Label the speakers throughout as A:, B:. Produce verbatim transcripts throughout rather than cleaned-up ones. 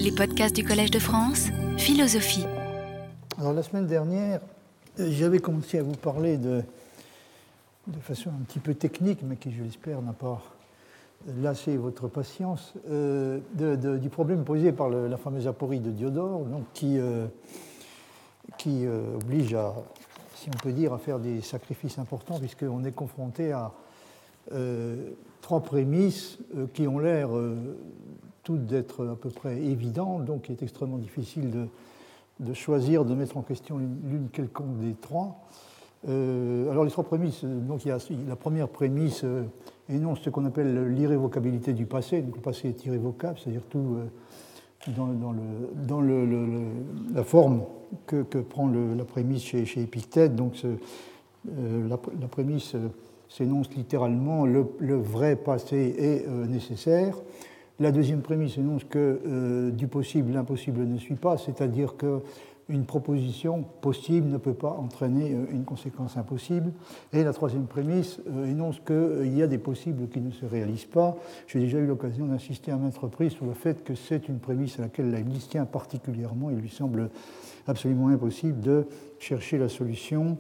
A: les podcasts du Collège de France, Philosophie.
B: Alors la semaine dernière, j'avais commencé à vous parler de, de façon un petit peu technique, mais qui, je l'espère, n'a pas lassé votre patience, euh, de, de, du problème posé par le, la fameuse aporie de Diodore, donc, qui, euh, qui euh, oblige à, si on peut dire, à faire des sacrifices importants, puisqu'on est confronté à euh, trois prémices euh, qui ont l'air euh, toutes d'être à peu près évidentes, donc il est extrêmement difficile de, de choisir, de mettre en question l'une quelconque des trois. Euh, alors les trois prémices, donc il y a la première prémisse euh, énonce ce qu'on appelle l'irrévocabilité du passé, donc le passé est irrévocable, c'est-à-dire tout euh, dans, dans, le, dans le, le, le, la forme que, que prend le, la prémisse chez, chez Épictète. Donc ce, euh, la, la prémisse euh, s'énonce littéralement le, le vrai passé est euh, nécessaire. La deuxième prémisse énonce que euh, du possible, l'impossible ne suit pas, c'est-à-dire qu'une proposition possible ne peut pas entraîner euh, une conséquence impossible. Et la troisième prémisse euh, énonce qu'il euh, y a des possibles qui ne se réalisent pas. J'ai déjà eu l'occasion d'insister à maintes reprises sur le fait que c'est une prémisse à laquelle Leibniz tient particulièrement. Il lui semble absolument impossible de chercher la solution,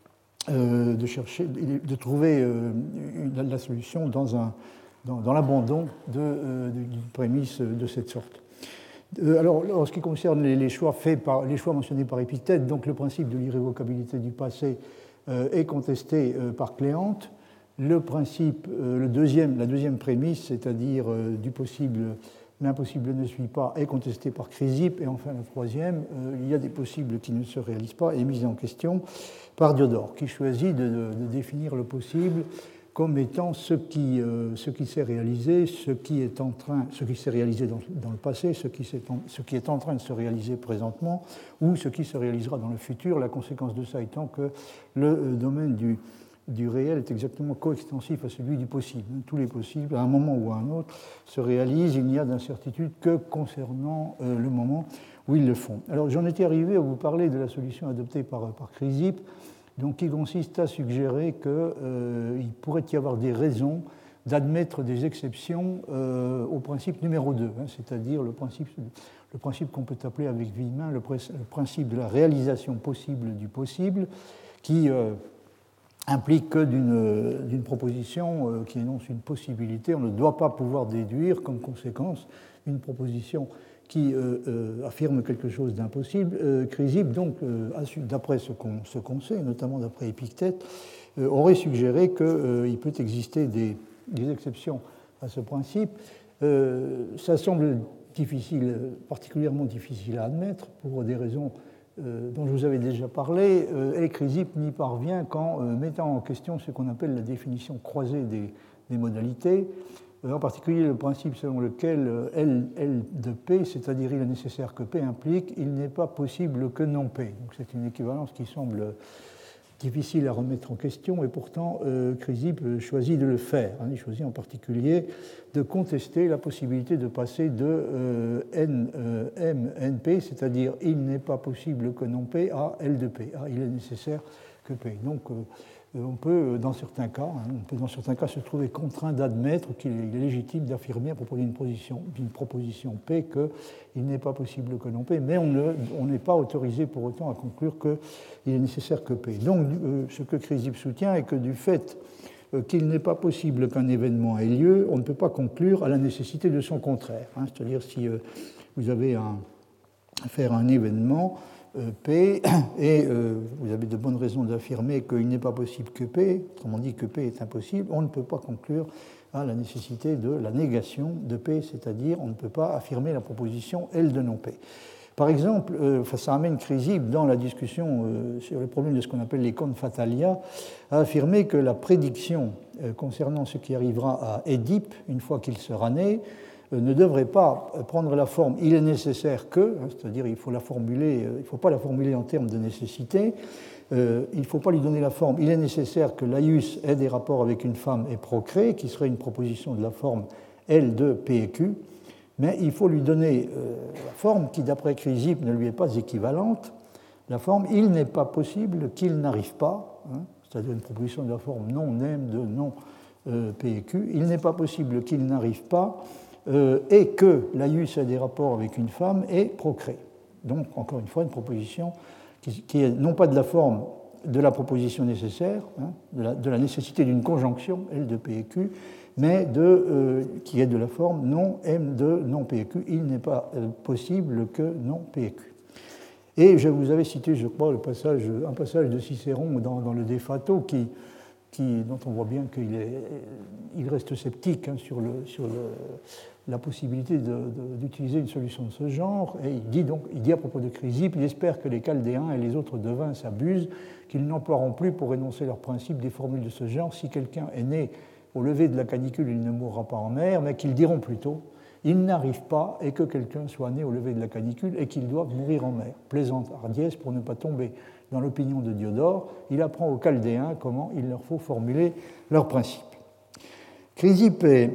B: euh, de, chercher, de trouver euh, une, la solution dans un... dans, dans l'abandon de, euh, d'une prémisse de cette sorte. Euh, alors, en ce qui concerne les, les, choix faits par, les choix mentionnés par Épictète, donc le principe de l'irrévocabilité du passé euh, est contesté euh, par Cléante. Le principe, euh, le deuxième, la deuxième prémisse, c'est-à-dire euh, du possible, l'impossible ne suit pas, est contesté par Chrysippe. Et enfin, la troisième, euh, il y a des possibles qui ne se réalisent pas, est mise en question par Diodore, qui choisit de, de, de définir le possible comme étant ce qui, euh, ce qui s'est réalisé, ce qui est en train, ce qui s'est réalisé dans, dans le passé, ce qui, en, ce qui est en train de se réaliser présentement, ou ce qui se réalisera dans le futur. La conséquence de ça étant que le euh, domaine du, du réel est exactement coextensif à celui du possible. Tous les possibles, à un moment ou à un autre, se réalisent. Il n'y a d'incertitude que concernant euh, le moment où ils le font. Alors j'en étais arrivé à vous parler de la solution adoptée par, par Chrysippe, donc qui consiste à suggérer qu'il euh, pourrait y avoir des raisons d'admettre des exceptions euh, au principe numéro deux, hein, c'est-à-dire le principe, le principe qu'on peut appeler avec Villemin le, le principe de la réalisation possible du possible, qui euh, implique que d'une, d'une proposition euh, qui énonce une possibilité, on ne doit pas pouvoir déduire comme conséquence une proposition qui euh, euh, affirme quelque chose d'impossible. Euh, Chrysippe, donc, euh, d'après ce qu'on, ce qu'on sait, notamment d'après Épictète, euh, aurait suggéré qu'il euh, peut exister des, des exceptions à ce principe. Euh, ça semble difficile, particulièrement difficile à admettre, pour des raisons euh, dont je vous avais déjà parlé, euh, et Chrysippe n'y parvient qu'en euh, mettant en question ce qu'on appelle la définition croisée des, des modalités, en particulier le principe selon lequel L, L de P, c'est-à-dire il est nécessaire que P implique, il n'est pas possible que non P. Donc c'est une équivalence qui semble difficile à remettre en question, et pourtant euh, Chrysippe choisit de le faire. Hein. Il choisit en particulier de contester la possibilité de passer de euh, N, euh, M, N P, c'est-à-dire il n'est pas possible que non P, à L de P. Ah, il est nécessaire que P. Donc euh, on peut, dans certains cas, hein, on peut dans certains cas se trouver contraint d'admettre qu'il est légitime d'affirmer à propos d'une proposition, d'une proposition P qu'il n'est pas possible que non P, mais on ne, on n'est pas autorisé pour autant à conclure qu'il est nécessaire que P. Donc, euh, ce que Chrysippe soutient est que du fait euh, qu'il n'est pas possible qu'un événement ait lieu, on ne peut pas conclure à la nécessité de son contraire. Hein, c'est-à-dire, si euh, vous avez un, à faire un événement P, et euh, vous avez de bonnes raisons d'affirmer qu'il n'est pas possible que P, autrement dit que P est impossible, on ne peut pas conclure à la nécessité de la négation de P, c'est-à-dire on ne peut pas affirmer la proposition L de non P. Par exemple, euh, ça amène Chrysippe dans la discussion euh, sur le problème de ce qu'on appelle les confatalia à affirmer que la prédiction euh, concernant ce qui arrivera à Édipe, une fois qu'il sera né, ne devrait pas prendre la forme « il est nécessaire que », c'est-à-dire il faut la formuler, il ne faut pas la formuler en termes de nécessité, euh, il ne faut pas lui donner la forme « il est nécessaire que Laïus ait des rapports avec une femme et procrée », qui serait une proposition de la forme L de P et Q, mais il faut lui donner euh, la forme qui, d'après Chrysippe, ne lui est pas équivalente, la forme « il n'est pas possible qu'il n'arrive pas hein, », c'est-à-dire une proposition de la forme non M de non euh, P et Q, « il n'est pas possible qu'il n'arrive pas », euh, et que l'Aius a des rapports avec une femme et procrée. Donc, encore une fois, une proposition qui, qui est non pas de la forme de la proposition nécessaire, hein, de, la, de la nécessité d'une conjonction L de P et Q, mais de, euh, qui est de la forme non M de non P et Q. Il n'est pas euh, possible que non P et Q. Et je vous avais cité, je crois, le passage, un passage de Cicéron dans, dans le De Fato qui, qui, dont on voit bien qu'il est, il reste sceptique hein, sur, le, sur le, la possibilité de, de, d'utiliser une solution de ce genre. Et il dit donc, il dit à propos de Chrysippe, il espère que les Chaldéens et les autres devins s'abusent, qu'ils n'emploieront plus pour énoncer leurs principes des formules de ce genre. Si quelqu'un est né au lever de la canicule, il ne mourra pas en mer, mais qu'ils diront plutôt il n'arrive pas et que quelqu'un soit né au lever de la canicule et qu'il doive mourir en mer. Plaisante hardiesse pour ne pas tomber dans l'opinion de Diodore, il apprend aux Chaldéens comment il leur faut formuler leurs principes. Chrysippe et,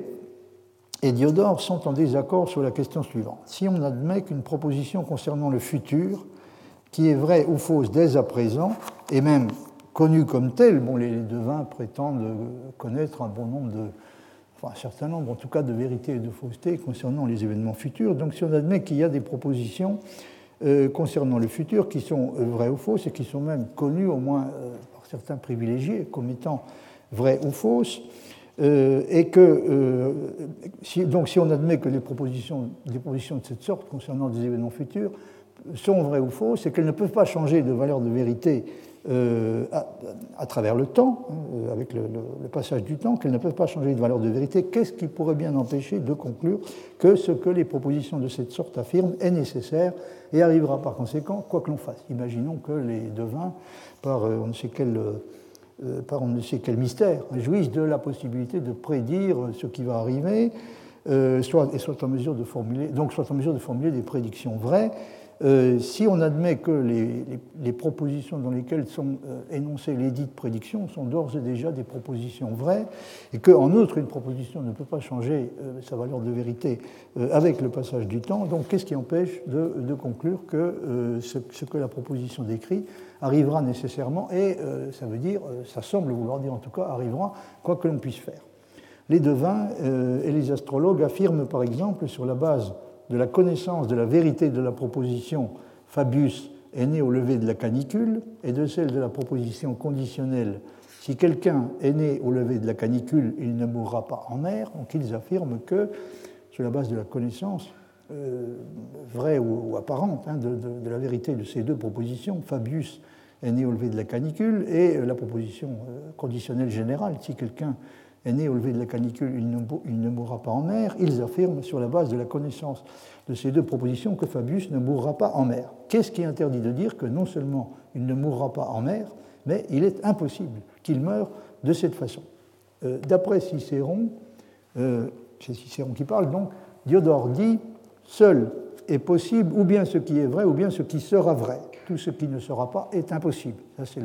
B: et Diodore sont en désaccord sur la question suivante. Si on admet qu'une proposition concernant le futur, qui est vraie ou fausse dès à présent, et même connue comme telle, bon, les devins prétendent connaître un bon nombre de Enfin, un certain nombre, en tout cas, de vérités et de faussetés concernant les événements futurs. Donc, si on admet qu'il y a des propositions euh, concernant le futur qui sont euh, vraies ou fausses et qui sont même connues, au moins euh, par certains privilégiés, comme étant vraies ou fausses, euh, et que, euh, si, donc, si on admet que les propositions, des propositions de cette sorte concernant des événements futurs sont vraies ou fausses et qu'elles ne peuvent pas changer de valeur de vérité Euh, à, à travers le temps, euh, avec le, le, le passage du temps, qu'elles ne peuvent pas changer de valeur de vérité, qu'est-ce qui pourrait bien empêcher de conclure que ce que les propositions de cette sorte affirment est nécessaire et arrivera par conséquent quoi que l'on fasse. Imaginons que les devins, par euh, on ne sait quel, euh, par on ne sait quel mystère, jouissent de la possibilité de prédire ce qui va arriver, euh, soit, et soient en mesure de formuler, donc soient en mesure de formuler des prédictions vraies. Euh, si on admet que les, les, les propositions dans lesquelles sont euh, énoncées les dites prédictions sont d'ores et déjà des propositions vraies, et qu'en outre, une proposition ne peut pas changer euh, sa valeur de vérité euh, avec le passage du temps, donc qu'est-ce qui empêche de, de conclure que euh, ce, ce que la proposition décrit arrivera nécessairement, et euh, ça veut dire, euh, ça semble vouloir dire en tout cas, arrivera quoi que l'on puisse faire. Les devins euh, et les astrologues affirment par exemple, sur la base de la connaissance de la vérité de la proposition « Fabius est né au lever de la canicule » et de celle de la proposition conditionnelle « Si quelqu'un est né au lever de la canicule, il ne mourra pas en mer », donc ils affirment que, sur la base de la connaissance euh, vraie ou, ou apparente hein, de, de, de la vérité de ces deux propositions, « Fabius est né au lever de la canicule » et euh, la proposition euh, conditionnelle générale « Si quelqu'un est né au lever de la canicule, il ne, il ne mourra pas en mer », ils affirment sur la base de la connaissance de ces deux propositions que Fabius ne mourra pas en mer. Qu'est-ce qui interdit de dire que non seulement il ne mourra pas en mer, mais il est impossible qu'il meure de cette façon. Euh, D'après Cicéron, euh, c'est Cicéron qui parle, donc, Diodore dit « Seul est possible ou bien ce qui est vrai ou bien ce qui sera vrai. Tout ce qui ne sera pas est impossible. » Ça, c'est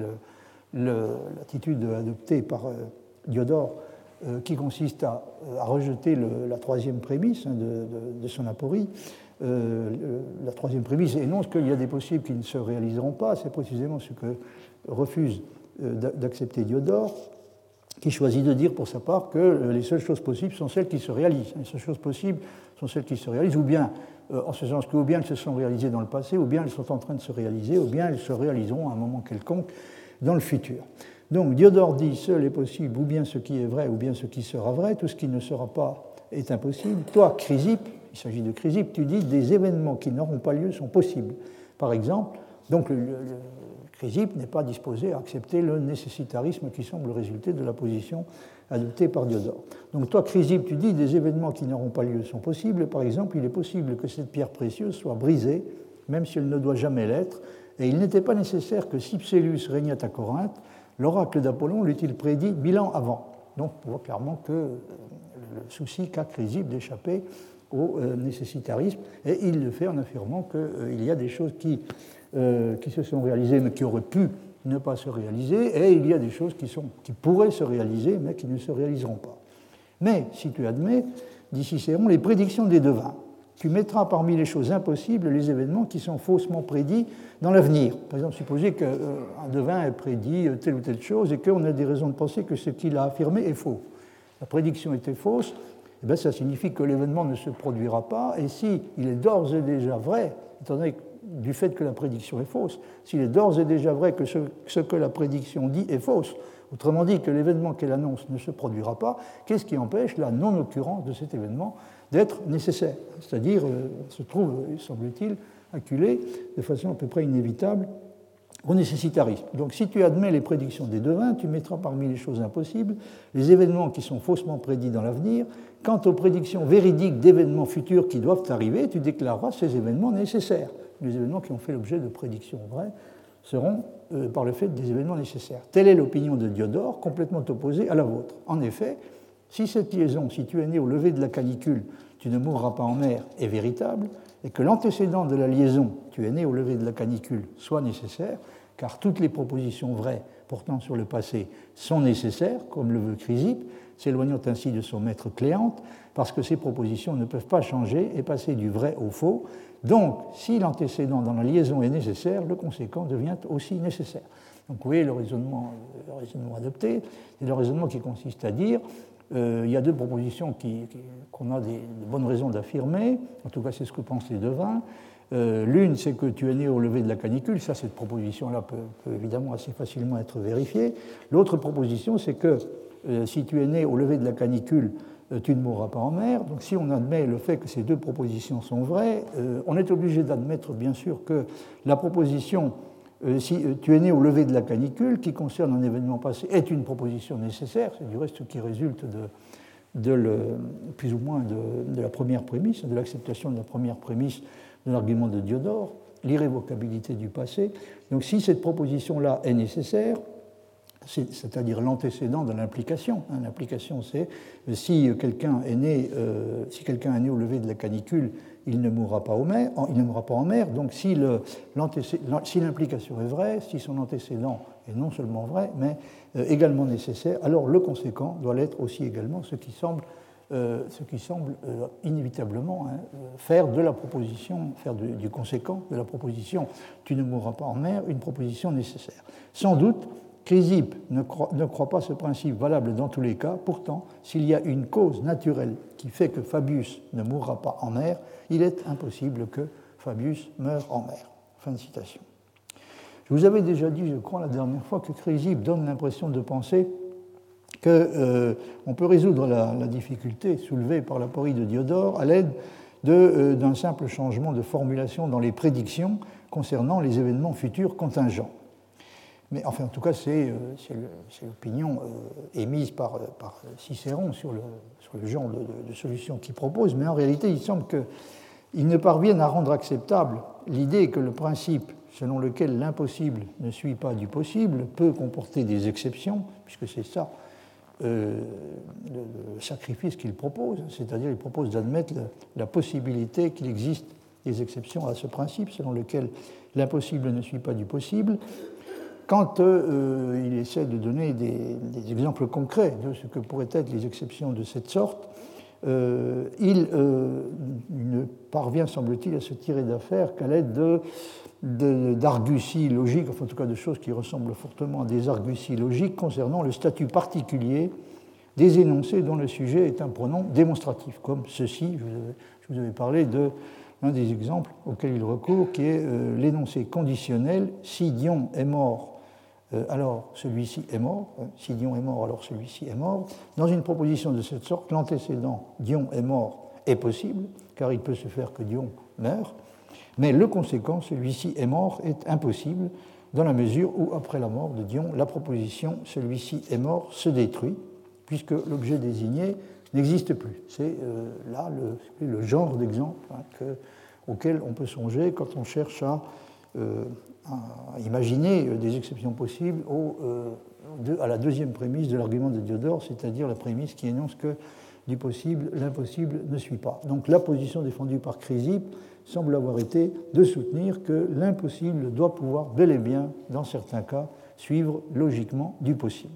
B: l'attitude adoptée par euh, Diodore, Euh, qui consiste à, à rejeter le, la troisième prémisse hein, de, de, de son aporie. Euh, la troisième prémisse énonce qu'il y a des possibles qui ne se réaliseront pas. C'est précisément ce que refuse euh, d'accepter Diodore, qui choisit de dire pour sa part que les seules choses possibles sont celles qui se réalisent. Les seules choses possibles sont celles qui se réalisent, ou bien, euh, en ce sens que, ou bien elles se sont réalisées dans le passé, ou bien elles sont en train de se réaliser, ou bien elles se réaliseront à un moment quelconque dans le futur. Donc Diodore dit « Seul est possible ou bien ce qui est vrai ou bien ce qui sera vrai, tout ce qui ne sera pas est impossible. » Toi, Chrysippe, il s'agit de Chrysippe, tu dis « Des événements qui n'auront pas lieu sont possibles. » Par exemple, donc le, le, le Chrysippe n'est pas disposé à accepter le nécessitarisme qui semble résulter de la position adoptée par Diodore. Donc toi, Chrysippe, tu dis « Des événements qui n'auront pas lieu sont possibles. » Par exemple, il est possible que cette pierre précieuse soit brisée, même si elle ne doit jamais l'être, et il n'était pas nécessaire que Cypselus régnât à Corinthe. L'oracle d'Apollon l'eût-il prédit mille ans avant. Donc on voit clairement que le souci qu'a Chrysippe d'échapper au nécessitarisme, et il le fait en affirmant qu'il y a des choses qui, euh, qui se sont réalisées mais qui auraient pu ne pas se réaliser, et il y a des choses qui, sont, qui pourraient se réaliser mais qui ne se réaliseront pas. Mais si tu admets, dit Cicéron, les prédictions des devins, tu mettras parmi les choses impossibles les événements qui sont faussement prédits dans l'avenir. Par exemple, supposez qu'un devin ait prédit telle ou telle chose et qu'on a des raisons de penser que ce qu'il a affirmé est faux. La prédiction était fausse, eh bien, ça signifie que l'événement ne se produira pas, et s'il est d'ores et déjà vrai, étant donné que du fait que la prédiction est fausse, s'il est d'ores et déjà vrai que ce, ce que la prédiction dit est fausse, autrement dit que l'événement qu'elle annonce ne se produira pas, qu'est-ce qui empêche la non-occurrence de cet événement d'être nécessaire? C'est-à-dire, euh, on se trouve, semble-t-il, acculé de façon à peu près inévitable au nécessitarisme. Donc si tu admets les prédictions des devins, tu mettras parmi les choses impossibles les événements qui sont faussement prédits dans l'avenir. Quant aux prédictions véridiques d'événements futurs qui doivent arriver, tu déclareras ces événements nécessaires. Les événements qui ont fait l'objet de prédictions vraies seront, euh, par le fait, des événements nécessaires. Telle est l'opinion de Diodore, complètement opposée à la vôtre. En effet, si cette liaison, si tu es né au lever de la canicule, tu ne mourras pas en mer, est véritable, et que l'antécédent de la liaison, tu es né au lever de la canicule, soit nécessaire, car toutes les propositions vraies portant sur le passé sont nécessaires, comme le veut Chrysippe, s'éloignant ainsi de son maître Cléante, parce que ces propositions ne peuvent pas changer et passer du vrai au faux. Donc, si l'antécédent dans la liaison est nécessaire, le conséquent devient aussi nécessaire. Donc, vous voyez le raisonnement, le raisonnement adopté, c'est le raisonnement qui consiste à dire euh, il y a deux propositions qui, qui, qu'on a des, des bonnes raisons d'affirmer, en tout cas c'est ce que pensent les devins. Euh, L'une, c'est que tu es né au lever de la canicule, ça, cette proposition-là peut, peut évidemment assez facilement être vérifiée. L'autre proposition, c'est que euh, si tu es né au lever de la canicule, euh, tu ne mourras pas en mer. Donc si on admet le fait que ces deux propositions sont vraies, euh, on est obligé d'admettre, bien sûr, que la proposition euh, si euh, tu es né au lever de la canicule, qui concerne un événement passé, est une proposition nécessaire, c'est du reste ce qui résulte de, de le, plus ou moins de, de la première prémisse, de l'acceptation de la première prémisse de l'argument de Diodore, l'irrévocabilité du passé. Donc si cette proposition-là est nécessaire, c'est-à-dire l'antécédent de l'implication. L'implication, c'est si quelqu'un est né, euh, si quelqu'un est né au lever de la canicule, il ne mourra pas, au mer, il ne mourra pas en mer. Donc si, le, si l'implication est vraie, si son antécédent est non seulement vrai, mais euh, également nécessaire, alors le conséquent doit l'être aussi également, ce qui semble, euh, ce qui semble euh, inévitablement hein, faire de la proposition, faire du, du conséquent de la proposition « tu ne mourras pas en mer » une proposition nécessaire. Sans doute, Chrysippe ne croit, ne croit pas ce principe valable dans tous les cas. Pourtant, s'il y a une cause naturelle qui fait que Fabius ne mourra pas en mer, il est impossible que Fabius meure en mer. Fin de citation. Je vous avais déjà dit, je crois, la dernière fois, que Chrysippe donne l'impression de penser qu'on euh, peut résoudre la, la difficulté soulevée par l'aporie de Diodore à l'aide de, euh, d'un simple changement de formulation dans les prédictions concernant les événements futurs contingents. Mais enfin, en tout cas, c'est, c'est l'opinion euh, émise par, par Cicéron sur le, sur le genre de, de, de solution qu'il propose, mais en réalité, il semble qu'il ne parvienne à rendre acceptable l'idée que le principe selon lequel l'impossible ne suit pas du possible peut comporter des exceptions, puisque c'est ça euh, le, le sacrifice qu'il propose, c'est-à-dire qu'il propose d'admettre la, la possibilité qu'il existe des exceptions à ce principe selon lequel l'impossible ne suit pas du possible. Quand euh, il essaie de donner des, des exemples concrets de ce que pourraient être les exceptions de cette sorte, euh, il, euh, il ne parvient, semble-t-il, à se tirer d'affaire qu'à l'aide de, de, d'arguties logiques, enfin en tout cas de choses qui ressemblent fortement à des arguties logiques concernant le statut particulier des énoncés dont le sujet est un pronom démonstratif, comme ceci, je vous avais, je vous avais parlé de l'un des exemples auxquels il recourt, qui est euh, l'énoncé conditionnel « si Dion est mort », Euh, alors celui-ci est mort, si Dion est mort, alors celui-ci est mort. Dans une proposition de cette sorte, l'antécédent Dion est mort est possible, car il peut se faire que Dion meure, mais le conséquent, celui-ci est mort, est impossible, dans la mesure où, après la mort de Dion, la proposition celui-ci est mort se détruit, puisque l'objet désigné n'existe plus. C'est euh, là le, le genre d'exemple hein, que, auquel on peut songer quand on cherche à euh, à imaginer des exceptions possibles au, euh, de, à la deuxième prémisse de l'argument de Diodore, c'est-à-dire la prémisse qui énonce que du possible, l'impossible ne suit pas. Donc la position défendue par Chrysippe semble avoir été de soutenir que l'impossible doit pouvoir bel et bien, dans certains cas, suivre logiquement du possible.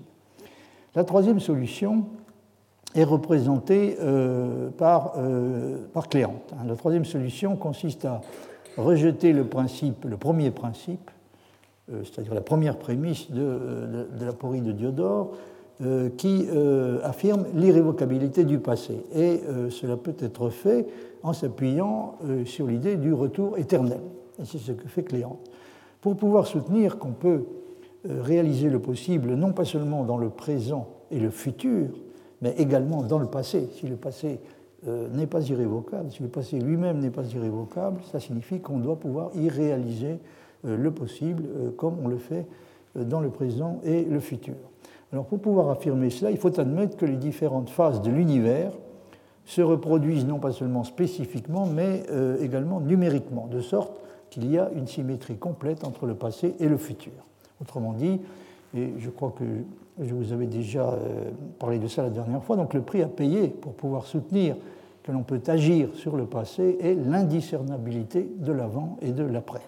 B: La troisième solution est représentée euh, par, euh, par Cléante. La troisième solution consiste à rejeter le principe, le premier principe, euh, c'est-à-dire la première prémisse de, de, de l'aporie de Diodore, euh, qui euh, affirme l'irrévocabilité du passé. Et euh, cela peut être fait en s'appuyant euh, sur l'idée du retour éternel. Et c'est ce que fait Cléante. Pour pouvoir soutenir qu'on peut euh, réaliser le possible, non pas seulement dans le présent et le futur, mais également dans le passé. Si le passé euh, n'est pas irrévocable, si le passé lui-même n'est pas irrévocable, ça signifie qu'on doit pouvoir y réaliser euh, le possible, euh, comme on le fait euh, dans le présent et le futur. Alors pour pouvoir affirmer cela, il faut admettre que les différentes phases de l'univers se reproduisent non pas seulement spécifiquement, mais euh, également numériquement, de sorte qu'il y a une symétrie complète entre le passé et le futur. Autrement dit, et je crois que je vous avais déjà parlé de ça la dernière fois, donc le prix à payer pour pouvoir soutenir que l'on peut agir sur le passé est l'indiscernabilité de l'avant et de l'après.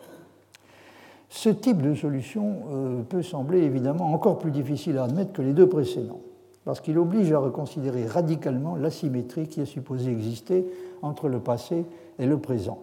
B: Ce type de solution euh, peut sembler évidemment encore plus difficile à admettre que les deux précédents, parce qu'il oblige à reconsidérer radicalement l'asymétrie qui est supposée exister entre le passé et le présent.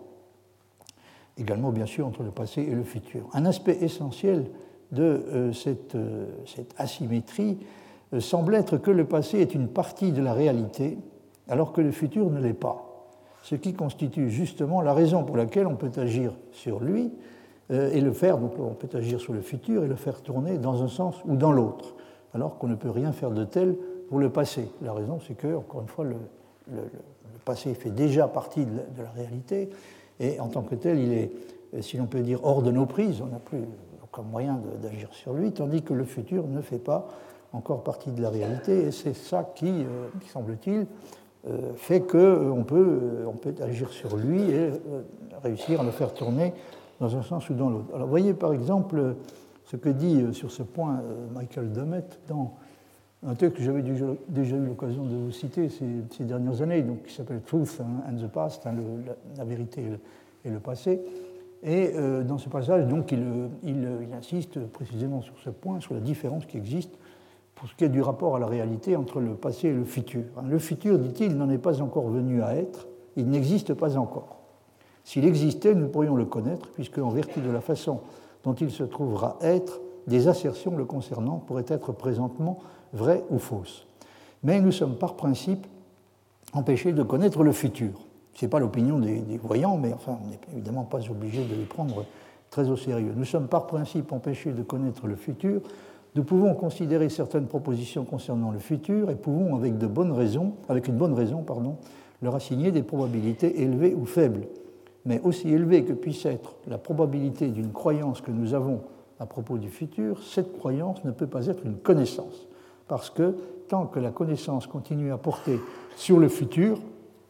B: Également, bien sûr, entre le passé et le futur. Un aspect essentiel de euh, cette, euh, cette asymétrie euh, semble être que le passé est une partie de la réalité, alors que le futur ne l'est pas, ce qui constitue justement la raison pour laquelle on peut agir sur lui euh, et le faire, donc on peut agir sur le futur et le faire tourner dans un sens ou dans l'autre, alors qu'on ne peut rien faire de tel pour le passé. La raison, c'est que, encore une fois, le, le, le passé fait déjà partie de la, de la réalité, et en tant que tel, il est, si l'on peut dire, hors de nos prises, on n'a plus aucun moyen d'agir sur lui, tandis que le futur ne fait pas encore partie de la réalité, et c'est ça qui, euh, semble-t-il, euh, fait qu'on euh, peut, euh, on peut agir sur lui et euh, réussir à le faire tourner dans un sens ou dans l'autre. Alors, voyez par exemple ce que dit euh, sur ce point euh, Michael Dummett dans un texte que j'avais déjà, déjà eu l'occasion de vous citer ces, ces dernières années, donc, qui s'appelle Truth and the Past, hein, le, la, la vérité et le, et le passé. Et euh, dans ce passage, donc, il, il, il insiste précisément sur ce point, sur la différence qui existe pour ce qui est du rapport à la réalité entre le passé et le futur. Le futur, dit-il, n'en est pas encore venu à être, il n'existe pas encore. S'il existait, nous pourrions le connaître, puisque, en vertu de la façon dont il se trouvera être, des assertions le concernant pourraient être présentement vraies ou fausses. Mais nous sommes par principe empêchés de connaître le futur. Ce n'est pas l'opinion des, des voyants, mais enfin, on n'est évidemment pas obligé de les prendre très au sérieux. Nous sommes par principe empêchés de connaître le futur. Nous pouvons considérer certaines propositions concernant le futur et pouvons, avec, de bonnes raisons, avec une bonne raison, pardon, leur assigner des probabilités élevées ou faibles. Mais aussi élevée que puisse être la probabilité d'une croyance que nous avons à propos du futur, cette croyance ne peut pas être une connaissance. Parce que tant que la connaissance continue à porter sur le futur,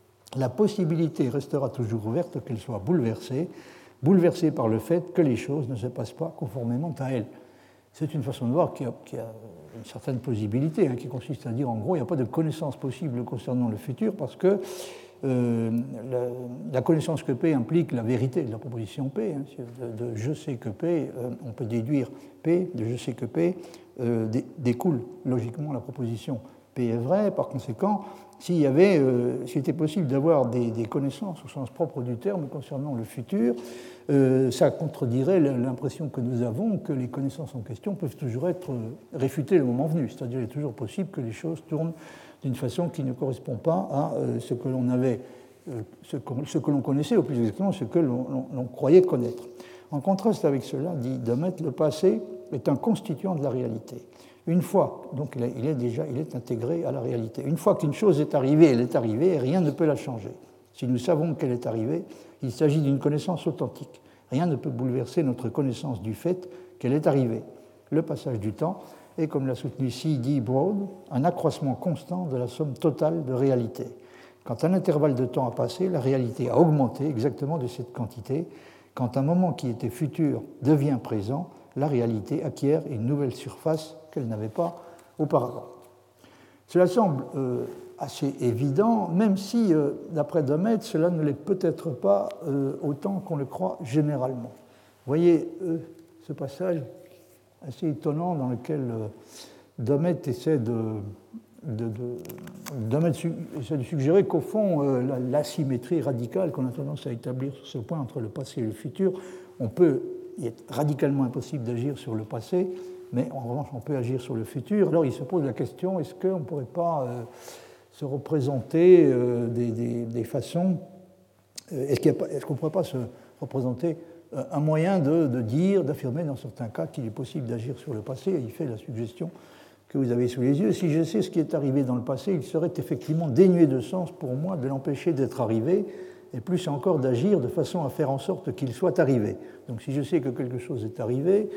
B: la possibilité restera toujours ouverte qu'elle soit bouleversée, bouleversée par le fait que les choses ne se passent pas conformément à elle. C'est une façon de voir qui a, qui a une certaine plausibilité, hein, qui consiste à dire en gros il n'y a pas de connaissance possible concernant le futur parce que euh, la, la connaissance que P implique la vérité de la proposition P. Hein, de, de je sais que P, euh, on peut déduire P, de je sais que P euh, dé, découle logiquement la proposition P est vraie. Par conséquent, s'il y avait, euh, s'il était possible d'avoir des, des connaissances au sens propre du terme concernant le futur, euh, ça contredirait l'impression que nous avons que les connaissances en question peuvent toujours être réfutées le moment venu. C'est-à-dire qu'il est toujours possible que les choses tournent d'une façon qui ne correspond pas à euh, ce que l'on avait, euh, ce que, ce que l'on connaissait, ou plus exactement ce que l'on, l'on croyait connaître. En contraste avec cela, dit Dummett, le passé est un constituant de la réalité. Une fois, donc il est déjà il est intégré à la réalité. Une fois qu'une chose est arrivée, elle est arrivée et rien ne peut la changer. Si nous savons qu'elle est arrivée, il s'agit d'une connaissance authentique. Rien ne peut bouleverser notre connaissance du fait qu'elle est arrivée. Le passage du temps est, comme l'a soutenu C D Broad, un accroissement constant de la somme totale de réalité. Quand un intervalle de temps a passé, la réalité a augmenté exactement de cette quantité. Quand un moment qui était futur devient présent, la réalité acquiert une nouvelle surface qu'elle n'avait pas auparavant. Cela semble euh, assez évident, même si, euh, d'après Dummett, cela ne l'est peut-être pas euh, autant qu'on le croit généralement. Vous voyez euh, ce passage assez étonnant dans lequel euh, Dummett essaie de, de, de, Dummett su, essaie de suggérer qu'au fond, euh, l'asymétrie radicale qu'on a tendance à établir sur ce point entre le passé et le futur, on peut, il est radicalement impossible d'agir sur le passé, mais en revanche, on peut agir sur le futur. Alors il se pose la question, est-ce qu'on ne pourrait pas euh, se représenter euh, des, des, des façons, euh, est-ce, qu'il y a pas, est-ce qu'on ne pourrait pas se représenter euh, un moyen de, de dire, d'affirmer dans certains cas qu'il est possible d'agir sur le passé, et il fait la suggestion que vous avez sous les yeux. Si je sais ce qui est arrivé dans le passé, il serait effectivement dénué de sens pour moi de l'empêcher d'être arrivé, et plus encore d'agir de façon à faire en sorte qu'il soit arrivé. Donc si je sais que quelque chose est arrivé,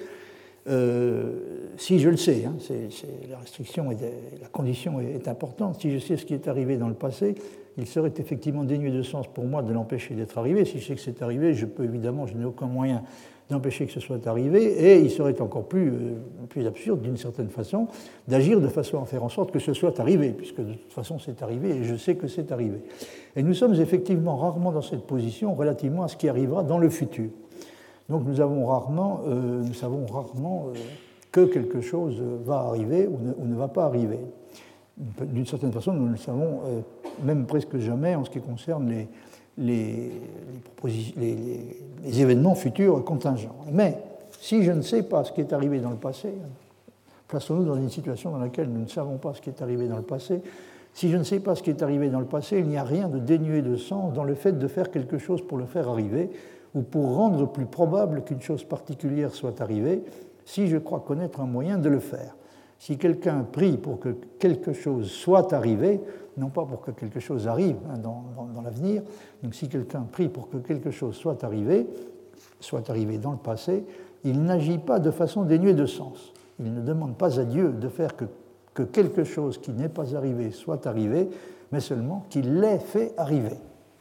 B: euh, si je le sais, hein, c'est, c'est, la restriction, est, la condition est importante, si je sais ce qui est arrivé dans le passé, il serait effectivement dénué de sens pour moi de l'empêcher d'être arrivé. Si je sais que c'est arrivé, je peux évidemment, je n'ai aucun moyen d'empêcher que ce soit arrivé, et il serait encore plus, euh, plus absurde, d'une certaine façon, d'agir de façon à faire en sorte que ce soit arrivé, puisque de toute façon c'est arrivé, et je sais que c'est arrivé. Et nous sommes effectivement rarement dans cette position relativement à ce qui arrivera dans le futur. Donc nous, avons rarement, euh, nous savons rarement euh, que quelque chose va arriver ou ne, ou ne va pas arriver. D'une certaine façon, nous ne le savons euh, même presque jamais en ce qui concerne les, les, les, les, les, les événements futurs contingents. Mais si je ne sais pas ce qui est arrivé dans le passé, plaçons-nous dans une situation dans laquelle nous ne savons pas ce qui est arrivé dans le passé. Si je ne sais pas ce qui est arrivé dans le passé, il n'y a rien de dénué de sens dans le fait de faire quelque chose pour le faire arriver ou pour rendre plus probable qu'une chose particulière soit arrivée, si je crois connaître un moyen de le faire. Si quelqu'un prie pour que quelque chose soit arrivé, non pas pour que quelque chose arrive hein, dans, dans, dans l'avenir, donc si quelqu'un prie pour que quelque chose soit arrivé, soit arrivé dans le passé, il n'agit pas de façon dénuée de sens. Il ne demande pas à Dieu de faire que, que quelque chose qui n'est pas arrivé soit arrivé, mais seulement qu'il l'ait fait arriver.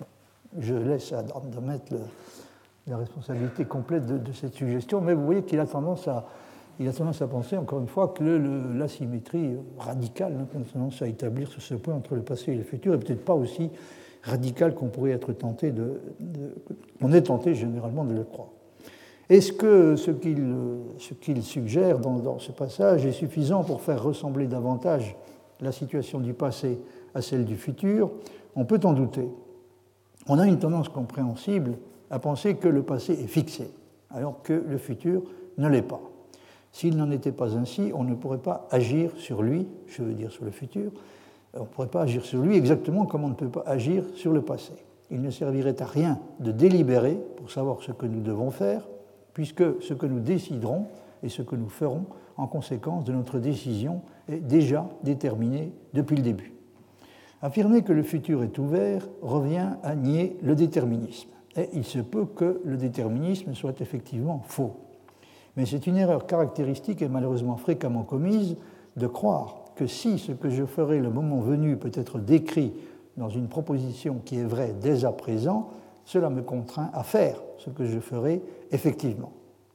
B: Je laisse à Adam de mettre le, la responsabilité complète de, de cette suggestion, mais vous voyez qu'il a tendance à, il a tendance à penser, encore une fois, que le, le, l'asymétrie radicale hein, qu'on a tendance à établir sur ce point entre le passé et le futur n'est peut-être pas aussi radicale qu'on pourrait être tenté de, de, qu'on est tenté généralement de le croire. Est-ce que ce qu'il, ce qu'il suggère dans, dans ce passage est suffisant pour faire ressembler davantage la situation du passé à celle du futur? On peut en douter. On a une tendance compréhensible à penser que le passé est fixé, alors que le futur ne l'est pas. S'il n'en était pas ainsi, on ne pourrait pas agir sur lui, je veux dire sur le futur, on ne pourrait pas agir sur lui exactement comme on ne peut pas agir sur le passé. Il ne servirait à rien de délibérer pour savoir ce que nous devons faire, puisque ce que nous déciderons et ce que nous ferons en conséquence de notre décision est déjà déterminé depuis le début. Affirmer que le futur est ouvert revient à nier le déterminisme. Et il se peut que le déterminisme soit effectivement faux. Mais c'est une erreur caractéristique et malheureusement fréquemment commise de croire que si ce que je ferai le moment venu peut être décrit dans une proposition qui est vraie dès à présent, cela me contraint à faire ce que je ferai effectivement.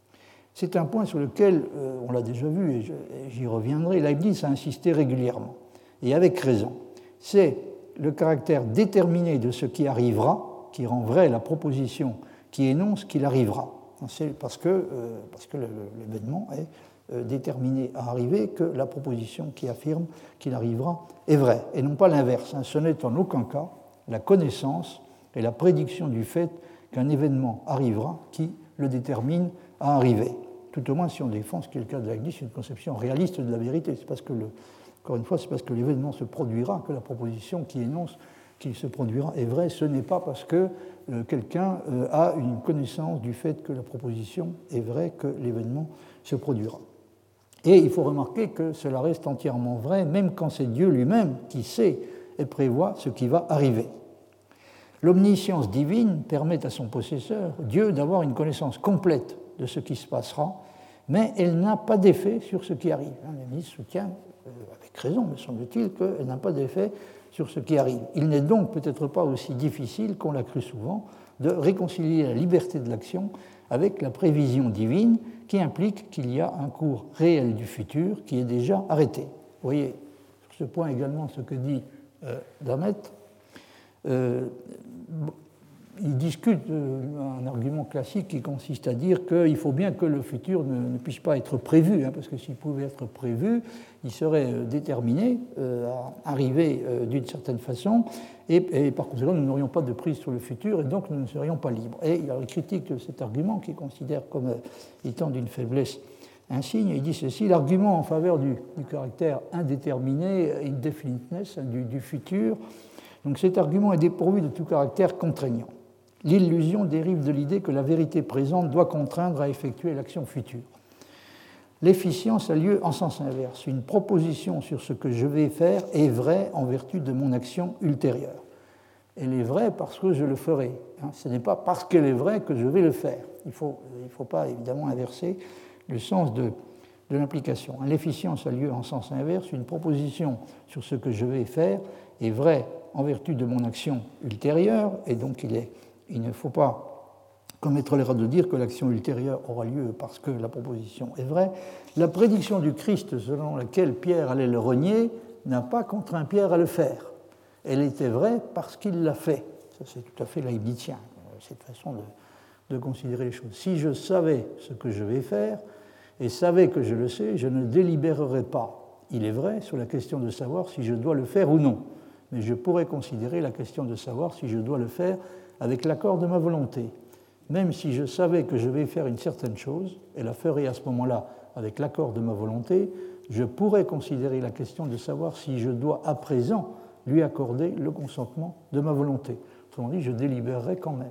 B: C'est un point sur lequel, euh, on l'a déjà vu et, je, et j'y reviendrai, Leibniz a insisté régulièrement, et avec raison. C'est le caractère déterminé de ce qui arrivera qui rend vraie la proposition qui énonce qu'il arrivera. C'est parce que, euh, parce que le, l'événement est euh, déterminé à arriver que la proposition qui affirme qu'il arrivera est vraie, et non pas l'inverse. Hein. Ce n'est en aucun cas la connaissance et la prédiction du fait qu'un événement arrivera qui le détermine à arriver. Tout au moins si on défend, ce qui est le cas de Leibniz, une conception réaliste de la vérité. C'est parce que, le, encore une fois, c'est parce que l'événement se produira que la proposition qui énonce qu'il se produira est vraie. Ce n'est pas parce que euh, quelqu'un euh, a une connaissance du fait que la proposition est vraie que l'événement se produira. Et il faut remarquer que cela reste entièrement vrai, même quand c'est Dieu lui-même qui sait et prévoit ce qui va arriver. L'omniscience divine permet à son possesseur, Dieu, d'avoir une connaissance complète de ce qui se passera, mais elle n'a pas d'effet sur ce qui arrive. Leibniz soutient, euh, avec raison, me semble-t-il, qu'elle n'a pas d'effet sur ce qui arrive. Il n'est donc peut-être pas aussi difficile qu'on l'a cru souvent de réconcilier la liberté de l'action avec la prévision divine qui implique qu'il y a un cours réel du futur qui est déjà arrêté. Vous voyez sur ce point également ce que dit euh, Damet. Euh, il discute un argument classique qui consiste à dire qu'il faut bien que le futur ne, ne puisse pas être prévu, hein, parce que s'il pouvait être prévu, il serait déterminé euh, à arriver euh, d'une certaine façon, et, et par conséquent, nous n'aurions pas de prise sur le futur, et donc nous ne serions pas libres. Et il y a une critique de cet argument qui considère comme étant d'une faiblesse un signe. Il dit ceci: l'argument en faveur du, du caractère indéterminé, indefiniteness, du, du futur, donc cet argument est dépourvu de tout caractère contraignant. L'illusion dérive de l'idée que la vérité présente doit contraindre à effectuer l'action future. L'efficience a lieu en sens inverse. Une proposition sur ce que je vais faire est vraie en vertu de mon action ultérieure. Elle est vraie parce que je le ferai. Ce n'est pas parce qu'elle est vraie que je vais le faire. Il ne faut, il faut pas évidemment inverser le sens de, de l'implication. L'efficience a lieu en sens inverse. Une proposition sur ce que je vais faire est vraie en vertu de mon action ultérieure, et donc il, est, il ne faut pas commettre l'erreur de dire que l'action ultérieure aura lieu parce que la proposition est vraie. La prédiction du Christ selon laquelle Pierre allait le renier n'a pas contraint Pierre à le faire. Elle était vraie parce qu'il l'a fait. Ça, c'est tout à fait leibnizien, cette façon de, de considérer les choses. Si je savais ce que je vais faire et savais que je le sais, je ne délibérerais pas. Il est vrai sur la question de savoir si je dois le faire ou non, mais je pourrais considérer la question de savoir si je dois le faire avec l'accord de ma volonté. Même si je savais que je vais faire une certaine chose, et la ferais à ce moment-là avec l'accord de ma volonté, je pourrais considérer la question de savoir si je dois à présent lui accorder le consentement de ma volonté. Autrement dit, je délibérerai quand même.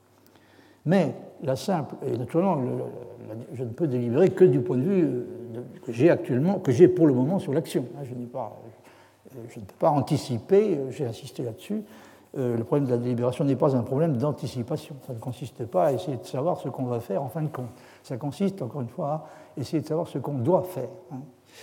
B: Mais la simple, et naturellement, le, le, je ne peux délibérer que du point de vue de, que j'ai actuellement, que j'ai pour le moment sur l'action. Je n'ai pas, je ne peux pas anticiper, j'ai insisté là-dessus. Euh, le problème de la délibération n'est pas un problème d'anticipation. Ça ne consiste pas à essayer de savoir ce qu'on va faire en fin de compte. Ça consiste, encore une fois, à essayer de savoir ce qu'on doit faire. Hein.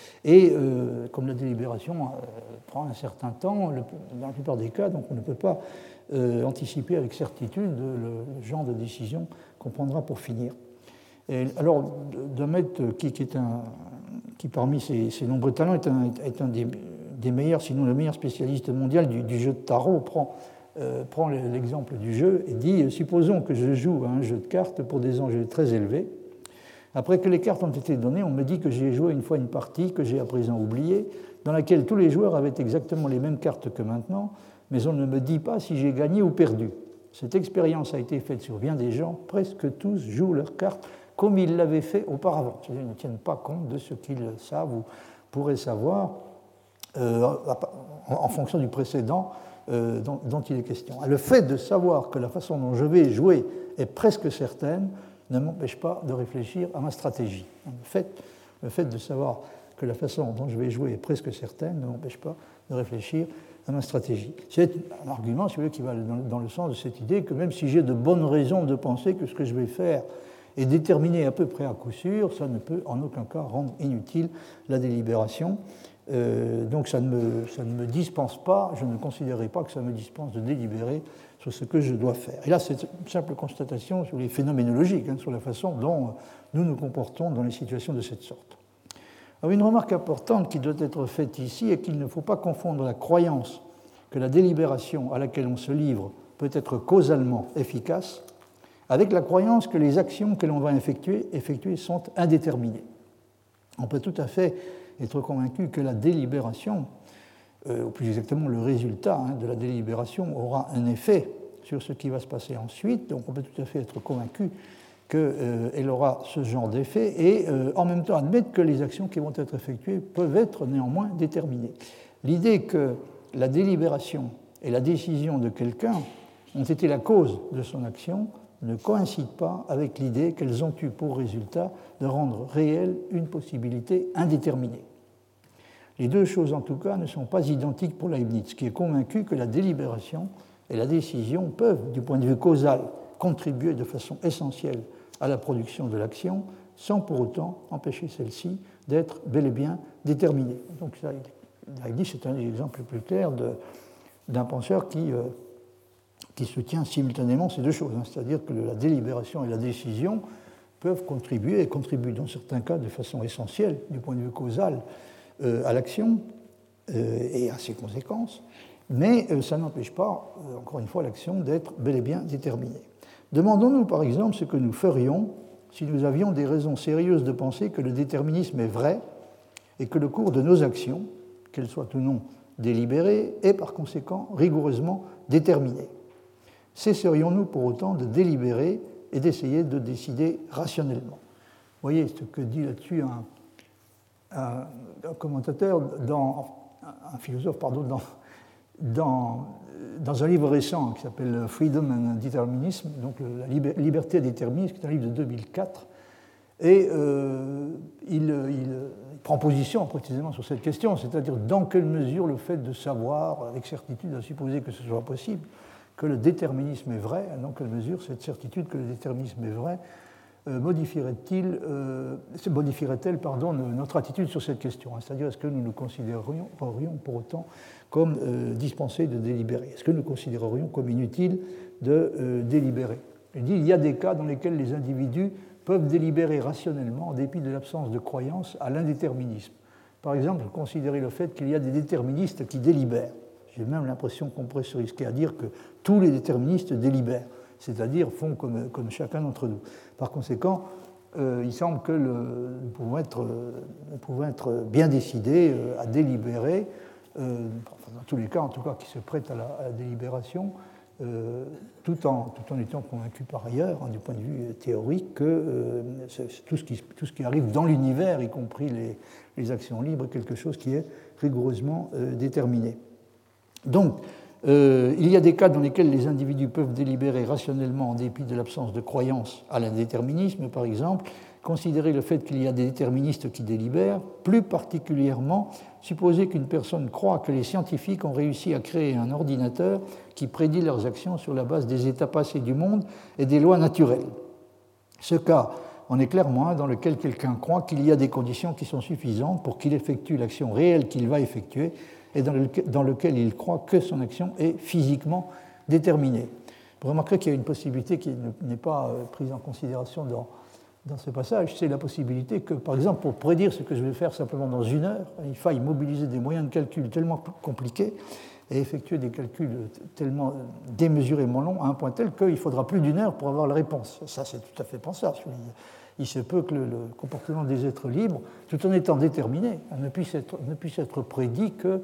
B: Et euh, comme la délibération euh, prend un certain temps, le, dans la plupart des cas, donc on ne peut pas euh, anticiper avec certitude le, le genre de décision qu'on prendra pour finir. Et alors, Demet, qui, qui, est un, qui parmi ses, ses nombreux talents est un, est un des, des meilleurs, sinon le meilleur spécialiste mondial du, du jeu de tarot, prend, euh, prend l'exemple du jeu et dit « Supposons que je joue à un jeu de cartes pour des enjeux très élevés. Après que les cartes ont été données, on me dit que j'ai joué une fois une partie que j'ai à présent oubliée, dans laquelle tous les joueurs avaient exactement les mêmes cartes que maintenant, mais on ne me dit pas si j'ai gagné ou perdu. Cette expérience a été faite sur bien des gens, presque tous jouent leurs cartes comme ils l'avaient fait auparavant. C'est-à-dire qu'ils ne tiennent pas compte de ce qu'ils savent ou pourraient savoir euh, en fonction du précédent euh, dont, dont il est question. Le fait de savoir que la façon dont je vais jouer est presque certaine ne m'empêche pas de réfléchir à ma stratégie. Le fait, le fait de savoir que la façon dont je vais jouer est presque certaine ne m'empêche pas de réfléchir à ma stratégie. C'est un argument, si vous voulez, qui va dans le sens de cette idée que même si j'ai de bonnes raisons de penser que ce que je vais faire est déterminé à peu près à coup sûr, ça ne peut en aucun cas rendre inutile la délibération. Euh, donc ça ne, me, ça ne me dispense pas, je ne considérerai pas que ça me dispense de délibérer sur ce que je dois faire. Et là, c'est une simple constatation sur les phénoménologiques, hein, sur la façon dont nous nous comportons dans les situations de cette sorte. Alors, une remarque importante qui doit être faite ici est qu'il ne faut pas confondre la croyance que la délibération à laquelle on se livre peut être causalement efficace avec la croyance que les actions que l'on va effectuer, effectuer sont indéterminées. On peut tout à fait être convaincu que la délibération, euh, ou plus exactement le résultat hein, de la délibération, aura un effet sur ce qui va se passer ensuite. Donc on peut tout à fait être convaincu qu'elle euh, aura ce genre d'effet et euh, en même temps admettre que les actions qui vont être effectuées peuvent être néanmoins déterminées. L'idée que la délibération et la décision de quelqu'un ont été la cause de son action ne coïncide pas avec l'idée qu'elles ont eu pour résultat de rendre réelle une possibilité indéterminée. Les deux choses, en tout cas, ne sont pas identiques pour Leibniz, qui est convaincu que la délibération et la décision peuvent, du point de vue causal, contribuer de façon essentielle à la production de l'action, sans pour autant empêcher celle-ci d'être bel et bien déterminée. Donc, ça, Leibniz est un exemple plus clair de, d'un penseur qui... Euh, qui soutient simultanément ces deux choses, hein, c'est-à-dire que la délibération et la décision peuvent contribuer, et contribuent dans certains cas de façon essentielle, du point de vue causal, euh, à l'action euh, et à ses conséquences, mais euh, ça n'empêche pas, euh, encore une fois, l'action d'être bel et bien déterminée. Demandons-nous par exemple ce que nous ferions si nous avions des raisons sérieuses de penser que le déterminisme est vrai et que le cours de nos actions, qu'elles soient ou non délibérées, est par conséquent rigoureusement déterminé. Cesserions-nous pour autant de délibérer et d'essayer de décider rationnellement? voyez ce que dit là-dessus un, un, un commentateur, dans, un philosophe, pardon, dans, dans, dans un livre récent qui s'appelle Freedom and Determinism, donc la liberté et déterminisme, qui est un livre de deux mille quatre, et euh, il, il prend position précisément sur cette question, c'est-à-dire dans quelle mesure le fait de savoir avec certitude, à supposer que ce soit possible, que le déterminisme est vrai, dans quelle mesure cette certitude que le déterminisme est vrai euh, modifierait-il, euh, modifierait-elle pardon, notre attitude sur cette question, hein, c'est-à-dire est-ce que nous nous considérerions pour autant comme euh, dispensés de délibérer, est-ce que nous considérerions comme inutile de euh, délibérer. Il dit il y a des cas dans lesquels les individus peuvent délibérer rationnellement en dépit de l'absence de croyance à l'indéterminisme. Par exemple, considérer le fait qu'il y a des déterministes qui délibèrent. J'ai même l'impression qu'on pourrait se risquer à dire que tous les déterministes délibèrent, c'est-à-dire font comme, comme chacun d'entre nous. Par conséquent, euh, il semble que le, nous, pouvons être, nous pouvons être bien décidés euh, à délibérer, euh, enfin, dans tous les cas, en tout cas, qui se prêtent à la, à la délibération, Euh, tout, en, tout en étant convaincu par ailleurs, hein, du point de vue théorique, que euh, tout, ce qui, tout ce qui arrive dans l'univers, y compris les, les actions libres, est quelque chose qui est rigoureusement euh, déterminé. Donc, euh, il y a des cas dans lesquels les individus peuvent délibérer rationnellement en dépit de l'absence de croyance à l'indéterminisme, par exemple, considérer le fait qu'il y a des déterministes qui délibèrent, plus particulièrement supposer qu'une personne croit que les scientifiques ont réussi à créer un ordinateur qui prédit leurs actions sur la base des états passés du monde et des lois naturelles. Ce cas en est clairement un dans lequel quelqu'un croit qu'il y a des conditions qui sont suffisantes pour qu'il effectue l'action réelle qu'il va effectuer et dans lequel il croit que son action est physiquement déterminée. Vous remarquerez qu'il y a une possibilité qui n'est pas prise en considération dans dans ce passage, c'est la possibilité que, par exemple, pour prédire ce que je vais faire simplement dans une heure, il faille mobiliser des moyens de calcul tellement compliqués et effectuer des calculs tellement démesurément longs à un point tel qu'il faudra plus d'une heure pour avoir la réponse. Ça, c'est tout à fait pensable. Il se peut que le, le comportement des êtres libres, tout en étant déterminé, ne puisse être, ne puisse être prédit que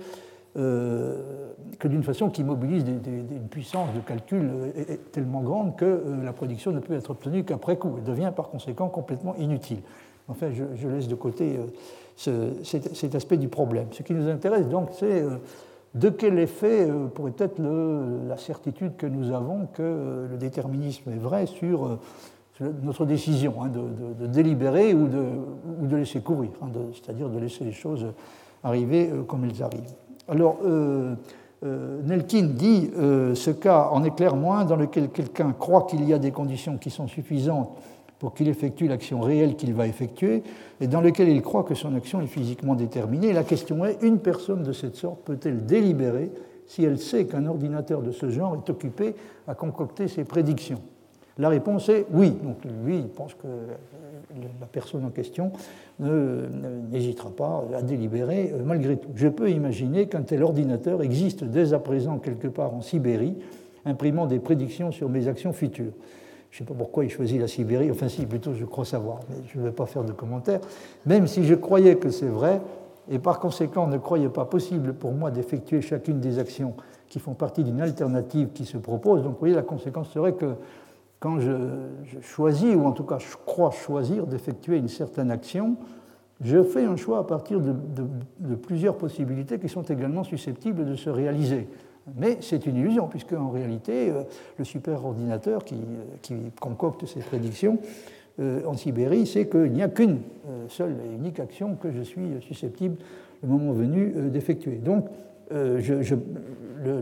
B: Euh, que d'une façon qui mobilise des, des, des, une puissance de calcul est, est tellement grande que euh, la prédiction ne peut être obtenue qu'après coup. Elle devient par conséquent complètement inutile. Enfin, je, je laisse de côté euh, ce, cet, cet aspect du problème. Ce qui nous intéresse donc, c'est euh, de quel effet euh, pourrait être le, la certitude que nous avons que euh, le déterminisme est vrai sur, euh, sur notre décision hein, de, de, de délibérer ou de, ou de laisser courir, hein, c'est-à-dire de laisser les choses arriver euh, comme elles arrivent. Alors, euh, euh, Nelkin dit euh, ce cas en éclaire moins dans lequel quelqu'un croit qu'il y a des conditions qui sont suffisantes pour qu'il effectue l'action réelle qu'il va effectuer et dans lequel il croit que son action est physiquement déterminée. La question est, une personne de cette sorte peut-elle délibérer si elle sait qu'un ordinateur de ce genre est occupé à concocter ses prédictions? La réponse est oui. Donc lui, il pense que la personne en question n'hésitera pas à délibérer malgré tout. Je peux imaginer qu'un tel ordinateur existe dès à présent quelque part en Sibérie, imprimant des prédictions sur mes actions futures. Je ne sais pas pourquoi il choisit la Sibérie, enfin si, plutôt je crois savoir, mais je ne vais pas faire de commentaires. Même si je croyais que c'est vrai, et par conséquent ne croyais pas possible pour moi d'effectuer chacune des actions qui font partie d'une alternative qui se propose, donc vous voyez, la conséquence serait que quand je, je choisis, ou en tout cas je crois choisir d'effectuer une certaine action, je fais un choix à partir de, de, de plusieurs possibilités qui sont également susceptibles de se réaliser. Mais c'est une illusion, puisque en réalité, le superordinateur qui, qui concocte ces prédictions euh, en Sibérie, c'est qu'il n'y a qu'une euh, seule et unique action que je suis susceptible, le moment venu, euh, d'effectuer. Donc, euh, je, je, le,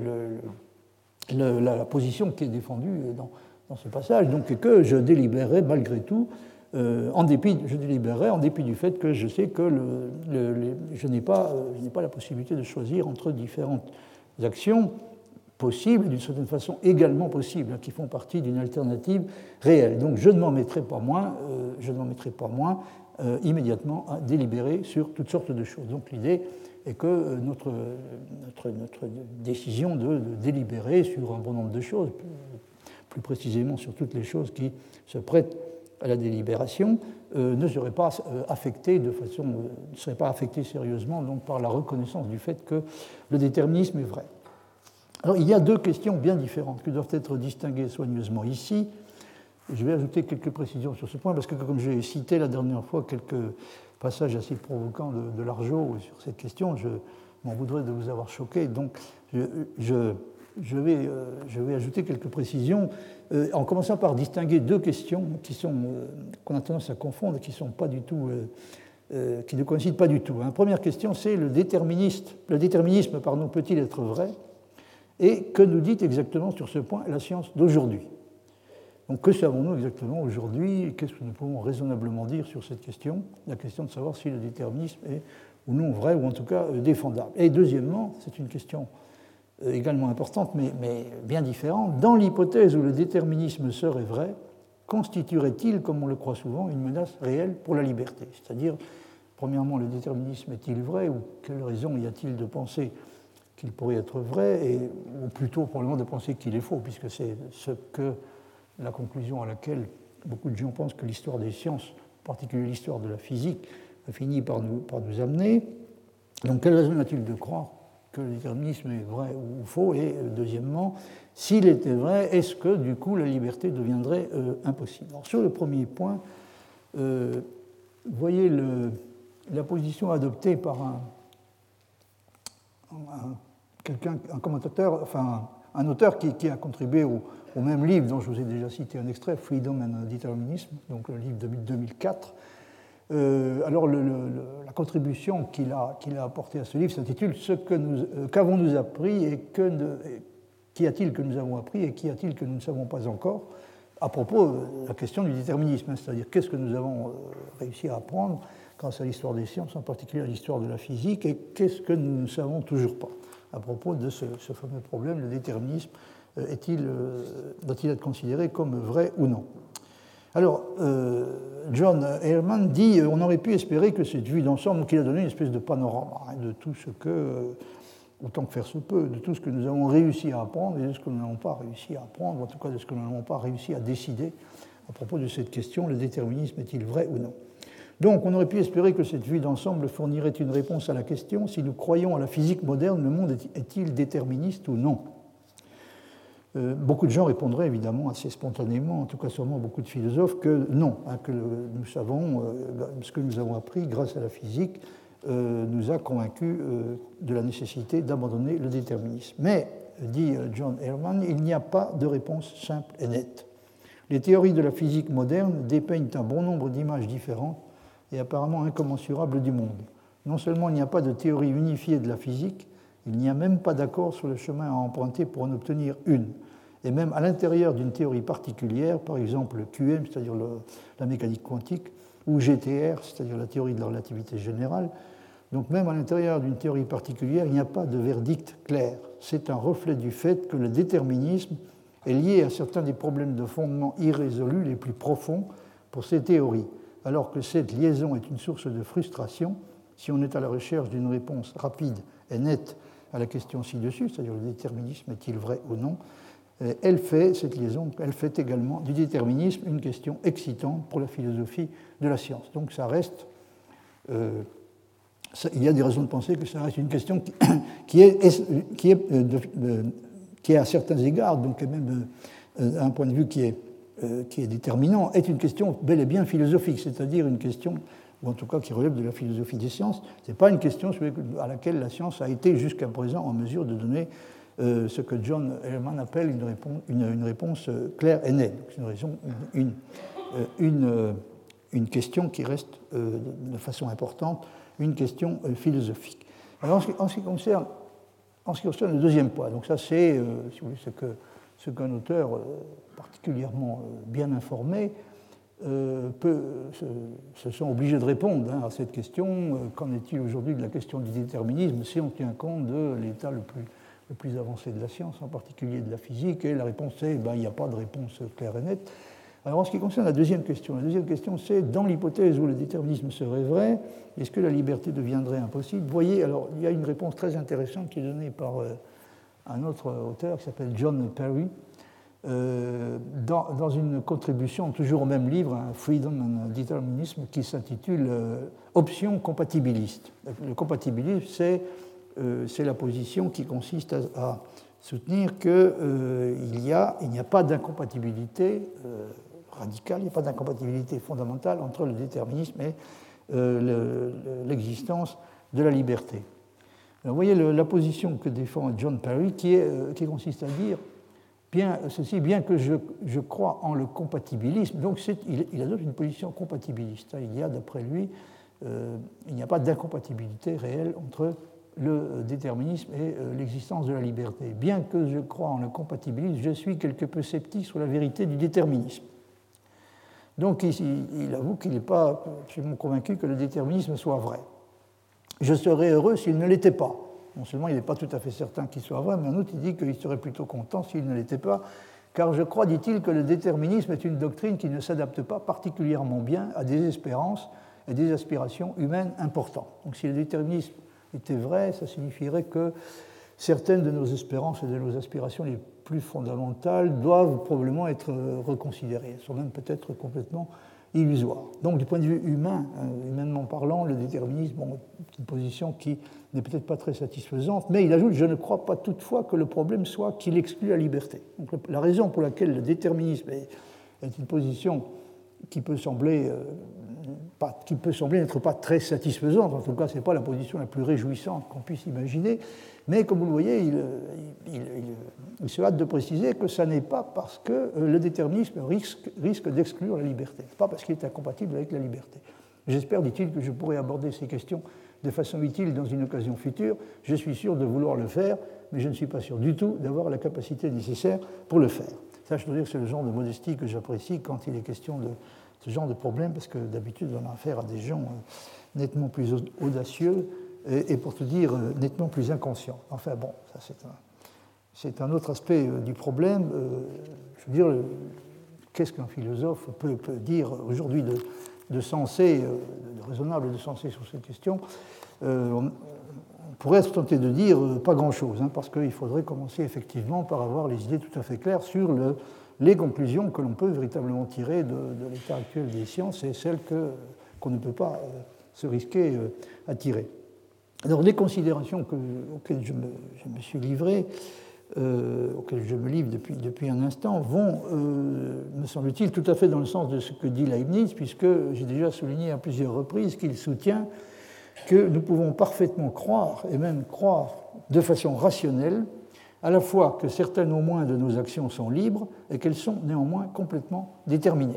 B: le, le, la, la position qui est défendue dans dans ce passage, donc que je délibérerai malgré tout, euh, en dépit, je délibérerai en dépit du fait que je sais que le, le, le, je n'ai pas, euh, je n'ai pas la possibilité de choisir entre différentes actions possibles, d'une certaine façon également possibles, hein, qui font partie d'une alternative réelle. Donc je ne m'en mettrai pas moins, euh, je ne m'en mettrai pas moins euh, immédiatement à délibérer sur toutes sortes de choses. Donc l'idée est que euh, notre, notre, notre décision de, de délibérer sur un bon nombre de choses, plus précisément sur toutes les choses qui se prêtent à la délibération, euh, ne serait pas euh, affectée de façon, euh, ne serait pas affectée sérieusement donc par la reconnaissance du fait que le déterminisme est vrai. Alors il y a deux questions bien différentes qui doivent être distinguées soigneusement ici. Je vais ajouter quelques précisions sur ce point, parce que comme j'ai cité la dernière fois quelques passages assez provocants de, de Largeau sur cette question, je m'en voudrais de vous avoir choqué. Donc, je, je, je, vais, je vais ajouter quelques précisions, euh, en commençant par distinguer deux questions qui sont, euh, qu'on a tendance à confondre, qui sont pas du tout, euh, euh, qui ne coïncident pas du tout. La première question, c'est le déterminisme, le déterminisme pardon, peut-il être vrai? Et que nous dit exactement sur ce point la science d'aujourd'hui? Donc, que savons-nous exactement aujourd'hui et qu'est-ce que nous pouvons raisonnablement dire sur cette question? La question de savoir si le déterminisme est ou non vrai, ou en tout cas défendable. Et deuxièmement, c'est une question également importante, mais, mais bien différente, dans l'hypothèse où le déterminisme serait vrai, constituerait-il, comme on le croit souvent, une menace réelle pour la liberté? C'est-à-dire, premièrement, le déterminisme est-il vrai, ou quelle raison y a-t-il de penser qu'il pourrait être vrai, et, ou plutôt probablement de penser qu'il est faux, puisque c'est ce que la conclusion à laquelle beaucoup de gens pensent que l'histoire des sciences, en particulier l'histoire de la physique, a fini par nous, par nous amener. Donc, quelle raison a-t-il de croire que le déterminisme est vrai ou faux? Et deuxièmement, s'il était vrai, est-ce que, du coup, la liberté deviendrait euh, impossible? Alors, sur le premier point, euh, vous voyez le, la position adoptée par un, un, quelqu'un, un commentateur, enfin, un auteur qui, qui a contribué au, au même livre dont je vous ai déjà cité un extrait, Freedom and Determinism, donc le livre de deux mille quatre. Euh, alors, le, le, la contribution qu'il a, qu'il a apportée à ce livre s'intitule « Ce que nous, euh, qu'avons-nous appris et que ne, qu'y a-t-il que nous avons appris et qu'y a-t-il que nous ne savons pas encore ?» à propos de la question du déterminisme, c'est-à-dire qu'est-ce que nous avons réussi à apprendre grâce à l'histoire des sciences, en particulier à l'histoire de la physique, et qu'est-ce que nous ne savons toujours pas à propos de ce, ce fameux problème, le déterminisme, est-il, euh, doit-il être considéré comme vrai ou non? Alors, euh, John Ehrman dit on aurait pu espérer que cette vue d'ensemble, qu'il a donné une espèce de panorama hein, de tout ce que, euh, autant que faire se peut, de tout ce que nous avons réussi à apprendre et de ce que nous n'avons pas réussi à apprendre, en tout cas de ce que nous n'avons pas réussi à décider à propos de cette question, le déterminisme est-il vrai ou non? Donc, on aurait pu espérer que cette vue d'ensemble fournirait une réponse à la question si nous croyons à la physique moderne, le monde est-il déterministe ou non? Euh, beaucoup de gens répondraient évidemment assez spontanément, en tout cas sûrement beaucoup de philosophes, que non, hein, que le, nous savons, euh, ce que nous avons appris grâce à la physique euh, nous a convaincus euh, de la nécessité d'abandonner le déterminisme. Mais, dit John Ehrman, il n'y a pas de réponse simple et nette. Les théories de la physique moderne dépeignent un bon nombre d'images différentes et apparemment incommensurables du monde. Non seulement il n'y a pas de théorie unifiée de la physique, il n'y a même pas d'accord sur le chemin à emprunter pour en obtenir une. Et même à l'intérieur d'une théorie particulière, par exemple le Q M, c'est-à-dire le, la mécanique quantique, ou G T R, c'est-à-dire la théorie de la relativité générale, donc même à l'intérieur d'une théorie particulière, il n'y a pas de verdict clair. C'est un reflet du fait que le déterminisme est lié à certains des problèmes de fondement irrésolus les plus profonds pour ces théories, alors que cette liaison est une source de frustration si on est à la recherche d'une réponse rapide et nette à la question ci-dessus, c'est-à-dire le déterminisme est-il vrai ou non, elle fait, cette liaison, elle fait également du déterminisme une question excitante pour la philosophie de la science. Donc ça reste, euh, ça, il y a des raisons de penser que ça reste une question qui, qui, est, qui, est, de, de, qui est à certains égards, donc même euh, à un point de vue qui est, euh, qui est déterminant, est une question bel et bien philosophique, c'est-à-dire une question, ou en tout cas qui relève de la philosophie des sciences. Ce n'est pas une question à laquelle la science a été jusqu'à présent en mesure de donner euh, ce que John Ehrman appelle une réponse, une, une réponse claire et nette. C'est une, raison, une, une, une, une question qui reste euh, de façon importante une question euh, philosophique. Alors, en ce, en ce qui concerne, en ce qui concerne le deuxième point, donc ça c'est euh, si vous voulez, ce, que, ce qu'un auteur euh, particulièrement euh, bien informé Euh, peut, se, se sont obligés de répondre hein, à cette question. Euh, qu'en est-il aujourd'hui de la question du déterminisme si on tient compte de l'état le plus, le plus avancé de la science, en particulier de la physique? Et la réponse est ben, il n'y a pas de réponse claire et nette. Alors en ce qui concerne la deuxième question, la deuxième question c'est dans l'hypothèse où le déterminisme serait vrai, est-ce que la liberté deviendrait impossible? Vous voyez, alors il y a une réponse très intéressante qui est donnée par euh, un autre auteur qui s'appelle John Perry. Euh, dans, dans une contribution, toujours au même livre, hein, Freedom and Determinism, qui s'intitule euh, Option compatibiliste. Le compatibilisme, c'est, euh, c'est la position qui consiste à, à soutenir qu'il euh, n'y a, il n'y a pas d'incompatibilité euh, radicale, il n'y a pas d'incompatibilité fondamentale entre le déterminisme et euh, le, l'existence de la liberté. Alors, vous voyez le, la position que défend John Perry, qui, est, euh, qui consiste à dire bien, ceci, bien que je, je crois en le compatibilisme, donc il, il adopte une position compatibiliste. Il y a, d'après lui, euh, il n'y a pas d'incompatibilité réelle entre le déterminisme et euh, l'existence de la liberté. Bien que je crois en le compatibilisme, je suis quelque peu sceptique sur la vérité du déterminisme. Donc il, il avoue qu'il n'est pas absolument convaincu que le déterminisme soit vrai. Je serais heureux s'il ne l'était pas. Non seulement il n'est pas tout à fait certain qu'il soit vrai, mais en outre il dit qu'il serait plutôt content s'il ne l'était pas, car je crois, dit-il, que le déterminisme est une doctrine qui ne s'adapte pas particulièrement bien à des espérances et des aspirations humaines importantes. Donc si le déterminisme était vrai, ça signifierait que certaines de nos espérances et de nos aspirations les plus fondamentales doivent probablement être reconsidérées. Elles sont même peut-être complètement illusoires. Donc du point de vue humain, euh, humainement parlant, le déterminisme, bon, c'est une position qui n'est peut-être pas très satisfaisante, mais il ajoute « Je ne crois pas toutefois que le problème soit qu'il exclut la liberté ». Donc la raison pour laquelle le déterminisme est, est une position qui peut sembler... Euh, Pas, qui peut sembler n'être pas très satisfaisante, en tout cas ce n'est pas la position la plus réjouissante qu'on puisse imaginer, mais comme vous le voyez, il, il, il, il se hâte de préciser que ça n'est pas parce que le déterminisme risque, risque d'exclure la liberté, pas parce qu'il est incompatible avec la liberté. J'espère, dit-il, que je pourrai aborder ces questions de façon utile dans une occasion future. Je suis sûr de vouloir le faire, mais je ne suis pas sûr du tout d'avoir la capacité nécessaire pour le faire. Ça, je dois dire que c'est le genre de modestie que j'apprécie quand il est question de ce genre de problème, parce que d'habitude, on a affaire à des gens nettement plus audacieux et, et pour te dire, nettement plus inconscients. Enfin bon, ça c'est un, c'est un autre aspect du problème. Je veux dire, qu'est-ce qu'un philosophe peut, peut dire aujourd'hui de, de sensé, de raisonnable de sensé sur cette question? On pourrait être tenté de dire pas grand-chose, hein, parce qu'il faudrait commencer effectivement par avoir les idées tout à fait claires sur le les conclusions que l'on peut véritablement tirer de, de l'état actuel des sciences et celles que, qu'on ne peut pas euh, se risquer euh, à tirer. Alors, les considérations que, auxquelles je me, je me suis livré, euh, auxquelles je me livre depuis, depuis un instant, vont, euh, me semble-t-il, tout à fait dans le sens de ce que dit Leibniz, puisque j'ai déjà souligné à plusieurs reprises qu'il soutient que nous pouvons parfaitement croire, et même croire de façon rationnelle, à la fois que certaines au moins de nos actions sont libres et qu'elles sont néanmoins complètement déterminées.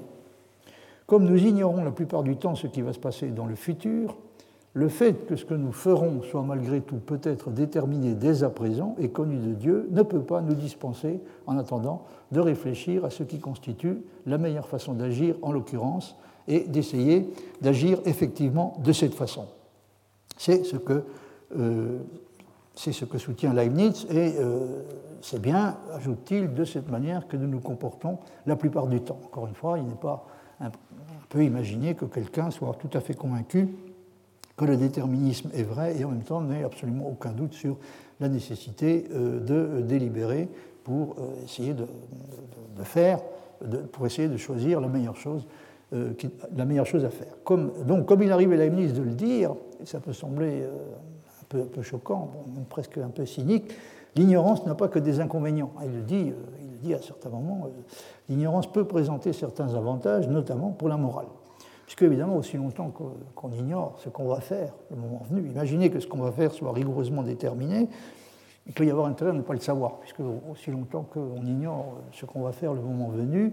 B: Comme nous ignorons la plupart du temps ce qui va se passer dans le futur, le fait que ce que nous ferons soit malgré tout peut-être déterminé dès à présent et connu de Dieu ne peut pas nous dispenser, en attendant, de réfléchir à ce qui constitue la meilleure façon d'agir en l'occurrence et d'essayer d'agir effectivement de cette façon. C'est ce que... Euh, C'est ce que soutient Leibniz, et euh, c'est bien, ajoute-t-il, de cette manière que nous nous comportons la plupart du temps. Encore une fois, il n'est pas, on peut imaginer que quelqu'un soit tout à fait convaincu que le déterminisme est vrai et en même temps n'ait absolument aucun doute sur la nécessité euh, de délibérer pour euh, essayer de, de, de faire, de, pour essayer de choisir la meilleure chose, euh, qui, la meilleure chose à faire. Comme, donc, comme il arrive à Leibniz de le dire, et ça peut sembler euh, un peu, un peu choquant, bon, même presque un peu cynique, l'ignorance n'a pas que des inconvénients. Il le dit, euh, il le dit à certains moments, euh, l'ignorance peut présenter certains avantages, notamment pour la morale. Puisque, évidemment, aussi longtemps qu'on ignore ce qu'on va faire, le moment venu, imaginez que ce qu'on va faire soit rigoureusement déterminé, il peut y avoir intérêt à ne pas le savoir, puisque aussi longtemps qu'on ignore ce qu'on va faire le moment venu,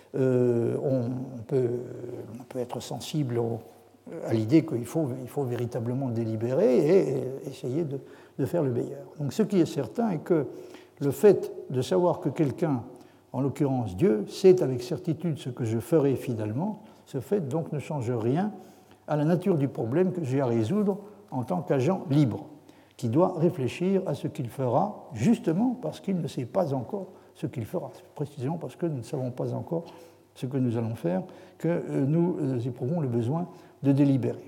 B: euh, on, peut, on peut être sensible au, à l'idée qu'il faut, il faut véritablement délibérer et, et essayer de, de faire le meilleur. Donc ce qui est certain est que le fait de savoir que quelqu'un, en l'occurrence Dieu, sait avec certitude ce que je ferai finalement, ce fait donc ne change rien à la nature du problème que j'ai à résoudre en tant qu'agent libre, qui doit réfléchir à ce qu'il fera, justement parce qu'il ne sait pas encore ce qu'il fera. C'est précisément parce que nous ne savons pas encore ce que nous allons faire que nous éprouvons le besoin de délibérer.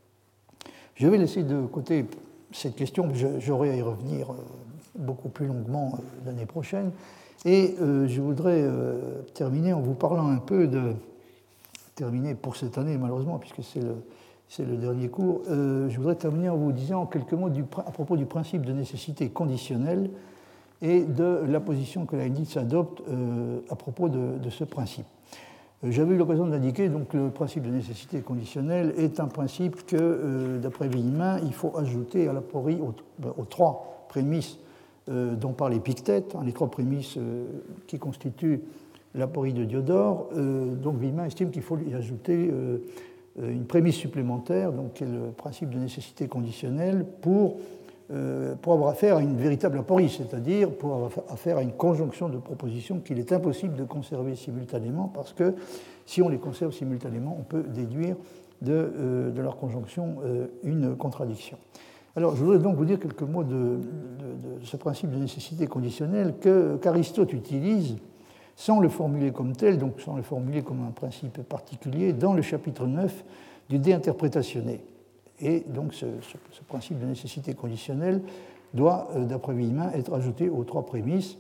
B: Je vais laisser de côté cette question, j'aurai à y revenir beaucoup plus longuement l'année prochaine, et je voudrais terminer en vous parlant un peu de... terminer pour cette année, malheureusement, puisque c'est le, c'est le dernier cours, euh, je voudrais terminer en vous disant quelques mots du, à propos du principe de nécessité conditionnelle et de la position que Leibniz adopte euh, à propos de, de ce principe. J'avais eu l'occasion d'indiquer que le principe de nécessité conditionnelle est un principe que, euh, d'après Villemin, il faut ajouter à l'aporie aux, aux trois prémices euh, dont parle Épictète, hein, les trois prémices euh, qui constituent l'aporie de Diodore. Euh, donc Villemin estime qu'il faut y ajouter euh, une prémisse supplémentaire, donc, qui est le principe de nécessité conditionnelle, pour, euh, pour avoir affaire à une véritable aporie, c'est-à-dire pour avoir affaire à une conjonction de propositions qu'il est impossible de conserver simultanément, parce que si on les conserve simultanément, on peut déduire de, euh, de leur conjonction euh, une contradiction. Alors, je voudrais donc vous dire quelques mots de, de, de ce principe de nécessité conditionnelle que, qu'Aristote utilise sans le formuler comme tel, donc sans le formuler comme un principe particulier, dans le chapitre neuf du De Interpretatione. Et donc ce, ce, ce principe de nécessité conditionnelle doit, euh, d'après Villemin, être ajouté aux trois prémices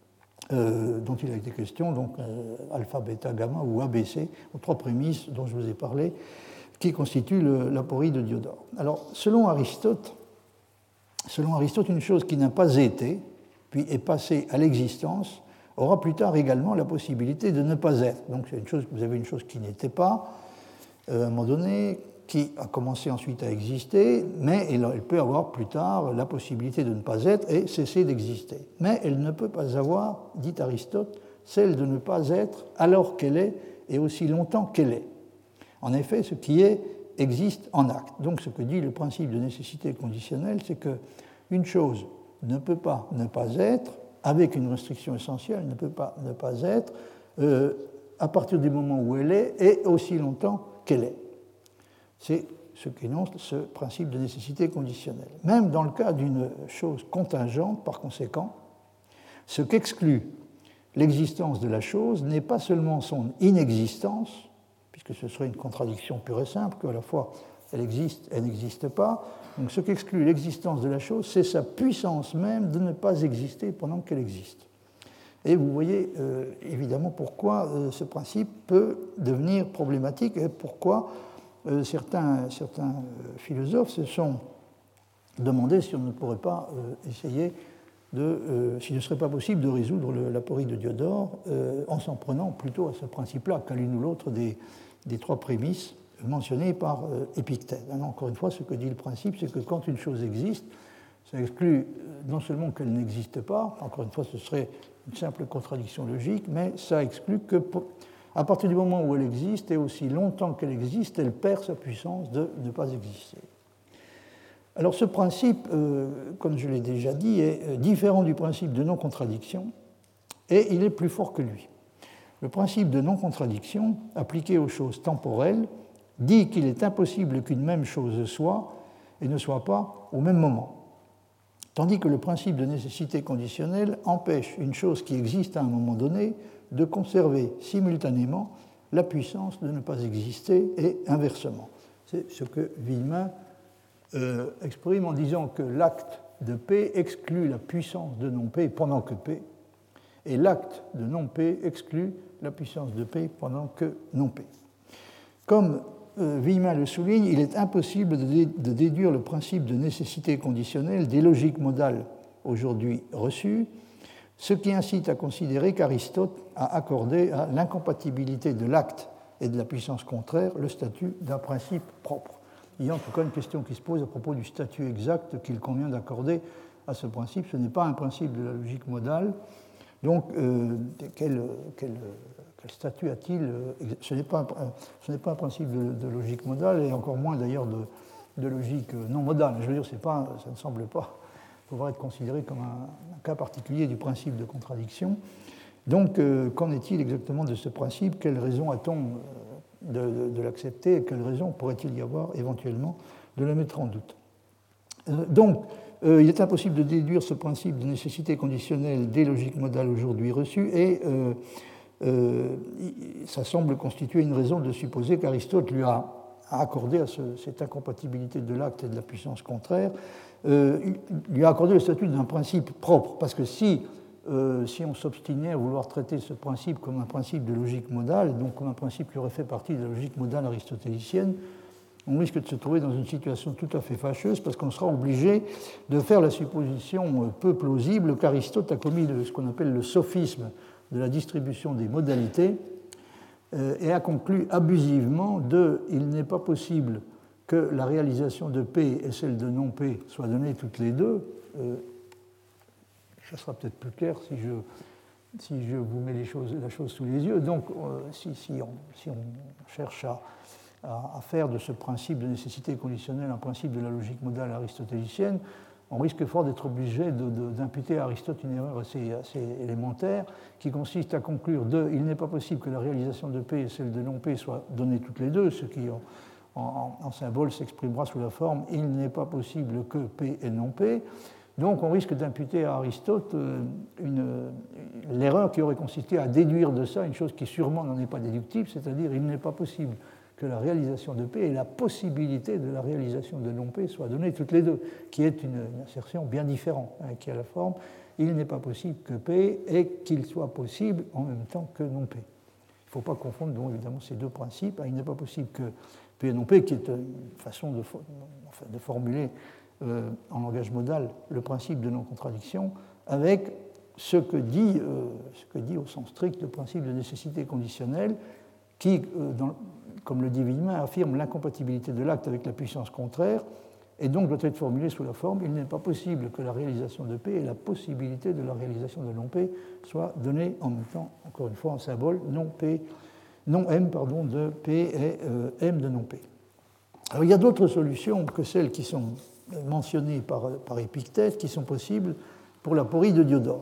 B: euh, dont il a été question, donc euh, alpha, bêta, gamma ou A B C, aux trois prémices dont je vous ai parlé, qui constituent le, l'aporie de Diodore. Alors, selon Aristote, selon Aristote, une chose qui n'a pas été, puis est passée à l'existence, aura plus tard également la possibilité de ne pas être. Donc c'est une chose, vous avez une chose qui n'était pas, euh, à un moment donné, qui a commencé ensuite à exister, mais elle, elle peut avoir plus tard la possibilité de ne pas être et cesser d'exister. Mais elle ne peut pas avoir, dit Aristote, celle de ne pas être alors qu'elle est et aussi longtemps qu'elle est. En effet, ce qui est existe en acte. Donc ce que dit le principe de nécessité conditionnelle, c'est qu'une chose ne peut pas ne pas être, avec une restriction essentielle, elle ne peut pas ne pas être, euh, à partir du moment où elle est, et aussi longtemps qu'elle est. C'est ce qu'énonce ce principe de nécessité conditionnelle. Même dans le cas d'une chose contingente, par conséquent, ce qu'exclut l'existence de la chose n'est pas seulement son inexistence, puisque ce serait une contradiction pure et simple, qu'à la fois elle existe, elle n'existe pas. Donc ce qu'exclut l'existence de la chose, c'est sa puissance même de ne pas exister pendant qu'elle existe. Et vous voyez euh, évidemment pourquoi euh, ce principe peut devenir problématique et pourquoi euh, certains, certains euh, philosophes se sont demandé si on ne pourrait pas euh, essayer de, euh, s'il ne serait pas possible de résoudre le, l'aporie de Diodore euh, en s'en prenant plutôt à ce principe-là qu'à l'une ou l'autre des, des trois prémices mentionnées par euh, Épictète. Alors, encore une fois, ce que dit le principe, c'est que quand une chose existe, ça exclut non seulement qu'elle n'existe pas, encore une fois, ce serait une simple contradiction logique, mais ça exclut que, à partir du moment où elle existe, et aussi longtemps qu'elle existe, elle perd sa puissance de ne pas exister. Alors ce principe, euh, comme je l'ai déjà dit, est différent du principe de non-contradiction, et il est plus fort que lui. Le principe de non-contradiction, appliqué aux choses temporelles, dit qu'il est impossible qu'une même chose soit et ne soit pas au même moment. Tandis que le principe de nécessité conditionnelle empêche une chose qui existe à un moment donné de conserver simultanément la puissance de ne pas exister et inversement. C'est ce que Villemin euh, exprime en disant que l'acte de P exclut la puissance de non-P pendant que P, et l'acte de non-P exclut la puissance de P pendant que non-P. Comme euh, Villemin le souligne, il est impossible de, dé- de déduire le principe de nécessité conditionnelle des logiques modales aujourd'hui reçues, ce qui incite à considérer qu'Aristote a accordé à l'incompatibilité de l'acte et de la puissance contraire le statut d'un principe propre. Il y a en tout cas une question qui se pose à propos du statut exact qu'il convient d'accorder à ce principe. Ce n'est pas un principe de la logique modale. Donc, euh, quel, quel, quel statut a-t-il? Ce n'est pas, ce n'est pas un principe de, de logique modale, et encore moins d'ailleurs de, de logique non modale. Je veux dire, c'est pas, ça ne semble pas pouvoir être considéré comme un, un cas particulier du principe de contradiction. Donc, euh, qu'en est-il exactement de ce principe? Quelle raison a-t-on de, de, de l'accepter et quelle raison pourrait-il y avoir éventuellement de le mettre en doute? euh, Donc, euh, il est impossible de déduire ce principe de nécessité conditionnelle des logiques modales aujourd'hui reçues, et euh, euh, ça semble constituer une raison de supposer qu'Aristote lui a accordé à ce, cette incompatibilité de l'acte et de la puissance contraire, euh, lui a accordé le statut d'un principe propre, parce que si Euh, si on s'obstinait à vouloir traiter ce principe comme un principe de logique modale, donc comme un principe qui aurait fait partie de la logique modale aristotélicienne, on risque de se trouver dans une situation tout à fait fâcheuse, parce qu'on sera obligé de faire la supposition peu plausible qu'Aristote a commis ce qu'on appelle le sophisme de la distribution des modalités, euh, et a conclu abusivement de « il n'est pas possible que la réalisation de P et celle de non P soient données toutes les deux euh, ». Ça sera peut-être plus clair si je, si je vous mets les choses, la chose sous les yeux. Donc, euh, si, si, on, si on cherche à, à, à faire de ce principe de nécessité conditionnelle un principe de la logique modale aristotélicienne, on risque fort d'être obligé d'imputer à Aristote une erreur assez, assez élémentaire qui consiste à conclure de « il n'est pas possible que la réalisation de P et celle de non P soient données toutes les deux », ce qui, en, en, en symbole, s'exprimera sous la forme « il n'est pas possible que P et non P ». Donc on risque d'imputer à Aristote l'erreur qui aurait consisté à déduire de ça une chose qui sûrement n'en est pas déductible, c'est-à-dire il n'est pas possible que la réalisation de P et la possibilité de la réalisation de non P soient données toutes les deux, qui est une, une assertion bien différente, hein, qui a la forme il n'est pas possible que P et qu'il soit possible en même temps que non P. Il ne faut pas confondre donc évidemment ces deux principes. Il n'est pas possible que P et non P, qui est une façon de, enfin, de formuler Euh, en langage modal le principe de non-contradiction avec ce que, dit, euh, ce que dit au sens strict le principe de nécessité conditionnelle qui, euh, dans, comme le dit Villemin, affirme l'incompatibilité de l'acte avec la puissance contraire et donc doit être formulé sous la forme il n'est pas possible que la réalisation de P et la possibilité de la réalisation de non P soient données en même temps, encore une fois en symbole, non, P, non M pardon, de P et euh, M de non P. Alors il y a d'autres solutions que celles qui sont mentionnées par, par Épictète qui sont possibles pour l'aporie de Diodore.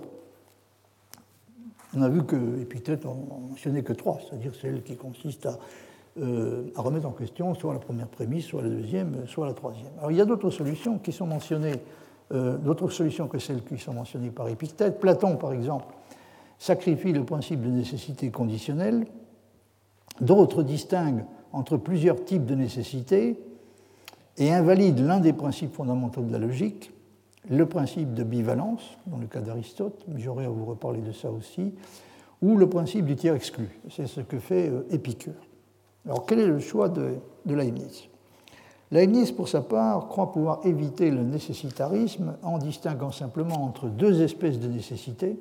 B: On a vu que Épictète n'en mentionnait que trois, c'est-à-dire celle qui consiste à, euh, à remettre en question soit la première prémisse, soit la deuxième, soit la troisième. Alors il y a d'autres solutions qui sont mentionnées, euh, d'autres solutions que celles qui sont mentionnées par Épictète. Platon, par exemple, sacrifie le principe de nécessité conditionnelle. D'autres distinguent entre plusieurs types de nécessité et invalide l'un des principes fondamentaux de la logique, le principe de bivalence, dans le cas d'Aristote, mais j'aurai à vous reparler de ça aussi, ou le principe du tiers exclu. C'est ce que fait Épicure. Alors, quel est le choix de, de Leibniz? Leibniz, pour sa part, croit pouvoir éviter le nécessitarisme en distinguant simplement entre deux espèces de nécessité,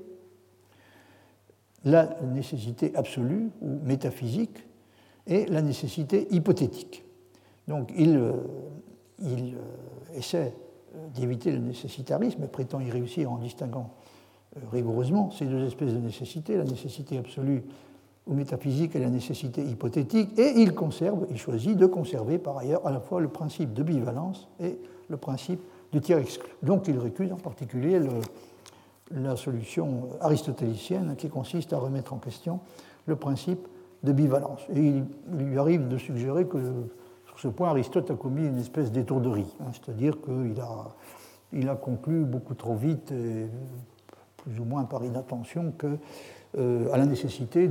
B: la nécessité absolue ou métaphysique et la nécessité hypothétique. Donc il, il essaie d'éviter le nécessitarisme et prétend y réussir en distinguant rigoureusement ces deux espèces de nécessité, la nécessité absolue ou métaphysique et la nécessité hypothétique, et il conserve, il choisit de conserver par ailleurs à la fois le principe de bivalence et le principe du tiers exclu. Donc il récuse en particulier le, la solution aristotélicienne qui consiste à remettre en question le principe de bivalence. Et il, il lui arrive de suggérer que sur ce point, Aristote a commis une espèce d'étourderie, hein, c'est-à-dire qu'il a, il a conclu beaucoup trop vite, et plus ou moins par inattention, que, euh, à la nécessité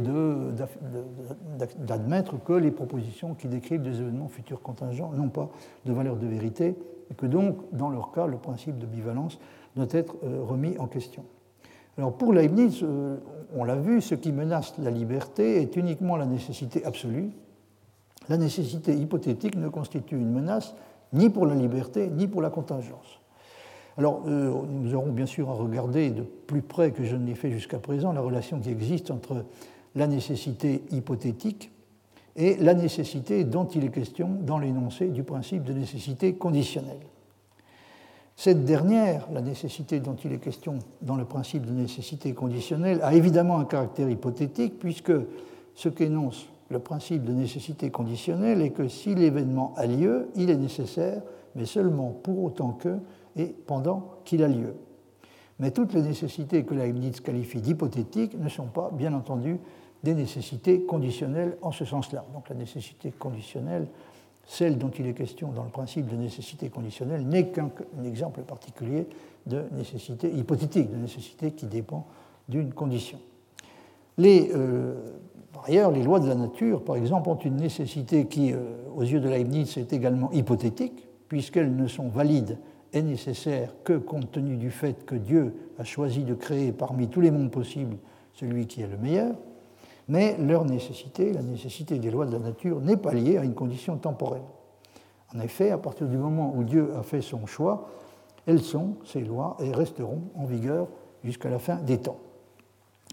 B: d'admettre que les propositions qui décrivent des événements futurs contingents n'ont pas de valeur de vérité, et que donc, dans leur cas, le principe de bivalence doit être euh, remis en question. Alors pour Leibniz, euh, on l'a vu, ce qui menace la liberté est uniquement la nécessité absolue. La nécessité hypothétique ne constitue une menace ni pour la liberté, ni pour la contingence. Alors, euh, nous aurons bien sûr à regarder de plus près que je ne l'ai fait jusqu'à présent la relation qui existe entre la nécessité hypothétique et la nécessité dont il est question dans l'énoncé du principe de nécessité conditionnelle. Cette dernière, la nécessité dont il est question dans le principe de nécessité conditionnelle, a évidemment un caractère hypothétique puisque ce qu'énonce le principe de nécessité conditionnelle est que si l'événement a lieu, il est nécessaire, mais seulement pour autant que et pendant qu'il a lieu. Mais toutes les nécessités que Leibniz qualifie d'hypothétiques ne sont pas, bien entendu, des nécessités conditionnelles en ce sens-là. Donc la nécessité conditionnelle, celle dont il est question dans le principe de nécessité conditionnelle, n'est qu'un exemple particulier de nécessité hypothétique, de nécessité qui dépend d'une condition. Les... Euh, Par ailleurs, les lois de la nature, par exemple, ont une nécessité qui, euh, aux yeux de Leibniz, est également hypothétique, puisqu'elles ne sont valides et nécessaires que compte tenu du fait que Dieu a choisi de créer parmi tous les mondes possibles celui qui est le meilleur, mais leur nécessité, la nécessité des lois de la nature, n'est pas liée à une condition temporelle. En effet, à partir du moment où Dieu a fait son choix, elles sont, ces lois, et resteront en vigueur jusqu'à la fin des temps.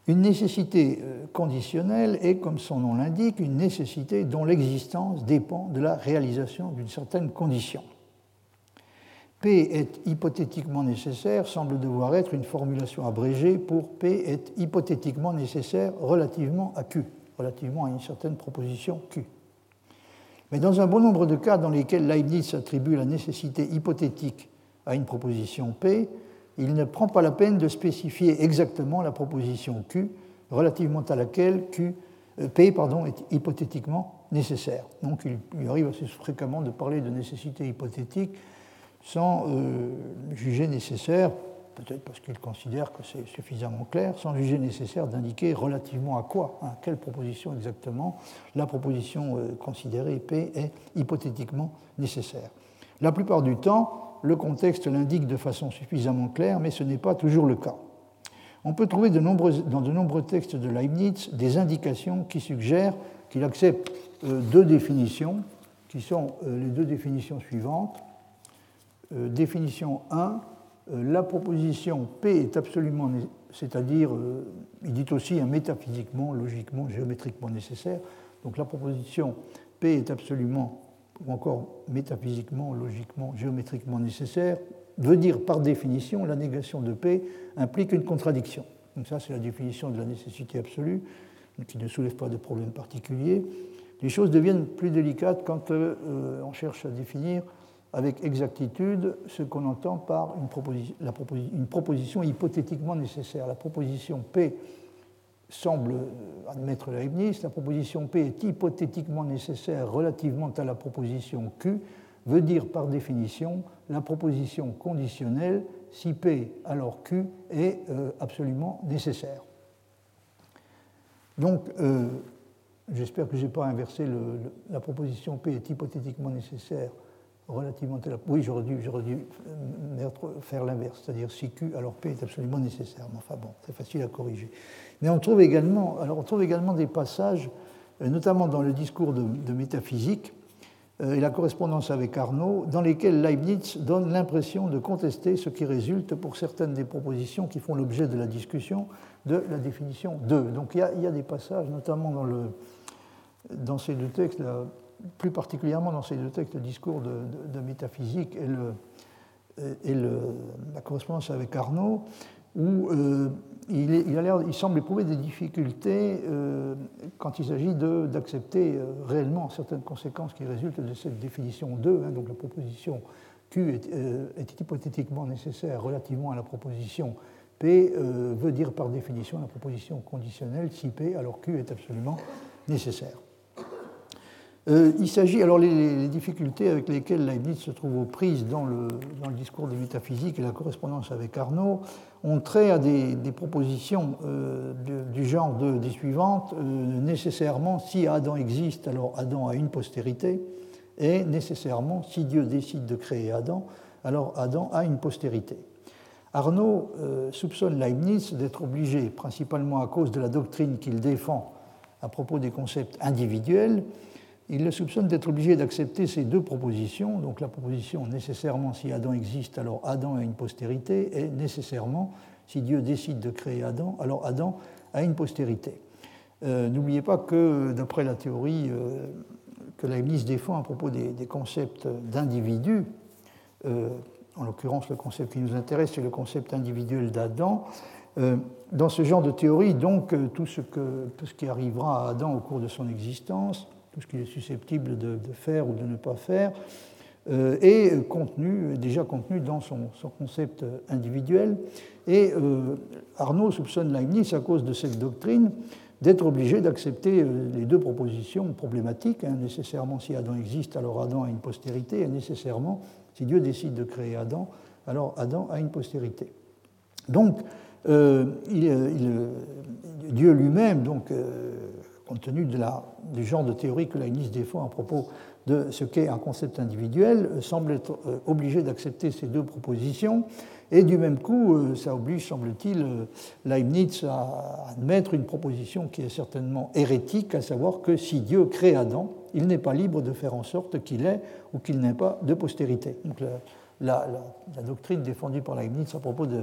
B: Une nécessité conditionnelle est, comme son nom l'indique, une nécessité dont l'existence dépend de la réalisation d'une certaine condition. P est hypothétiquement nécessaire semble devoir être une formulation abrégée pour P est hypothétiquement nécessaire relativement à Q, relativement à une certaine proposition Q. Mais dans un bon nombre de cas dans lesquels Leibniz attribue la nécessité hypothétique à une proposition P, il ne prend pas la peine de spécifier exactement la proposition Q relativement à laquelle Q, euh, P pardon, est hypothétiquement nécessaire. Donc il lui arrive assez fréquemment de parler de nécessité hypothétique sans euh, juger nécessaire, peut-être parce qu'il considère que c'est suffisamment clair, sans juger nécessaire d'indiquer relativement à quoi, à quelle proposition exactement la proposition euh, considérée P est hypothétiquement nécessaire. La plupart du temps, le contexte l'indique de façon suffisamment claire, mais ce n'est pas toujours le cas. On peut trouver de nombreux, dans de nombreux textes de Leibniz des indications qui suggèrent qu'il accepte euh, deux définitions, qui sont euh, les deux définitions suivantes. Euh, définition un, euh, la proposition P est absolument, c'est-à-dire, euh, il dit aussi hein, métaphysiquement, logiquement, géométriquement nécessaire. Donc la proposition P est absolument, ou encore métaphysiquement, logiquement, géométriquement nécessaire, veut dire par définition la négation de P implique une contradiction. Donc ça, c'est la définition de la nécessité absolue, qui ne soulève pas de problème particulier. Les choses deviennent plus délicates quand euh, on cherche à définir avec exactitude ce qu'on entend par une proposition, la proposi- une proposition hypothétiquement nécessaire. La proposition P semble admettre Leibniz, la proposition P est hypothétiquement nécessaire relativement à la proposition Q, veut dire par définition la proposition conditionnelle si P alors Q est euh, absolument nécessaire. Donc, euh, j'espère que je n'ai pas inversé le, le, la proposition P est hypothétiquement nécessaire relativement à la... Oui, j'aurais dû, j'aurais dû faire l'inverse, c'est-à-dire si Q, alors P est absolument nécessaire. Mais enfin bon, c'est facile à corriger. Mais on trouve également, alors on trouve également des passages, notamment dans le discours de, de métaphysique et la correspondance avec Arnaud, dans lesquels Leibniz donne l'impression de contester ce qui résulte pour certaines des propositions qui font l'objet de la discussion de la définition deux. Donc il y a, il y a des passages, notamment dans, le, dans ces deux textes, là, plus particulièrement dans ces deux textes, le discours de, de, de métaphysique et, le, et le, la correspondance avec Arnaud, où euh, il, est, il, a l'air, il semble éprouver des difficultés euh, quand il s'agit de, d'accepter euh, réellement certaines conséquences qui résultent de cette définition deux. Hein, donc la proposition Q est, euh, est hypothétiquement nécessaire relativement à la proposition P, euh, veut dire par définition la proposition conditionnelle si P, alors Q est absolument nécessaire. Euh, il s'agit, alors les, les difficultés avec lesquelles Leibniz se trouve aux prises dans le, dans le discours de métaphysique et la correspondance avec Arnaud ont trait à des, des propositions euh, de, du genre de, des suivantes. Euh, nécessairement, si Adam existe, alors Adam a une postérité, et nécessairement, si Dieu décide de créer Adam, alors Adam a une postérité. Arnaud euh, soupçonne Leibniz d'être obligé, principalement à cause de la doctrine qu'il défend à propos des concepts individuels, il le soupçonne d'être obligé d'accepter ces deux propositions, donc la proposition nécessairement si Adam existe, alors Adam a une postérité, et nécessairement si Dieu décide de créer Adam, alors Adam a une postérité. Euh, n'oubliez pas que d'après la théorie euh, que Leibniz défend à propos des, des concepts d'individus, euh, en l'occurrence le concept qui nous intéresse c'est le concept individuel d'Adam, euh, dans ce genre de théorie, donc tout ce, que, tout ce qui arrivera à Adam au cours de son existence, tout ce qu'il est susceptible de, de faire ou de ne pas faire, euh, est contenu, déjà contenu dans son, son concept individuel. Et euh, Arnaud soupçonne Leibniz, à cause de cette doctrine, d'être obligé d'accepter les deux propositions problématiques. Hein, nécessairement, si Adam existe, alors Adam a une postérité, et nécessairement, si Dieu décide de créer Adam, alors Adam a une postérité. Donc, euh, il, il, Dieu lui-même, donc, euh, compte tenu de la, du genre de théorie que Leibniz défend à propos de ce qu'est un concept individuel, semble être obligé d'accepter ces deux propositions. Et du même coup, ça oblige, semble-t-il, Leibniz à admettre une proposition qui est certainement hérétique, à savoir que si Dieu crée Adam, il n'est pas libre de faire en sorte qu'il ait ou qu'il n'ait pas de postérité. Donc la, la, la, la doctrine défendue par Leibniz à propos de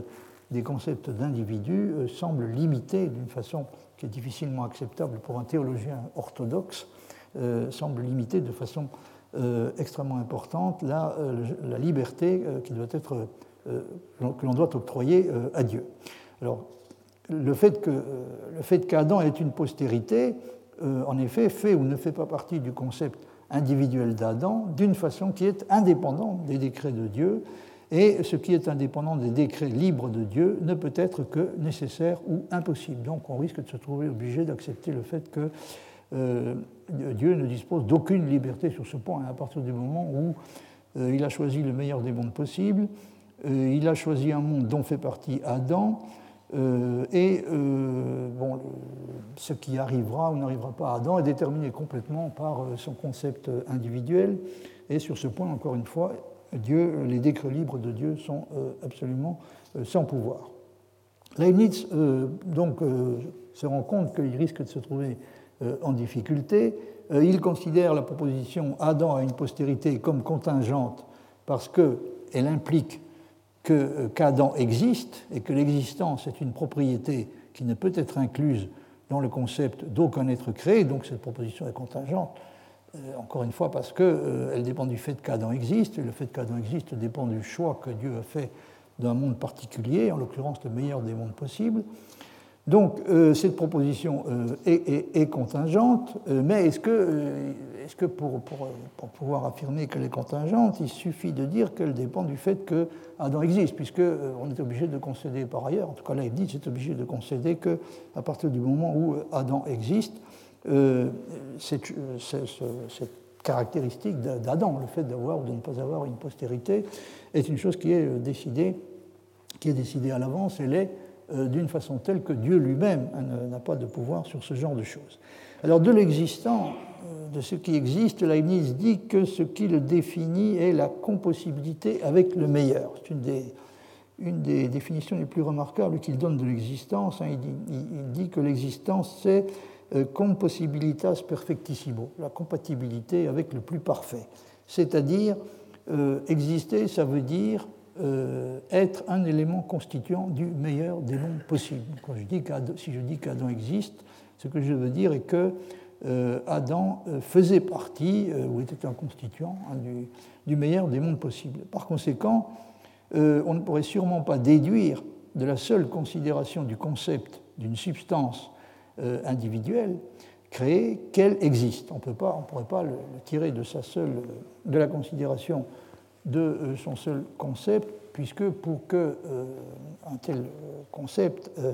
B: des concepts d'individus euh, semble limité d'une façon qui est difficilement acceptable pour un théologien orthodoxe, euh, semble limité de façon euh, extrêmement importante la, euh, la liberté euh, qui doit être, euh, que l'on doit octroyer euh, à Dieu. Alors, le fait que, euh, le fait qu'Adam ait une postérité, euh, en effet, fait ou ne fait pas partie du concept individuel d'Adam d'une façon qui est indépendante des décrets de Dieu, et ce qui est indépendant des décrets libres de Dieu ne peut être que nécessaire ou impossible. Donc on risque de se trouver obligé d'accepter le fait que euh, Dieu ne dispose d'aucune liberté sur ce point, à partir du moment où euh, il a choisi le meilleur des mondes possibles, euh, il a choisi un monde dont fait partie Adam, euh, et euh, bon, ce qui arrivera ou n'arrivera pas à Adam est déterminé complètement par son concept individuel, et sur ce point, encore une fois, Dieu, les décrets libres de Dieu sont euh, absolument euh, sans pouvoir. Leibniz euh, donc, euh, se rend compte qu'il risque de se trouver euh, en difficulté. Euh, il considère la proposition Adam a une postérité comme contingente parce qu'elle implique que, euh, qu'Adam existe et que l'existence est une propriété qui ne peut être incluse dans le concept d'aucun être créé, donc cette proposition est contingente. Euh, encore une fois, parce qu'elle euh, dépend du fait qu'Adam existe, et le fait qu'Adam existe dépend du choix que Dieu a fait d'un monde particulier, en l'occurrence le meilleur des mondes possibles. Donc, euh, cette proposition euh, est, est, est contingente, euh, mais est-ce que, euh, est-ce que pour, pour, pour pouvoir affirmer qu'elle est contingente, il suffit de dire qu'elle dépend du fait qu'Adam existe, puisqu'on euh, est obligé de concéder par ailleurs, en tout cas là, il dit c'est obligé de concéder qu'à partir du moment où Adam existe, Euh, cette, cette, cette caractéristique d'Adam, le fait d'avoir ou de ne pas avoir une postérité, est une chose qui est décidée, qui est décidée à l'avance, elle est euh, d'une façon telle que Dieu lui-même n'a pas de pouvoir sur ce genre de choses. Alors de l'existant, euh, de ce qui existe, Leibniz dit que ce qui le définit est la compossibilité avec le meilleur. C'est une des, une des définitions les plus remarquables qu'il donne de l'existence. Hein. Il dit, il, il dit que l'existence, c'est compossibilitas perfectissimo, la compatibilité avec le plus parfait. C'est-à-dire, euh, exister, ça veut dire euh, être un élément constituant du meilleur des mondes possibles. Quand je dis si je dis qu'Adam existe, ce que je veux dire est que euh, Adam faisait partie, euh, ou était un constituant, hein, du, du meilleur des mondes possibles. Par conséquent, euh, on ne pourrait sûrement pas déduire de la seule considération du concept d'une substance Euh, individuelle, créée, qu'elle existe. On ne pourrait pas le, le tirer de, sa seule, de la considération de euh, son seul concept, puisque pour qu'un euh, tel concept euh,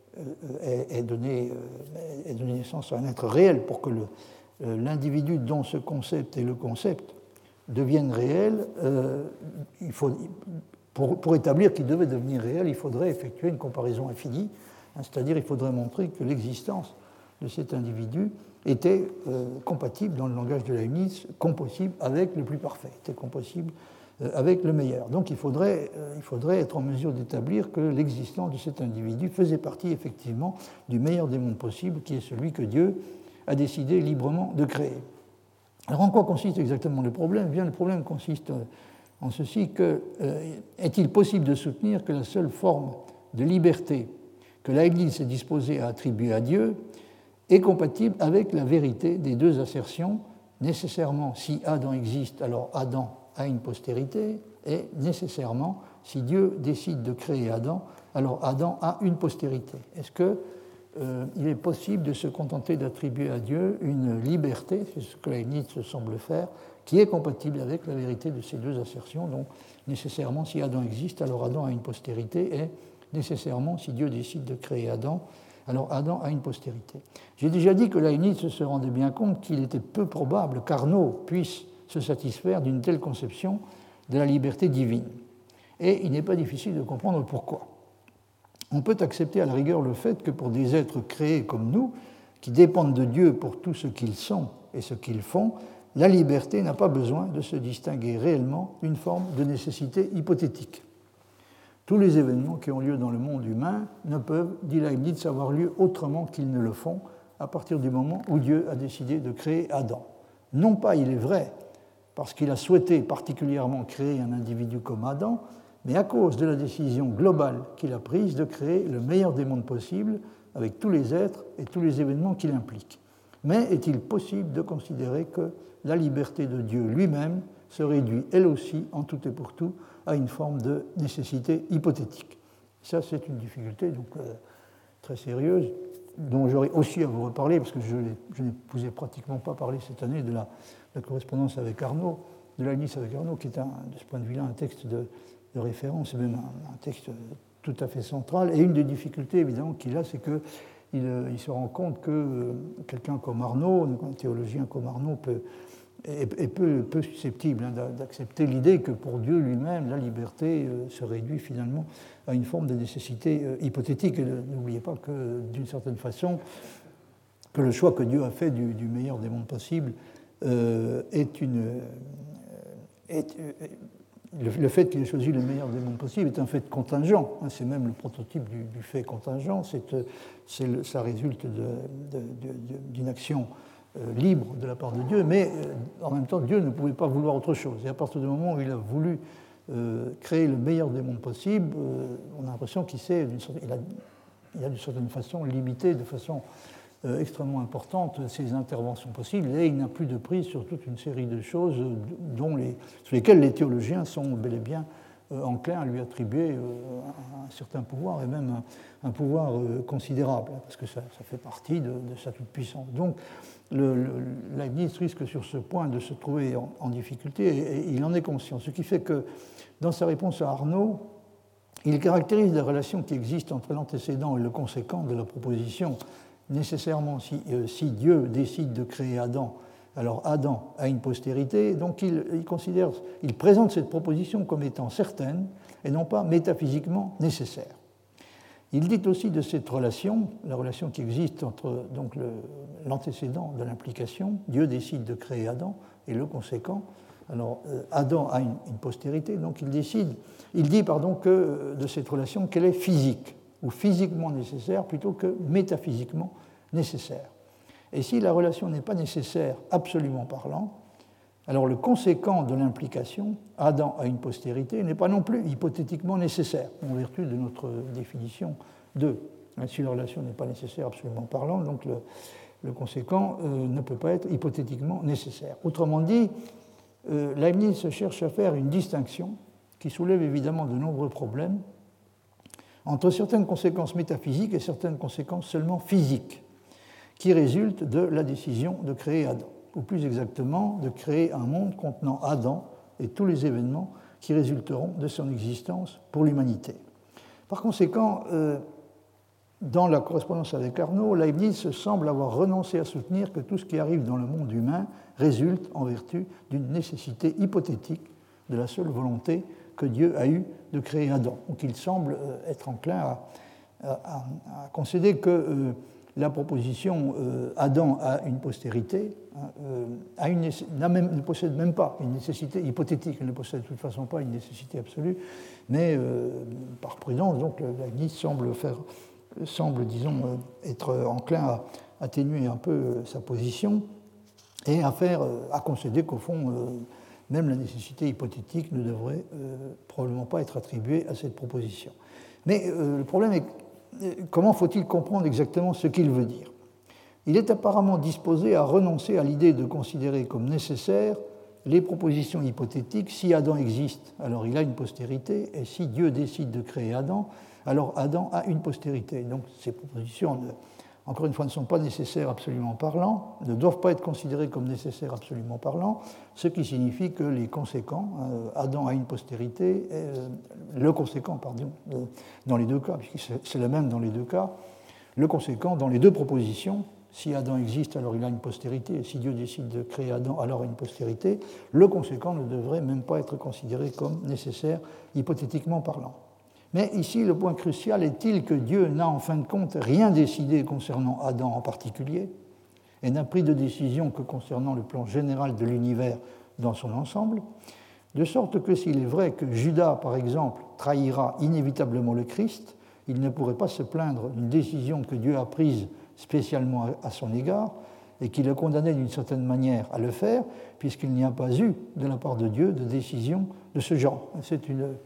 B: euh, ait, donné, euh, ait donné naissance à un être réel, pour que le, euh, l'individu dont ce concept est le concept devienne réel, euh, il faut, pour, pour établir qu'il devait devenir réel, il faudrait effectuer une comparaison infinie. C'est-à-dire qu'il faudrait montrer que l'existence de cet individu était euh, compatible, dans le langage de Leibniz, compossible avec le plus parfait, était compossible euh, avec le meilleur. Donc il faudrait, euh, il faudrait être en mesure d'établir que l'existence de cet individu faisait partie effectivement du meilleur des mondes possibles, qui est celui que Dieu a décidé librement de créer. Alors en quoi consiste exactement le problème ? Eh bien, le problème consiste en ceci que euh, est-il possible de soutenir que la seule forme de liberté que Leibniz s'est disposé à attribuer à Dieu est compatible avec la vérité des deux assertions. Nécessairement, si Adam existe, alors Adam a une postérité, et nécessairement, si Dieu décide de créer Adam, alors Adam a une postérité. Est-ce qu'il euh, est possible de se contenter d'attribuer à Dieu une liberté, c'est ce que Leibniz semble faire, qui est compatible avec la vérité de ces deux assertions? Donc, nécessairement, si Adam existe, alors Adam a une postérité, et nécessairement, si Dieu décide de créer Adam, alors Adam a une postérité. J'ai déjà dit que Leibniz se rendait bien compte qu'il était peu probable qu'Arnaud puisse se satisfaire d'une telle conception de la liberté divine. Et il n'est pas difficile de comprendre pourquoi. On peut accepter à la rigueur le fait que pour des êtres créés comme nous, qui dépendent de Dieu pour tout ce qu'ils sont et ce qu'ils font, la liberté n'a pas besoin de se distinguer réellement d'une forme de nécessité hypothétique. Tous les événements qui ont lieu dans le monde humain ne peuvent, dit Leibniz, avoir lieu autrement qu'ils ne le font à partir du moment où Dieu a décidé de créer Adam. Non pas, il est vrai, parce qu'il a souhaité particulièrement créer un individu comme Adam, mais à cause de la décision globale qu'il a prise de créer le meilleur des mondes possibles avec tous les êtres et tous les événements qu'il implique. Mais est-il possible de considérer que la liberté de Dieu lui-même se réduit, elle aussi, en tout et pour tout, à une forme de nécessité hypothétique? Ça, c'est une difficulté donc, euh, très sérieuse, dont j'aurais aussi à vous reparler, parce que je, je ne vous ai pratiquement pas parlé cette année de la, la correspondance avec Arnaud, de la Nice avec Arnaud, qui est, un, de ce point de vue-là, un texte de, de référence, et même un, un texte tout à fait central. Et une des difficultés, évidemment, qu'il a, c'est qu'il il se rend compte que quelqu'un comme Arnaud, un théologien comme Arnaud, peut, est, est peu, peu susceptible hein, d'accepter l'idée que pour Dieu lui-même, la liberté euh, se réduit finalement à une forme de nécessité euh, hypothétique. Et n'oubliez pas que, d'une certaine façon, que le choix que Dieu a fait du, du meilleur des mondes possibles euh, est une... Est, le, le fait qu'il ait choisi le meilleur des mondes possibles est un fait contingent. Hein, c'est même le prototype du, du fait contingent. C'est, c'est le, ça résulte de, de, de, d'une action euh, libre de la part de Dieu, mais euh, en même temps, Dieu ne pouvait pas vouloir autre chose. Et à partir du moment où il a voulu euh, créer le meilleur des mondes possibles, euh, on a l'impression qu'il s'est, d'une certaine, il a, il a d'une certaine façon limité de façon Euh, extrêmement importante ces interventions possibles, et il n'a plus de prise sur toute une série de choses dont les, sur lesquelles les théologiens sont bel et bien euh, enclins à lui attribuer euh, un, un certain pouvoir, et même un, un pouvoir euh, considérable, parce que ça, ça fait partie de, de sa toute-puissance. Donc le, le, Leibniz risque sur ce point de se trouver en, en difficulté, et, et il en est conscient. Ce qui fait que dans sa réponse à Arnaud, il caractérise la relation qui existe entre l'antécédent et le conséquent de la proposition. Nécessairement, si, euh, si Dieu décide de créer Adam, alors Adam a une postérité, donc il, il considère, il présente cette proposition comme étant certaine et non pas métaphysiquement nécessaire. Il dit aussi de cette relation, la relation qui existe entre donc, le, l'antécédent de l'implication, Dieu décide de créer Adam, et le conséquent, alors euh, Adam a une, une postérité, donc il décide, il dit pardon, que de cette relation qu'elle est physique, ou physiquement nécessaire plutôt que métaphysiquement nécessaire. Et si la relation n'est pas nécessaire absolument parlant, alors le conséquent de l'implication, Adam a une postérité, n'est pas non plus hypothétiquement nécessaire, en vertu de notre définition de. Si la relation n'est pas nécessaire absolument parlant, donc le, le conséquent euh, ne peut pas être hypothétiquement nécessaire. Autrement dit, euh, Leibniz cherche à faire une distinction qui soulève évidemment de nombreux problèmes entre certaines conséquences métaphysiques et certaines conséquences seulement physiques, qui résultent de la décision de créer Adam, ou plus exactement de créer un monde contenant Adam et tous les événements qui résulteront de son existence pour l'humanité. Par conséquent, euh, dans la correspondance avec Arnaud, Leibniz semble avoir renoncé à soutenir que tout ce qui arrive dans le monde humain résulte en vertu d'une nécessité hypothétique de la seule volonté que Dieu a eu de créer Adam. Donc il semble être enclin à, à, à concéder que euh, la proposition euh, Adam a une postérité, hein, euh, a une, même, ne possède même pas une nécessité hypothétique, elle ne possède de toute façon pas une nécessité absolue, mais euh, par prudence, donc Leibniz semble, faire, semble disons, être enclin à atténuer un peu sa position et à, faire, à concéder qu'au fond, euh, même la nécessité hypothétique ne devrait euh, probablement pas être attribuée à cette proposition. Mais euh, le problème est comment faut-il comprendre exactement ce qu'il veut dire? Il est apparemment disposé à renoncer à l'idée de considérer comme nécessaires les propositions hypothétiques. Si Adam existe, alors il a une postérité, et si Dieu décide de créer Adam, alors Adam a une postérité. Donc ces propositions, ne, encore une fois, ne sont pas nécessaires absolument parlant, ne doivent pas être considérées comme nécessaires absolument parlant, ce qui signifie que les conséquents, euh, Adam a une postérité, et, euh, le conséquent, pardon, euh, dans les deux cas, puisque c'est le même dans les deux cas, le conséquent dans les deux propositions, si Adam existe, alors il a une postérité, et si Dieu décide de créer Adam, alors une postérité, le conséquent ne devrait même pas être considéré comme nécessaire, hypothétiquement parlant. Mais ici, le point crucial est-il que Dieu n'a en fin de compte rien décidé concernant Adam en particulier, et n'a pris de décision que concernant le plan général de l'univers dans son ensemble, de sorte que s'il est vrai que Judas, par exemple, trahira inévitablement le Christ, il ne pourrait pas se plaindre d'une décision que Dieu a prise spécialement à son égard, et qui le condamnait d'une certaine manière à le faire, puisqu'il n'y a pas eu, de la part de Dieu, de décision de ce genre. C'est une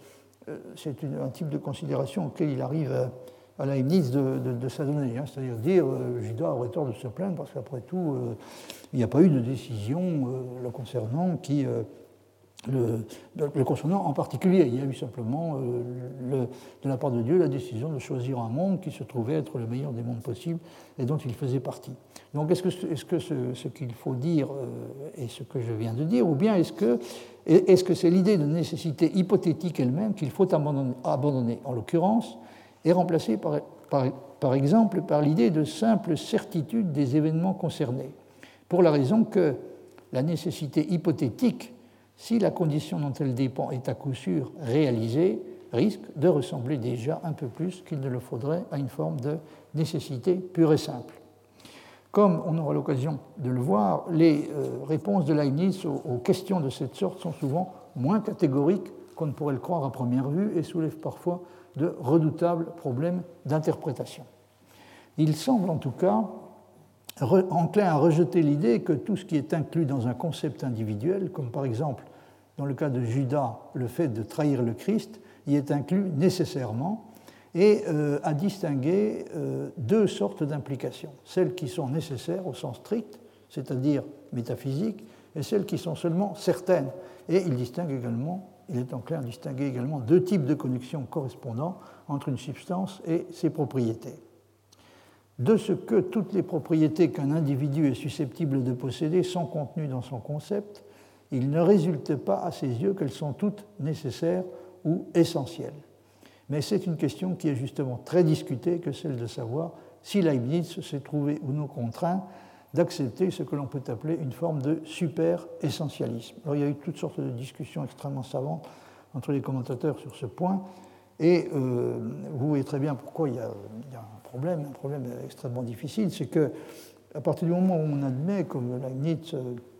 B: c'est une, un type de considération auquel il arrive à, à Leibniz de, de, de s'adonner, hein, c'est-à-dire dire euh, Judas aurait tort de se plaindre parce qu'après tout, euh, il n'y a pas eu de décision euh, le concernant qui... Euh, Le, le concernant en particulier. Il y a eu simplement, euh, le, de la part de Dieu, la décision de choisir un monde qui se trouvait être le meilleur des mondes possibles et dont il faisait partie. Donc est-ce que, est-ce que ce, ce qu'il faut dire euh, est ce que je viens de dire, ou bien est-ce que, est-ce que c'est l'idée de nécessité hypothétique elle-même qu'il faut abandonner, abandonner en l'occurrence, et remplacer par, par, par exemple par l'idée de simple certitude des événements concernés, pour la raison que la nécessité hypothétique, si la condition dont elle dépend est à coup sûr réalisée, risque de ressembler déjà un peu plus qu'il ne le faudrait à une forme de nécessité pure et simple. Comme on aura l'occasion de le voir, les euh, réponses de Leibniz aux, aux questions de cette sorte sont souvent moins catégoriques qu'on ne pourrait le croire à première vue et soulèvent parfois de redoutables problèmes d'interprétation. Il semble en tout cas enclin à rejeter l'idée que tout ce qui est inclus dans un concept individuel, comme par exemple dans le cas de Judas, le fait de trahir le Christ, y est inclus nécessairement, et euh, à distinguer euh, deux sortes d'implications, celles qui sont nécessaires au sens strict, c'est-à-dire métaphysique, et celles qui sont seulement certaines. Et il distingue également, il est enclin à distinguer également deux types de connexions correspondant entre une substance et ses propriétés. De ce que toutes les propriétés qu'un individu est susceptible de posséder sont contenues dans son concept, il ne résulte pas à ses yeux qu'elles sont toutes nécessaires ou essentielles. Mais c'est une question qui est justement très discutée que celle de savoir si Leibniz s'est trouvé ou non contraint d'accepter ce que l'on peut appeler une forme de super-essentialisme. Alors il y a eu toutes sortes de discussions extrêmement savantes entre les commentateurs sur ce point, et euh, vous voyez très bien pourquoi il y a, il y a un problème, un problème extrêmement difficile, c'est qu'à partir du moment où on admet, comme Leibniz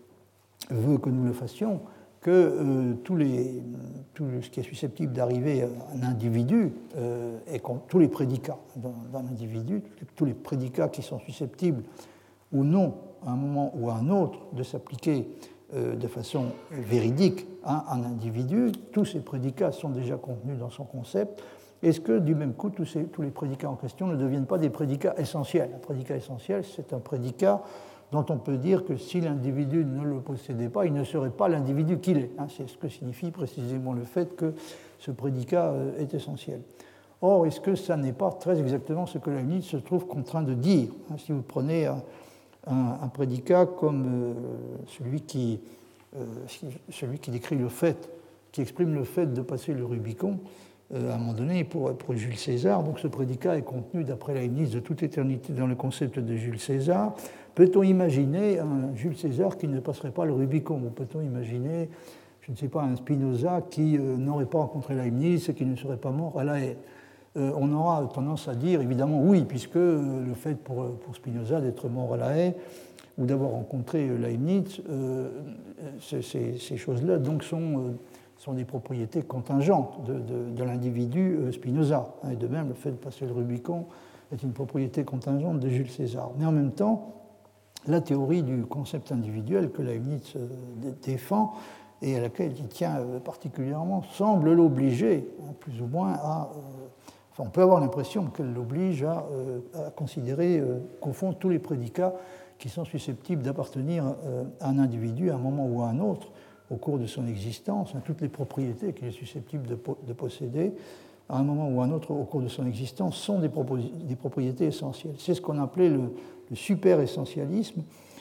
B: veut que nous le fassions, que euh, tous les, tout ce qui est susceptible d'arriver à un individu, euh, et tous les prédicats d'un individu, tous les prédicats qui sont susceptibles ou non, à un moment ou à un autre, de s'appliquer euh, de façon véridique à un individu, tous ces prédicats sont déjà contenus dans son concept. Est-ce que, du même coup, tous, ces, tous les prédicats en question ne deviennent pas des prédicats essentiels? Un prédicat essentiel, c'est un prédicat dont on peut dire que si l'individu ne le possédait pas, il ne serait pas l'individu qu'il est. C'est ce que signifie précisément le fait que ce prédicat est essentiel. Or, est-ce que ça n'est pas très exactement ce que Leibniz se trouve contraint de dire? Si vous prenez un, un, un prédicat comme euh, celui, qui, euh, celui qui décrit le fait, qui exprime le fait de passer le Rubicon, euh, à un moment donné, pour, pour Jules César, donc ce prédicat est contenu, d'après Leibniz, de toute éternité dans le concept de Jules César. Peut-on imaginer un Jules César qui ne passerait pas le Rubicon? Ou peut-on imaginer, je ne sais pas, un Spinoza qui euh, n'aurait pas rencontré Leibniz et qui ne serait pas mort à La Haye? euh, On aura tendance à dire, évidemment, oui, puisque euh, le fait pour, pour Spinoza d'être mort à La Haye ou d'avoir rencontré Leibniz, euh, ces, ces, ces choses-là donc sont, euh, sont des propriétés contingentes de, de, de l'individu euh, Spinoza. Et de même, le fait de passer le Rubicon est une propriété contingente de Jules César. Mais en même temps, la théorie du concept individuel que Leibniz défend et à laquelle il tient particulièrement semble l'obliger, plus ou moins, à... Enfin, on peut avoir l'impression qu'elle l'oblige à, à considérer qu'au fond, tous les prédicats qui sont susceptibles d'appartenir à un individu à un moment ou à un autre au cours de son existence, toutes les propriétés qu'il est susceptible de, de posséder à un moment ou à un autre au cours de son existence sont des, des propriétés essentielles. C'est ce qu'on appelait le le super-essentialisme.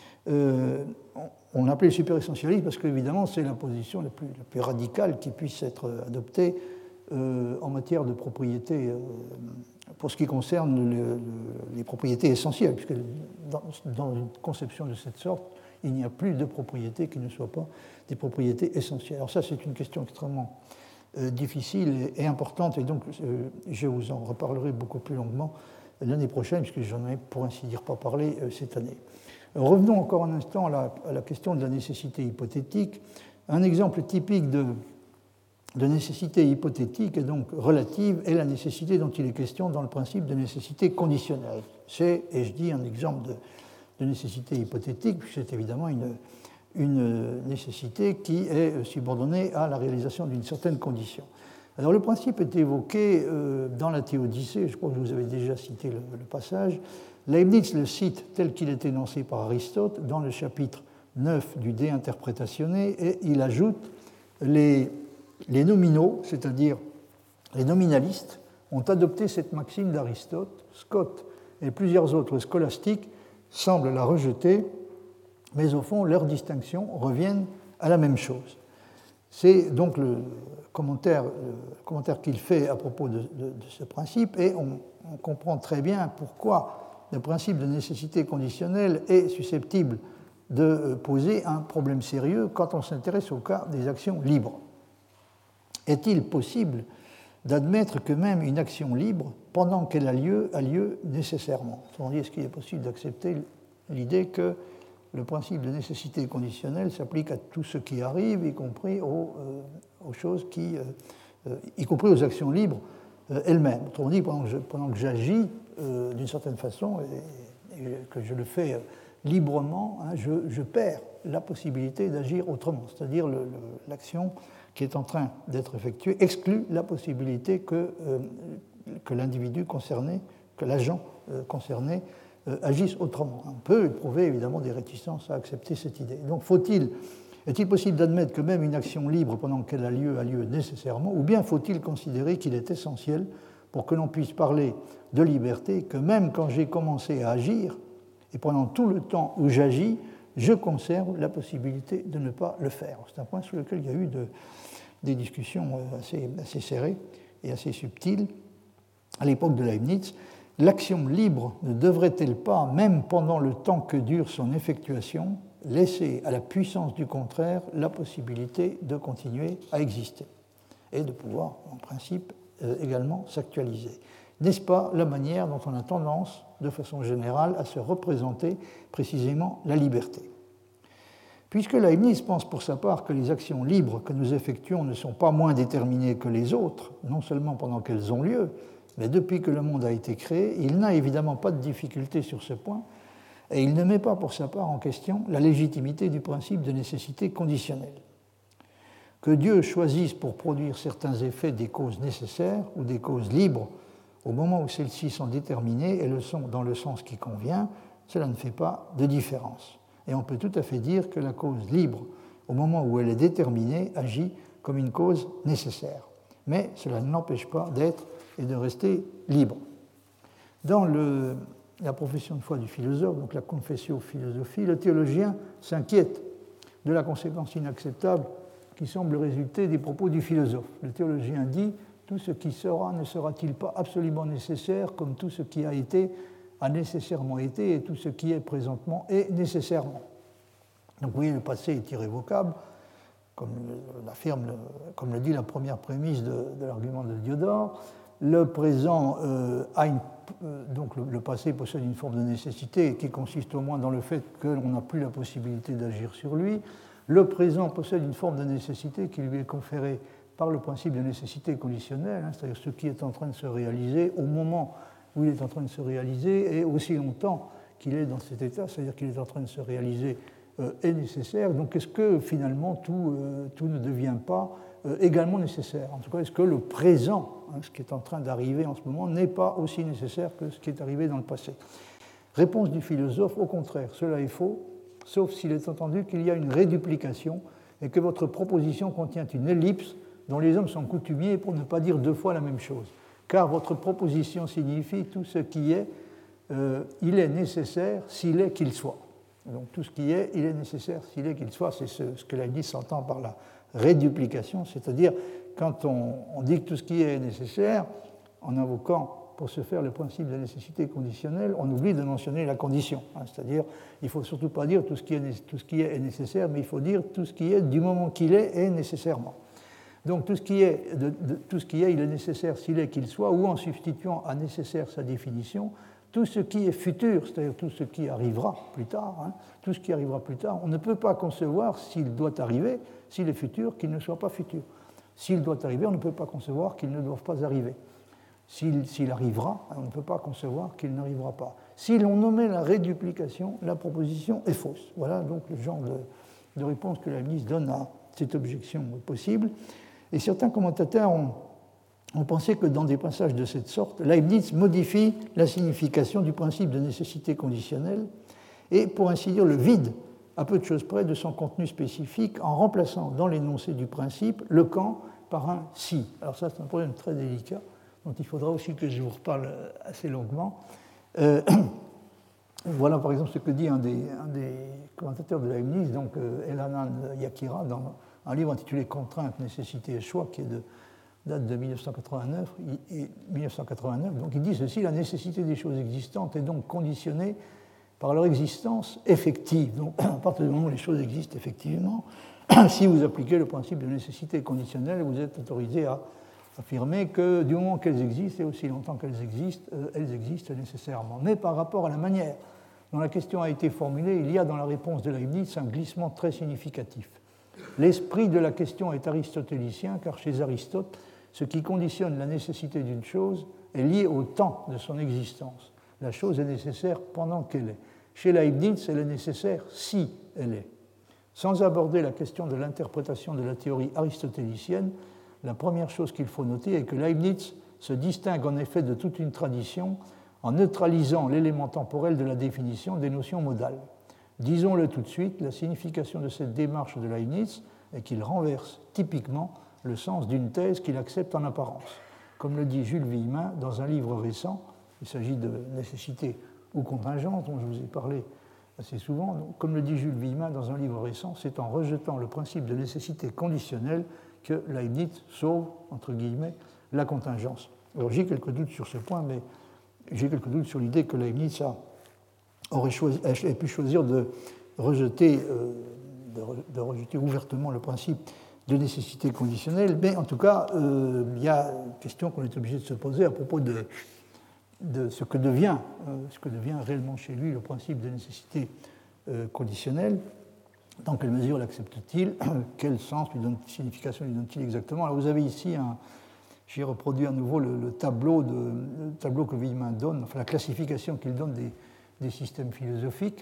B: Euh, on l'appelait le super-essentialisme parce qu'évidemment, c'est la position la plus, la plus radicale qui puisse être adoptée euh, en matière de propriétés, euh, pour ce qui concerne le, le, les propriétés essentielles, puisque dans, dans une conception de cette sorte, il n'y a plus de propriétés qui ne soient pas des propriétés essentielles. Alors ça, c'est une question extrêmement euh, difficile et, et importante, et donc euh, je vous en reparlerai beaucoup plus longuement l'année prochaine, puisque je n'en ai pour ainsi dire pas parlé euh, cette année. Alors, revenons encore un instant à la, à la question de la nécessité hypothétique. Un exemple typique de, de nécessité hypothétique et donc relative est la nécessité dont il est question dans le principe de nécessité conditionnelle. C'est, et je dis un exemple de, de nécessité hypothétique, puisque c'est évidemment une, une nécessité qui est subordonnée à la réalisation d'une certaine condition. Alors le principe est évoqué euh, dans la Théodicée, je crois que vous avez déjà cité le, le passage. Leibniz le cite tel qu'il est énoncé par Aristote dans le chapitre neuf du De Interpretatione, et il ajoute les, les nominaux, c'est-à-dire les nominalistes, ont adopté cette maxime d'Aristote. Scott et plusieurs autres scolastiques semblent la rejeter, mais au fond, leurs distinctions reviennent à la même chose. C'est donc le commentaire, le commentaire qu'il fait à propos de, de, de ce principe, et on, on comprend très bien pourquoi le principe de nécessité conditionnelle est susceptible de poser un problème sérieux quand on s'intéresse au cas des actions libres. Est-il possible d'admettre que même une action libre, pendant qu'elle a lieu, a lieu nécessairement? Autrement dit, est-ce qu'il est possible d'accepter l'idée que le principe de nécessité conditionnelle s'applique à tout ce qui arrive, y compris aux, euh, aux choses qui, euh, y compris aux actions libres euh, elles-mêmes? Autrement dit, pendant que, je, pendant que j'agis euh, d'une certaine façon et, et que je le fais euh, librement, hein, je, je perds la possibilité d'agir autrement. C'est-à-dire le, le, l'action qui est en train d'être effectuée exclut la possibilité que, euh, que l'individu concerné, que l'agent euh, concerné euh, agisse autrement. On peut éprouver évidemment des réticences à accepter cette idée. Donc faut-il, est-il possible d'admettre que même une action libre pendant qu'elle a lieu a lieu nécessairement, ou bien faut-il considérer qu'il est essentiel pour que l'on puisse parler de liberté, que même quand j'ai commencé à agir, et pendant tout le temps où j'agis, je conserve la possibilité de ne pas le faire. C'est un point sur lequel il y a eu de, des discussions assez, assez serrées et assez subtiles. À l'époque de Leibniz, l'action libre ne devrait-elle pas, même pendant le temps que dure son effectuation, laisser à la puissance du contraire la possibilité de continuer à exister et de pouvoir, en principe, également s'actualiser? N'est-ce pas la manière dont on a tendance, de façon générale, à se représenter précisément la liberté? Puisque Leibniz pense pour sa part que les actions libres que nous effectuons ne sont pas moins déterminées que les autres, non seulement pendant qu'elles ont lieu, mais depuis que le monde a été créé, il n'a évidemment pas de difficulté sur ce point, et il ne met pas pour sa part en question la légitimité du principe de nécessité conditionnelle. Que Dieu choisisse pour produire certains effets des causes nécessaires ou des causes libres au moment où celles-ci sont déterminées et le sont dans le sens qui convient, cela ne fait pas de différence. Et on peut tout à fait dire que la cause libre, au moment où elle est déterminée, agit comme une cause nécessaire. Mais cela ne l'empêche pas d'être et de rester libre. Dans le, la profession de foi du philosophe, donc la Confessio Philosophiae, le théologien s'inquiète de la conséquence inacceptable qui semble résulter des propos du philosophe. Le théologien dit: tout ce qui sera ne sera-t-il pas absolument nécessaire, comme tout ce qui a été a nécessairement été, et tout ce qui est présentement est nécessairement. Donc vous voyez, le passé est irrévocable, comme, l'affirme, comme le dit la première prémisse de, de l'argument de Diodore. Le présent euh, a une, euh, donc le, le passé possède une forme de nécessité qui consiste au moins dans le fait que l'on n'a plus la possibilité d'agir sur lui. Le présent possède une forme de nécessité qui lui est conférée par le principe de nécessité conditionnelle, hein, c'est-à-dire ce qui est en train de se réaliser au moment où il est en train de se réaliser et aussi longtemps qu'il est dans cet état, c'est-à-dire qu'il est en train de se réaliser, euh, est nécessaire. Donc est-ce que finalement tout, euh, tout ne devient pas euh, également nécessaire? En tout cas, est-ce que le présent, hein, ce qui est en train d'arriver en ce moment, n'est pas aussi nécessaire que ce qui est arrivé dans le passé? Réponse du philosophe: au contraire, cela est faux, sauf s'il est entendu qu'il y a une réduplication et que votre proposition contient une ellipse dont les hommes sont coutumiers pour ne pas dire deux fois la même chose. Car votre proposition signifie tout ce qui est, euh, il est nécessaire s'il est qu'il soit. Donc tout ce qui est, il est nécessaire s'il est qu'il soit. C'est ce, ce que Leibniz s'entend par la réduplication, c'est-à-dire quand on, on dit que tout ce qui est nécessaire, en invoquant pour se faire le principe de nécessité conditionnelle, on oublie de mentionner la condition. Hein, c'est-à-dire, il ne faut surtout pas dire tout ce, qui est, tout ce qui est est nécessaire, mais il faut dire tout ce qui est du moment qu'il est est nécessairement. Donc tout ce qui est, de, de, tout ce qui est il est nécessaire s'il est qu'il soit, ou en substituant à nécessaire sa définition, tout ce qui est futur, c'est-à-dire tout ce qui arrivera plus tard, hein, tout ce qui arrivera plus tard, on ne peut pas concevoir s'il doit arriver, s'il est futur, qu'il ne soit pas futur. S'il doit arriver, on ne peut pas concevoir qu'il ne doive pas arriver. S'il, s'il arrivera, on ne peut pas concevoir qu'il n'arrivera pas. Si l'on nommait la réduplication, la proposition est fausse. Voilà donc le genre de, de réponse que Leibniz donne à cette objection possible. Et certains commentateurs ont on pensait que dans des passages de cette sorte, Leibniz modifie la signification du principe de nécessité conditionnelle et, pour ainsi dire, le vide, à peu de choses près, de son contenu spécifique en remplaçant dans l'énoncé du principe le quand par un si. Alors ça, c'est un problème très délicat dont il faudra aussi que je vous reparle assez longuement. Euh, voilà par exemple ce que dit un des, un des commentateurs de Leibniz, donc euh, Elhanan Yakira, dans un livre intitulé Contraintes, nécessité et choix, qui est de, date de mille neuf cent quatre-vingt-neuf, et mille neuf cent quatre-vingt-neuf. Donc il dit ceci: la nécessité des choses existantes est donc conditionnée par leur existence effective. Donc à partir du moment où les choses existent effectivement, si vous appliquez le principe de nécessité conditionnelle, vous êtes autorisé à affirmer que du moment qu'elles existent, et aussi longtemps qu'elles existent, euh, elles existent nécessairement. Mais par rapport à la manière dont la question a été formulée, il y a dans la réponse de Leibniz un glissement très significatif. L'esprit de la question est aristotélicien, car chez Aristote, ce qui conditionne la nécessité d'une chose est lié au temps de son existence. La chose est nécessaire pendant qu'elle est. Chez Leibniz, elle est nécessaire si elle est. Sans aborder la question de l'interprétation de la théorie aristotélicienne, la première chose qu'il faut noter est que Leibniz se distingue en effet de toute une tradition en neutralisant l'élément temporel de la définition des notions modales. Disons-le tout de suite, la signification de cette démarche de Leibniz est qu'il renverse typiquement le sens d'une thèse qu'il accepte en apparence. Comme le dit Jules Villemin dans un livre récent, il s'agit de nécessité ou contingence, dont je vous ai parlé assez souvent. Donc, comme le dit Jules Villemin dans un livre récent, c'est en rejetant le principe de nécessité conditionnelle que Leibniz sauve, entre guillemets, la contingence. Alors j'ai quelques doutes sur ce point, mais j'ai quelques doutes sur l'idée que Leibniz a, aurait choisi, a pu choisir de rejeter, euh, de, de rejeter ouvertement le principe de nécessité conditionnelle, mais en tout cas, euh, il y a une question qu'on est obligé de se poser à propos de, de ce, que devient, euh, ce que devient réellement chez lui le principe de nécessité euh, conditionnelle. Dans quelle mesure l'accepte-t-il? Quel sens lui donne, signification lui donne-t-il exactement? Alors vous avez ici, un, j'ai reproduit à nouveau le, le, tableau de, le tableau que Villemin donne, enfin la classification qu'il donne des, des systèmes philosophiques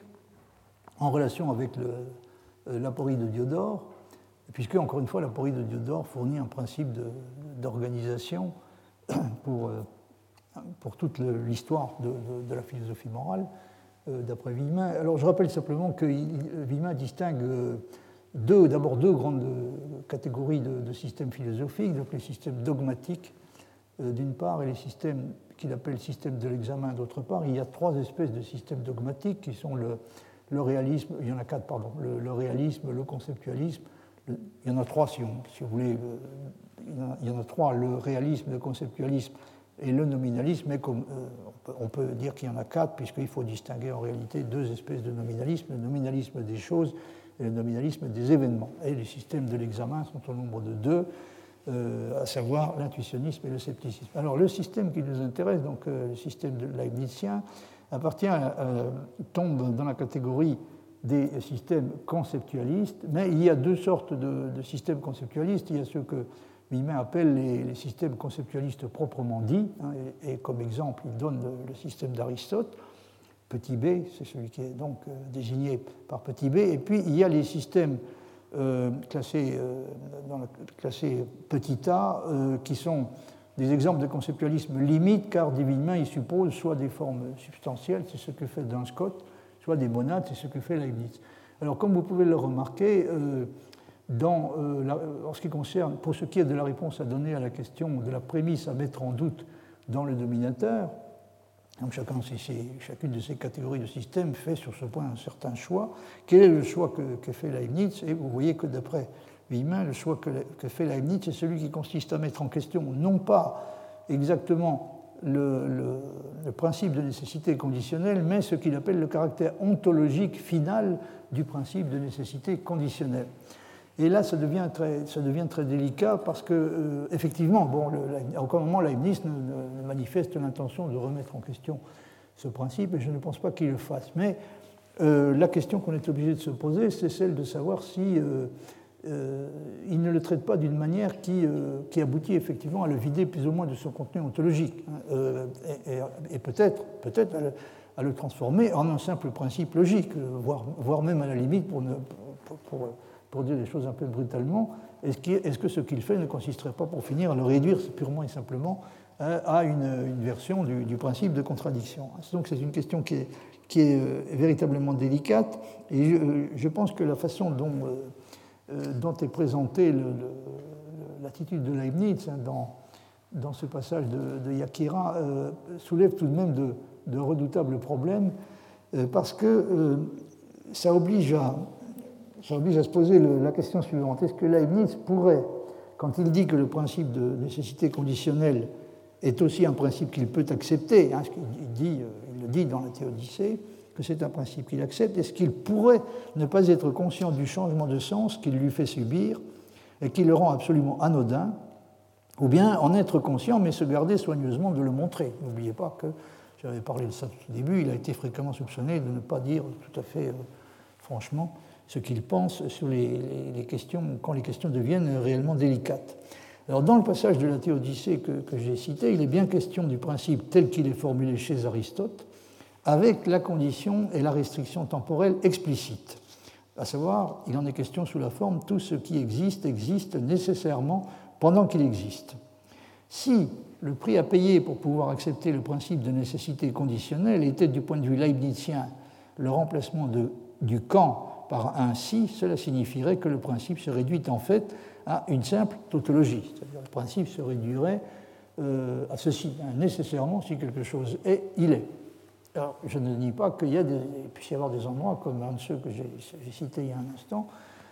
B: en relation avec le, l'aporie de Diodore, puisque, encore une fois, l'aporie de Diodore fournit un principe de, d'organisation pour, pour toute l'histoire de, de, de la philosophie morale, d'après Villemin. Alors je rappelle simplement que Villemin distingue deux, d'abord deux grandes catégories de, de systèmes philosophiques, donc les systèmes dogmatiques d'une part et les systèmes qu'il appelle systèmes de l'examen d'autre part. Il y a trois espèces de systèmes dogmatiques qui sont le, le réalisme, il y en a quatre, pardon, le, le réalisme, le conceptualisme, le, il y en a trois si, on, si vous voulez, il y en a, il y en a trois, le réalisme, le conceptualisme et le nominalisme, mais comme, euh, on, peut, on peut dire qu'il y en a quatre, puisqu'il faut distinguer en réalité deux espèces de nominalisme, le nominalisme des choses et le nominalisme des événements. Et les systèmes de l'examen sont au nombre de deux, euh, à savoir l'intuitionnisme et le scepticisme. Alors le système qui nous intéresse, donc euh, le système de leibnizien, appartient à, euh, tombe dans la catégorie des systèmes conceptualistes, mais il y a deux sortes de, de systèmes conceptualistes. Il y a ceux que Villemin appelle les, les systèmes conceptualistes proprement dits, hein, et, et comme exemple, il donne le, le système d'Aristote, petit b, c'est celui qui est donc euh, désigné par petit b, et puis il y a les systèmes euh, classés, euh, dans le, classés petit a, euh, qui sont des exemples de conceptualisme limite, car dit Villemin, ils supposent soit des formes substantielles, c'est ce que fait Duns Scott, soit des monades, c'est ce que fait Leibniz. Alors, comme vous pouvez le remarquer, euh, dans, euh, la, en ce qui concerne, pour ce qui est de la réponse à donner à la question de la prémisse à mettre en doute dans le dominateur, donc chacun, chacune de ces catégories de systèmes fait sur ce point un certain choix. Quel est le choix que, que fait Leibniz? Et vous voyez que d'après Villemin, le choix que, que fait Leibniz, c'est celui qui consiste à mettre en question non pas exactement le, le, le principe de nécessité conditionnelle, mais ce qu'il appelle le caractère ontologique final du principe de nécessité conditionnelle. Et là, ça devient très, ça devient très délicat parce que, euh, effectivement, bon, le, à aucun moment Leibniz ne, ne, ne manifeste l'intention de remettre en question ce principe, et je ne pense pas qu'il le fasse. Mais euh, la question qu'on est obligé de se poser, c'est celle de savoir si euh, euh, il ne le traite pas d'une manière qui, euh, qui aboutit effectivement à le vider plus ou moins de son contenu ontologique, hein, euh, et, et, et peut-être, peut-être à, le, à le transformer en un simple principe logique, voire, voire même à la limite pour ne pour, pour, pour dire les choses un peu brutalement, est-ce, est-ce que ce qu'il fait ne consisterait pas, pour finir, à le réduire purement et simplement à une, une version du, du principe de contradiction? Donc c'est une question qui est, qui est euh, véritablement délicate, et je, je pense que la façon dont, euh, dont est présentée le, le, l'attitude de Leibniz hein, dans, dans ce passage de, de Yakira euh, soulève tout de même de, de redoutables problèmes, euh, parce que euh, ça oblige à... Ça oblige à se poser le, la question suivante. Est-ce que Leibniz pourrait, quand il dit que le principe de nécessité conditionnelle est aussi un principe qu'il peut accepter, hein, il, dit, il le dit dans la Théodicée, que c'est un principe qu'il accepte, est-ce qu'il pourrait ne pas être conscient du changement de sens qu'il lui fait subir et qui le rend absolument anodin, ou bien en être conscient mais se garder soigneusement de le montrer? N'oubliez pas que, j'avais parlé de ça tout au début, il a été fréquemment soupçonné de ne pas dire tout à fait euh, franchement ce qu'il pense sur les, les, les questions, quand les questions deviennent réellement délicates. Alors, dans le passage de la Théodicée que, que j'ai cité, il est bien question du principe tel qu'il est formulé chez Aristote, avec la condition et la restriction temporelle explicite. À savoir, il en est question sous la forme tout ce qui existe existe nécessairement pendant qu'il existe. Si le prix à payer pour pouvoir accepter le principe de nécessité conditionnelle était, du point de vue leibnizien, le remplacement de, du quand par un si, cela signifierait que le principe se réduit en fait à une simple tautologie. C'est-à-dire le principe se réduirait euh, à ceci. Hein, nécessairement, si quelque chose est, il est. Alors, je ne dis pas qu'il y a des, il puisse y avoir des endroits, comme un de ceux que j'ai, j'ai cités il y a un instant,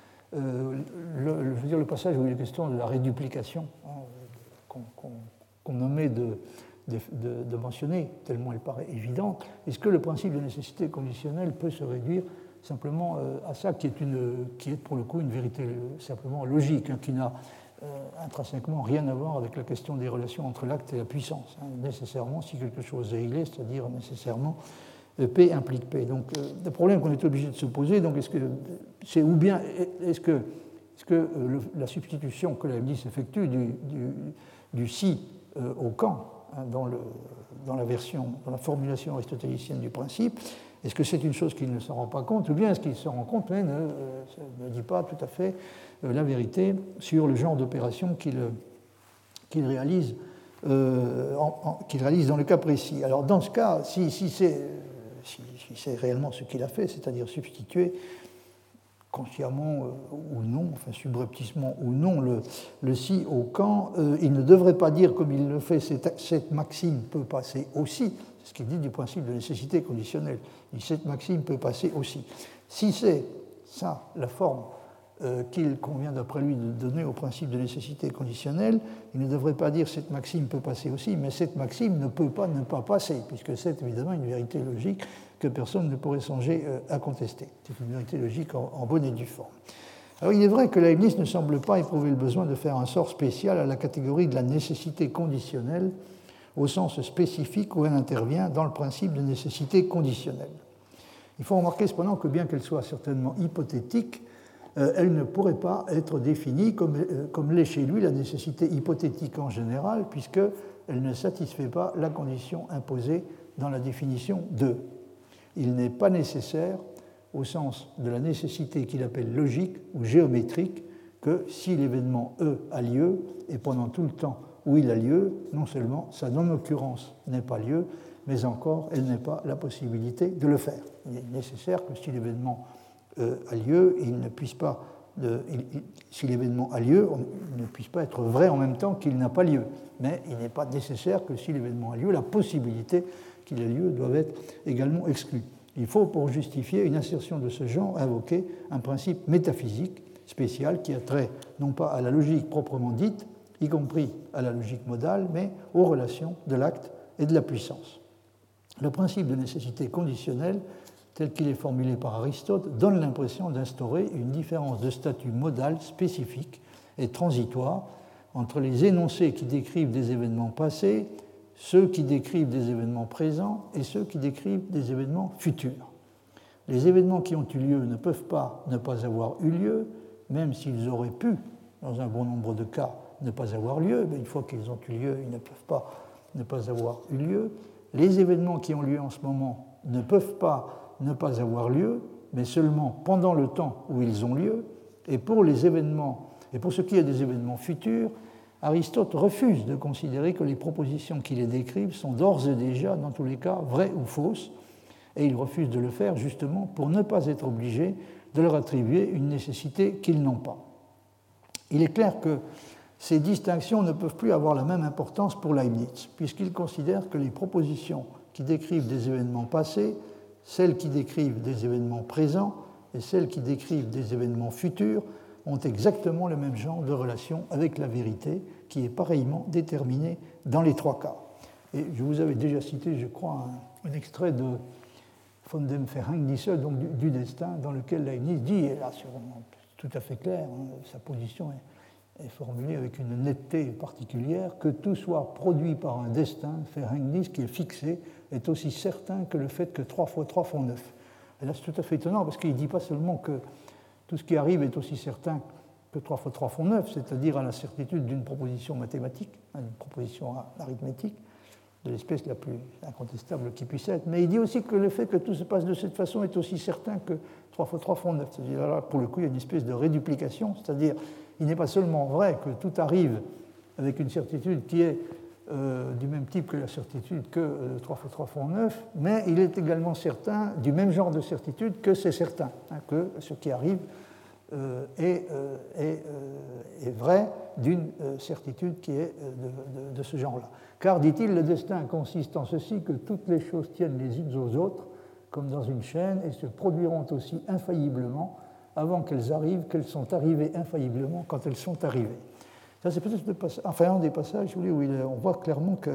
B: euh, le, le, je veux dire le passage où il est question de la réduplication, hein, qu'on, qu'on, qu'on omet de, de, de, de mentionner, tellement elle paraît évidente. Est-ce que le principe de nécessité conditionnelle peut se réduire simplement à ça, qui est, une, qui est pour le coup une vérité simplement logique, hein, qui n'a euh, intrinsèquement rien à voir avec la question des relations entre l'acte et la puissance. Hein. Nécessairement, si quelque chose est, il est, c'est-à-dire nécessairement P implique P. Donc euh, le problème qu'on est obligé de se poser, donc est-ce que c'est ou bien est-ce que, est-ce que euh, le, la substitution que Leibniz effectue du, du, du si euh, au quand hein, dans, le, dans la version, dans la formulation aristotélicienne du principe, est-ce que c'est une chose qu'il ne s'en rend pas compte, ou bien est-ce qu'il se rend compte, mais ne, euh, ne dit pas tout à fait euh, la vérité sur le genre d'opération qu'il, qu'il, réalise, euh, en, en, qu'il réalise dans le cas précis? Alors dans ce cas, si, si, c'est, si, si c'est réellement ce qu'il a fait, c'est-à-dire substituer consciemment euh, ou non, enfin subrepticement ou non, le, le si au quand, euh, il ne devrait pas dire, comme il le fait, cette, cette maxime peut passer aussi. C'est ce qu'il dit du principe de nécessité conditionnelle. Il dit cette maxime peut passer aussi. Si c'est ça, la forme euh, qu'il convient d'après lui de donner au principe de nécessité conditionnelle, il ne devrait pas dire cette maxime peut passer aussi, mais cette maxime ne peut pas ne pas passer, puisque c'est évidemment une vérité logique que personne ne pourrait songer euh, à contester. C'est une vérité logique en, en bonne et due forme. Alors il est vrai que Leibniz ne semble pas éprouver le besoin de faire un sort spécial à la catégorie de la nécessité conditionnelle, au sens spécifique où elle intervient dans le principe de nécessité conditionnelle. Il faut remarquer cependant que bien qu'elle soit certainement hypothétique, euh, elle ne pourrait pas être définie comme, euh, comme l'est chez lui la nécessité hypothétique en général, puisqu'elle ne satisfait pas la condition imposée dans la définition de. Il n'est pas nécessaire, au sens de la nécessité qu'il appelle logique ou géométrique, que si l'événement E a lieu, et pendant tout le temps où il a lieu, non seulement sa non-occurrence n'ait pas lieu, mais encore elle n'ait pas la possibilité de le faire. Il est nécessaire que si l'événement euh, a lieu, il ne puisse pas, de, il, il, si l'événement a lieu, on, il ne puisse pas être vrai en même temps qu'il n'a pas lieu. Mais il n'est pas nécessaire que si l'événement a lieu, la possibilité qu'il ait lieu doit être également exclue. Il faut, pour justifier une assertion de ce genre, invoquer un principe métaphysique spécial qui a trait non pas à la logique proprement dite, y compris à la logique modale, mais aux relations de l'acte et de la puissance. Le principe de nécessité conditionnelle, tel qu'il est formulé par Aristote, donne l'impression d'instaurer une différence de statut modal spécifique et transitoire entre les énoncés qui décrivent des événements passés, ceux qui décrivent des événements présents et ceux qui décrivent des événements futurs. Les événements qui ont eu lieu ne peuvent pas ne pas avoir eu lieu, même s'ils auraient pu, dans un bon nombre de cas, ne pas avoir lieu, mais une fois qu'ils ont eu lieu, ils ne peuvent pas ne pas avoir eu lieu. Les événements qui ont lieu en ce moment ne peuvent pas ne pas avoir lieu, mais seulement pendant le temps où ils ont lieu, Et pour les événements, et pour ce qui est des événements futurs, Aristote refuse de considérer que les propositions qui les décrivent sont d'ores et déjà, dans tous les cas, vraies ou fausses, et il refuse de le faire justement pour ne pas être obligé de leur attribuer une nécessité qu'ils n'ont pas. Il est clair que ces distinctions ne peuvent plus avoir la même importance pour Leibniz, puisqu'il considère que les propositions qui décrivent des événements passés, celles qui décrivent des événements présents et celles qui décrivent des événements futurs ont exactement le même genre de relation avec la vérité, qui est pareillement déterminée dans les trois cas. Et je vous avais déjà cité, je crois, un, un extrait de von dem Verhängnisse, donc du, du destin, dans lequel Leibniz dit, et là c'est vraiment tout à fait clair, hein, sa position est, est formulée avec une netteté particulière, que tout soit produit par un destin, Verhängnis, qui est fixé, est aussi certain que le fait que trois fois trois font neuf. Et là c'est tout à fait étonnant, parce qu'il ne dit pas seulement que tout ce qui arrive est aussi certain que trois fois trois font neuf, c'est-à-dire à la certitude d'une proposition mathématique, d'une proposition arithmétique, de l'espèce la plus incontestable qui puisse être. Mais il dit aussi que le fait que tout se passe de cette façon est aussi certain que trois fois trois font neuf. C'est-à-dire là, pour le coup, il y a une espèce de réduplication, c'est-à-dire il n'est pas seulement vrai que tout arrive avec une certitude qui est euh, du même type que la certitude que euh, trois fois trois font neuf, mais il est également certain, du même genre de certitude, que c'est certain, hein, que ce qui arrive euh, est, euh, est, euh, est vrai d'une euh, certitude qui est euh, de, de, de ce genre-là. Car, dit-il, le destin consiste en ceci que toutes les choses tiennent les unes aux autres, comme dans une chaîne, et se produiront aussi infailliblement avant qu'elles arrivent, qu'elles sont arrivées infailliblement quand elles sont arrivées. Ça, c'est peut-être le passage, enfin, un des passages où il, on voit clairement que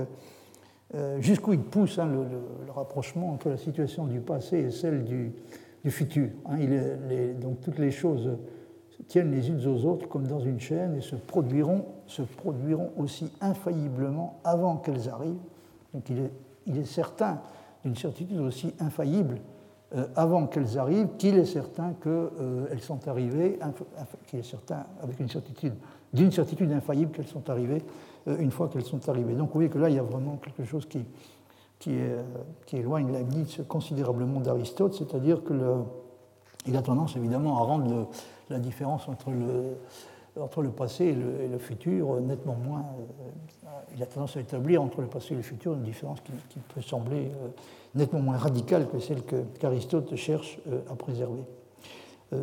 B: euh, jusqu'où il pousse hein, le, le, le rapprochement entre la situation du passé et celle du, du futur. Hein, il est, les, donc toutes les choses tiennent les unes aux autres comme dans une chaîne et se produiront, se produiront aussi infailliblement avant qu'elles arrivent. Donc il est, il est certain d'une certitude aussi infaillible euh, avant qu'elles arrivent qu'il est certain qu'elles euh, sont arrivées, qu'il est certain avec une certitude, d'une certitude infaillible qu'elles sont arrivées euh, une fois qu'elles sont arrivées. Donc vous voyez que là il y a vraiment quelque chose qui, qui, est, euh, qui éloigne Leibniz considérablement d'Aristote, c'est-à-dire que le, il a tendance évidemment à rendre le, la différence entre le, entre le passé et le, et le futur nettement moins. Euh, il a tendance à établir entre le passé et le futur une différence qui, qui peut sembler euh, nettement moins radicale que celle que, qu'Aristote cherche euh, à préserver. Euh,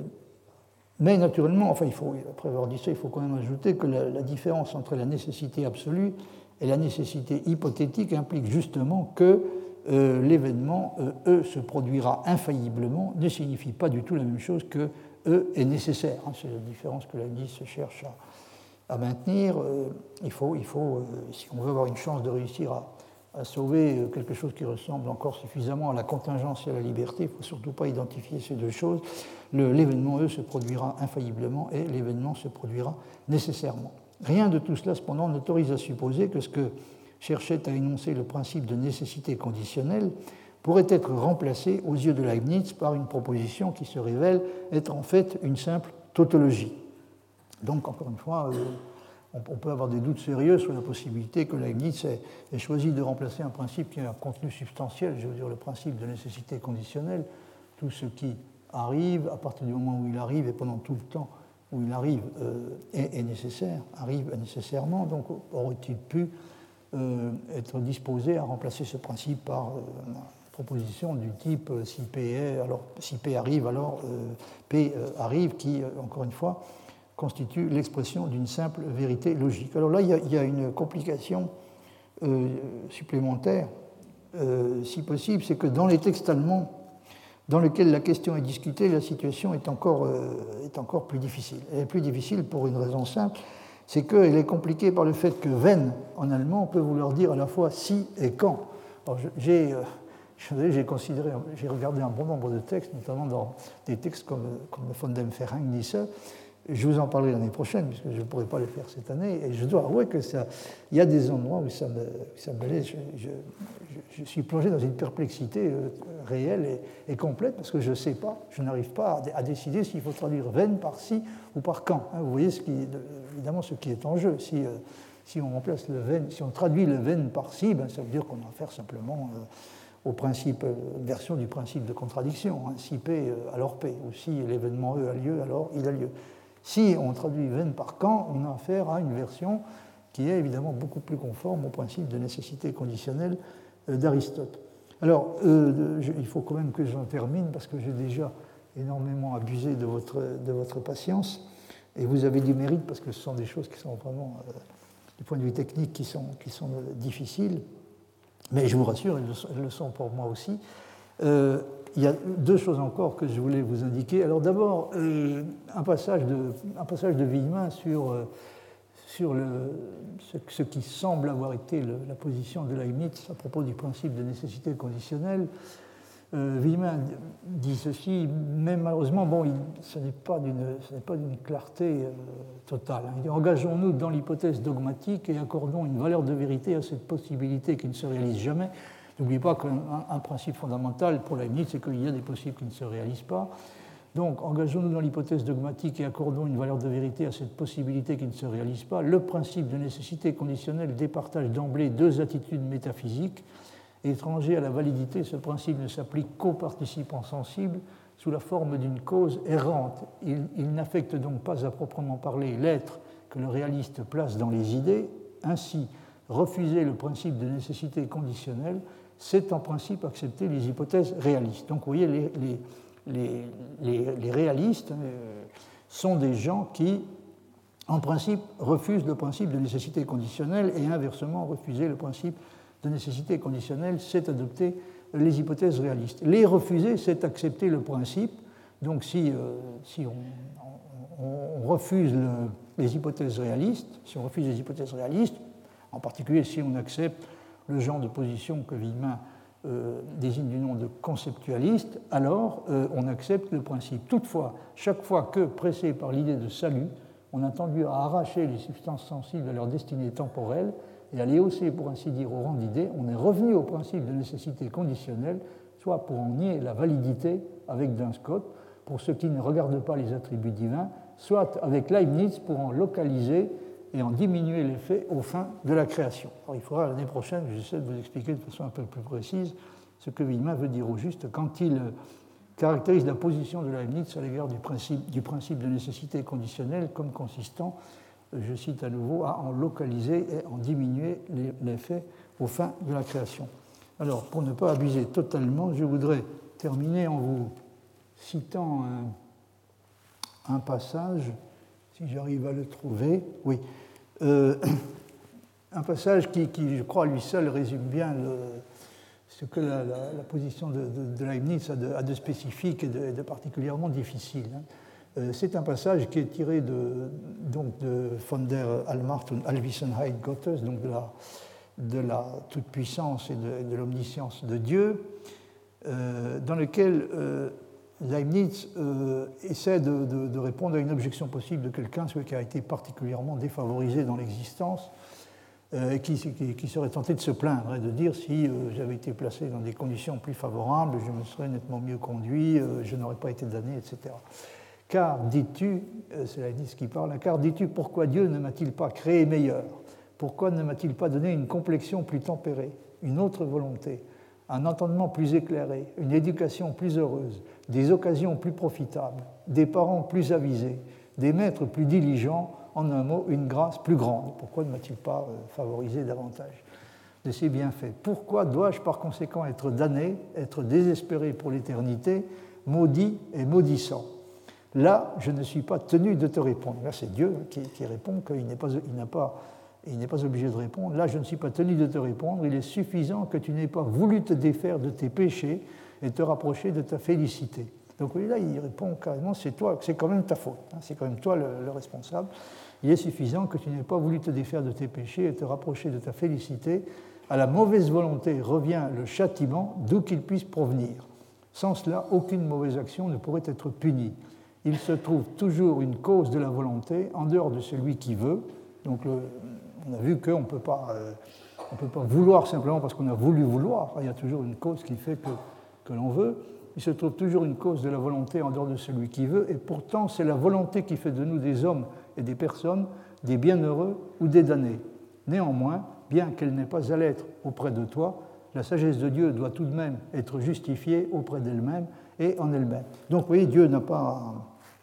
B: mais naturellement, enfin, il faut, après avoir dit ça, il faut quand même ajouter que la, la différence entre la nécessité absolue et la nécessité hypothétique implique justement que euh, l'événement, euh, E, se produira infailliblement, ne signifie pas du tout la même chose que E est nécessaire. C'est la différence que Leibniz se cherche à, à maintenir. Euh, il faut, il faut euh, si on veut avoir une chance de réussir à, à sauver quelque chose qui ressemble encore suffisamment à la contingence et à la liberté, il ne faut surtout pas identifier ces deux choses. Le, l'événement E se produira infailliblement et l'événement se produira nécessairement. Rien de tout cela, cependant, n'autorise à supposer que ce que cherchait à énoncer le principe de nécessité conditionnelle pourrait être remplacé aux yeux de Leibniz par une proposition qui se révèle être en fait une simple tautologie. Donc, encore une fois, euh, on peut avoir des doutes sérieux sur la possibilité que Leibniz ait, ait choisi de remplacer un principe qui a un contenu substantiel, je veux dire le principe de nécessité conditionnelle. Tout ce qui arrive, à partir du moment où il arrive et pendant tout le temps où il arrive, euh, est, est nécessaire, arrive nécessairement. Donc, aurait-il pu euh, être disposé à remplacer ce principe par euh, proposition du type euh, si P est, alors si P arrive, alors euh, P euh, arrive, qui, euh, encore une fois, constitue l'expression d'une simple vérité logique. Alors là, il y a, il y a une complication euh, supplémentaire, euh, si possible, c'est que dans les textes allemands, dans lesquels la question est discutée, la situation est encore, euh, est encore plus difficile. Elle est plus difficile pour une raison simple, c'est qu'elle est compliquée par le fait que wenn, en allemand, peut vouloir dire à la fois si et quand. Alors, j'ai... Euh, J'ai considéré, j'ai regardé un bon nombre de textes, notamment dans des textes comme, comme von dem Verhängnis. Je vous en parlerai l'année prochaine, puisque je ne pourrai pas le faire cette année. Et je dois avouer que ça, il y a des endroits où ça me, ça me laisse. Je, je, je suis plongé dans une perplexité réelle et, et complète, parce que je ne sais pas, je n'arrive pas à, à décider s'il faut traduire wenn par si ou par quand. Vous voyez ce qui, évidemment ce qui est en jeu. Si, si on remplace le wenn, si on traduit le wenn par si, ben ça veut dire qu'on a affaire simplement Euh, au principe, version du principe de contradiction, hein, si P, alors P, ou si l'événement E a lieu, alors il a lieu. Si on traduit Wenn par quand, on a affaire à une version qui est évidemment beaucoup plus conforme au principe de nécessité conditionnelle d'Aristote. Alors, euh, je, il faut quand même que j'en termine parce que j'ai déjà énormément abusé de votre, de votre patience et vous avez du mérite parce que ce sont des choses qui sont vraiment, euh, du point de vue technique, qui sont, qui sont euh, difficiles. Mais je vous rassure, elles le sont, elles le sont pour moi aussi. Euh, il y a deux choses encore que je voulais vous indiquer. Alors d'abord, euh, un, passage de, un passage de Villemin sur, euh, sur le, ce, ce qui semble avoir été le, la position de Leibniz à propos du principe de nécessité conditionnelle. Euh, Villemin dit ceci, mais malheureusement, bon, il, ce n'est pas d'une clarté euh, totale. Il dit, engageons-nous dans l'hypothèse dogmatique et accordons une valeur de vérité à cette possibilité qui ne se réalise jamais. N'oubliez pas qu'un un principe fondamental pour Leibniz, c'est qu'il y a des possibles qui ne se réalisent pas. Donc, engageons-nous dans l'hypothèse dogmatique et accordons une valeur de vérité à cette possibilité qui ne se réalise pas. Le principe de nécessité conditionnelle départage d'emblée deux attitudes métaphysiques. Étranger à la validité, ce principe ne s'applique qu'aux participants sensibles sous la forme d'une cause errante. Il, il n'affecte donc pas à proprement parler l'être que le réaliste place dans les idées. Ainsi, refuser le principe de nécessité conditionnelle, c'est en principe accepter les hypothèses réalistes. Donc vous voyez, les, les, les, les, les réalistes euh, sont des gens qui, en principe, refusent le principe de nécessité conditionnelle et inversement, refuser le principe de nécessité conditionnelle, c'est adopter les hypothèses réalistes. Les refuser, c'est accepter le principe. Donc si, euh, si on, on, on refuse le, les hypothèses réalistes, si on refuse les hypothèses réalistes, en particulier si on accepte le genre de position que Villemin euh, désigne du nom de conceptualiste, alors euh, on accepte le principe. Toutefois, chaque fois que, pressé par l'idée de salut, on a tendu à arracher les substances sensibles de leur destinée temporelle et à les hausser, pour ainsi dire, au rang d'idée, on est revenu au principe de nécessité conditionnelle, soit pour en nier la validité avec Duns Scotus, pour ceux qui ne regardent pas les attributs divins, soit avec Leibniz pour en localiser et en diminuer l'effet aux fins de la création. Alors, il faudra l'année prochaine que j'essaie de vous expliquer de façon un peu plus précise ce que Villemin veut dire au juste quand il caractérise la position de Leibniz à l'égard du principe, du principe de nécessité conditionnelle comme consistant, je cite à nouveau, à en localiser et en diminuer l'effet aux fins de la création. Alors, pour ne pas abuser totalement, je voudrais terminer en vous citant un, un passage, si j'arrive à le trouver, oui, euh, un passage qui, qui, je crois, lui seul résume bien le, ce que la, la, la position de, de, de Leibniz a de, a de spécifique et de, de particulièrement difficile. Hein. Euh, c'est un passage qui est tiré de, donc de von der Allmacht und Allwissenheit Gottes, donc de la, de la toute-puissance et de, de l'omniscience de Dieu, euh, dans lequel euh, Leibniz euh, essaie de, de, de répondre à une objection possible de quelqu'un, celui qui a été particulièrement défavorisé dans l'existence, euh, et qui, qui, qui serait tenté de se plaindre et de dire si euh, j'avais été placé dans des conditions plus favorables, je me serais nettement mieux conduit, euh, je n'aurais pas été damné, et cetera. Car dis-tu, c'est Leibniz qui parle, car dis-tu pourquoi Dieu ne m'a-t-il pas créé meilleur? Pourquoi ne m'a-t-il pas donné une complexion plus tempérée, une autre volonté, un entendement plus éclairé, une éducation plus heureuse, des occasions plus profitables, des parents plus avisés, des maîtres plus diligents, en un mot, une grâce plus grande? Pourquoi ne m'a-t-il pas favorisé davantage de ses bienfaits? Pourquoi dois-je par conséquent être damné, être désespéré pour l'éternité, maudit et maudissant? Là, je ne suis pas tenu de te répondre. Là, c'est Dieu qui, qui répond qu'il n'est pas, il n'a pas, il n'est pas obligé de répondre. Là, je ne suis pas tenu de te répondre. Il est suffisant que tu n'aies pas voulu te défaire de tes péchés et te rapprocher de ta félicité. Donc oui, là, il répond carrément, c'est toi, c'est quand même ta faute. Hein, c'est quand même toi le, le responsable. Il est suffisant que tu n'aies pas voulu te défaire de tes péchés et te rapprocher de ta félicité. À la mauvaise volonté revient le châtiment, d'où qu'il puisse provenir. Sans cela, aucune mauvaise action ne pourrait être punie. Il se trouve toujours une cause de la volonté en dehors de celui qui veut. Donc, le, on a vu qu'on ne peut pas, euh, on peut pas vouloir simplement parce qu'on a voulu vouloir. Il y a toujours une cause qui fait que, que l'on veut. Il se trouve toujours une cause de la volonté en dehors de celui qui veut. Et pourtant, c'est la volonté qui fait de nous des hommes et des personnes, des bienheureux ou des damnés. Néanmoins, bien qu'elle n'ait pas à l'être auprès de toi, la sagesse de Dieu doit tout de même être justifiée auprès d'elle-même et en elle-même. Donc, vous voyez, Dieu n'a pas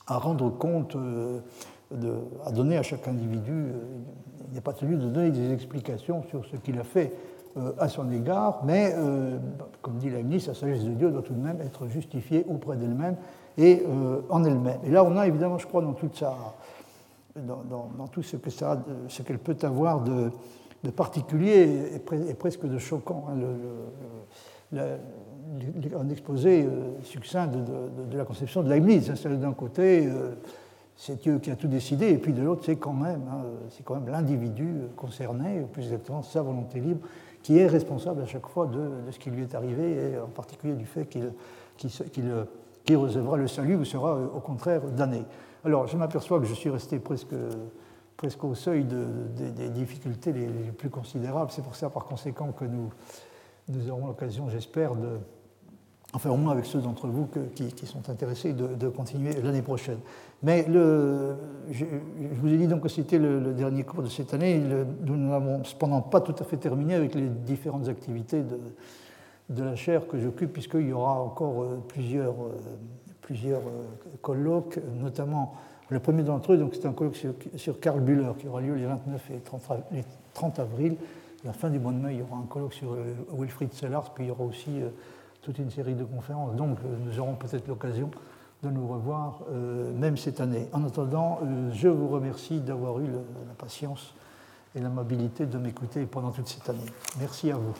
B: à rendre compte, euh, de, à donner à chaque individu, euh, il n'est pas tenu de donner des explications sur ce qu'il a fait euh, à son égard, mais, euh, comme dit Leibniz, la sagesse de Dieu doit tout de même être justifiée auprès d'elle-même et euh, en elle-même. Et là, on a évidemment, je crois, dans toute sa, dans, dans, dans tout ce que ça, a, ce qu'elle peut avoir de, de particulier et, pre, et presque de choquant. Hein, le, le, le, un exposé euh, succinct de, de, de la conception de Leibniz. C'est d'un côté, euh, c'est Dieu qui a tout décidé, et puis de l'autre, c'est quand même, hein, c'est quand même l'individu concerné, ou plus exactement sa volonté libre, qui est responsable à chaque fois de, de ce qui lui est arrivé, et en particulier du fait qu'il, qu'il, qu'il, qu'il recevra le salut ou sera au contraire damné. Alors, je m'aperçois que je suis resté presque, presque au seuil de, de, des difficultés les, les plus considérables. C'est pour ça, par conséquent, que nous, nous aurons l'occasion, j'espère, de, enfin au moins avec ceux d'entre vous que, qui, qui sont intéressés, de, de continuer l'année prochaine. Mais le, je, je vous ai dit donc que c'était le, le dernier cours de cette année. Le, nous n'avons cependant pas tout à fait terminé avec les différentes activités de, de la chaire que j'occupe, puisqu'il y aura encore euh, plusieurs, euh, plusieurs euh, colloques, notamment le premier d'entre eux, donc c'est un colloque sur, sur Karl Bühler qui aura lieu les vingt-neuf et trente avril. Et à la fin du mois de mai, il y aura un colloque sur euh, Wilfried Sellars, puis il y aura aussi euh, toute une série de conférences. Donc euh, nous aurons peut-être l'occasion de nous revoir, euh, même cette année. En attendant, euh, je vous remercie d'avoir eu le, la patience et l'amabilité de m'écouter pendant toute cette année. Merci à vous.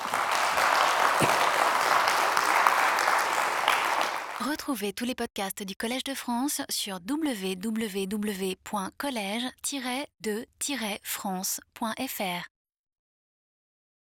A: Retrouvez tous les podcasts du Collège de France sur w w w point collège tiret de tiret france point f r.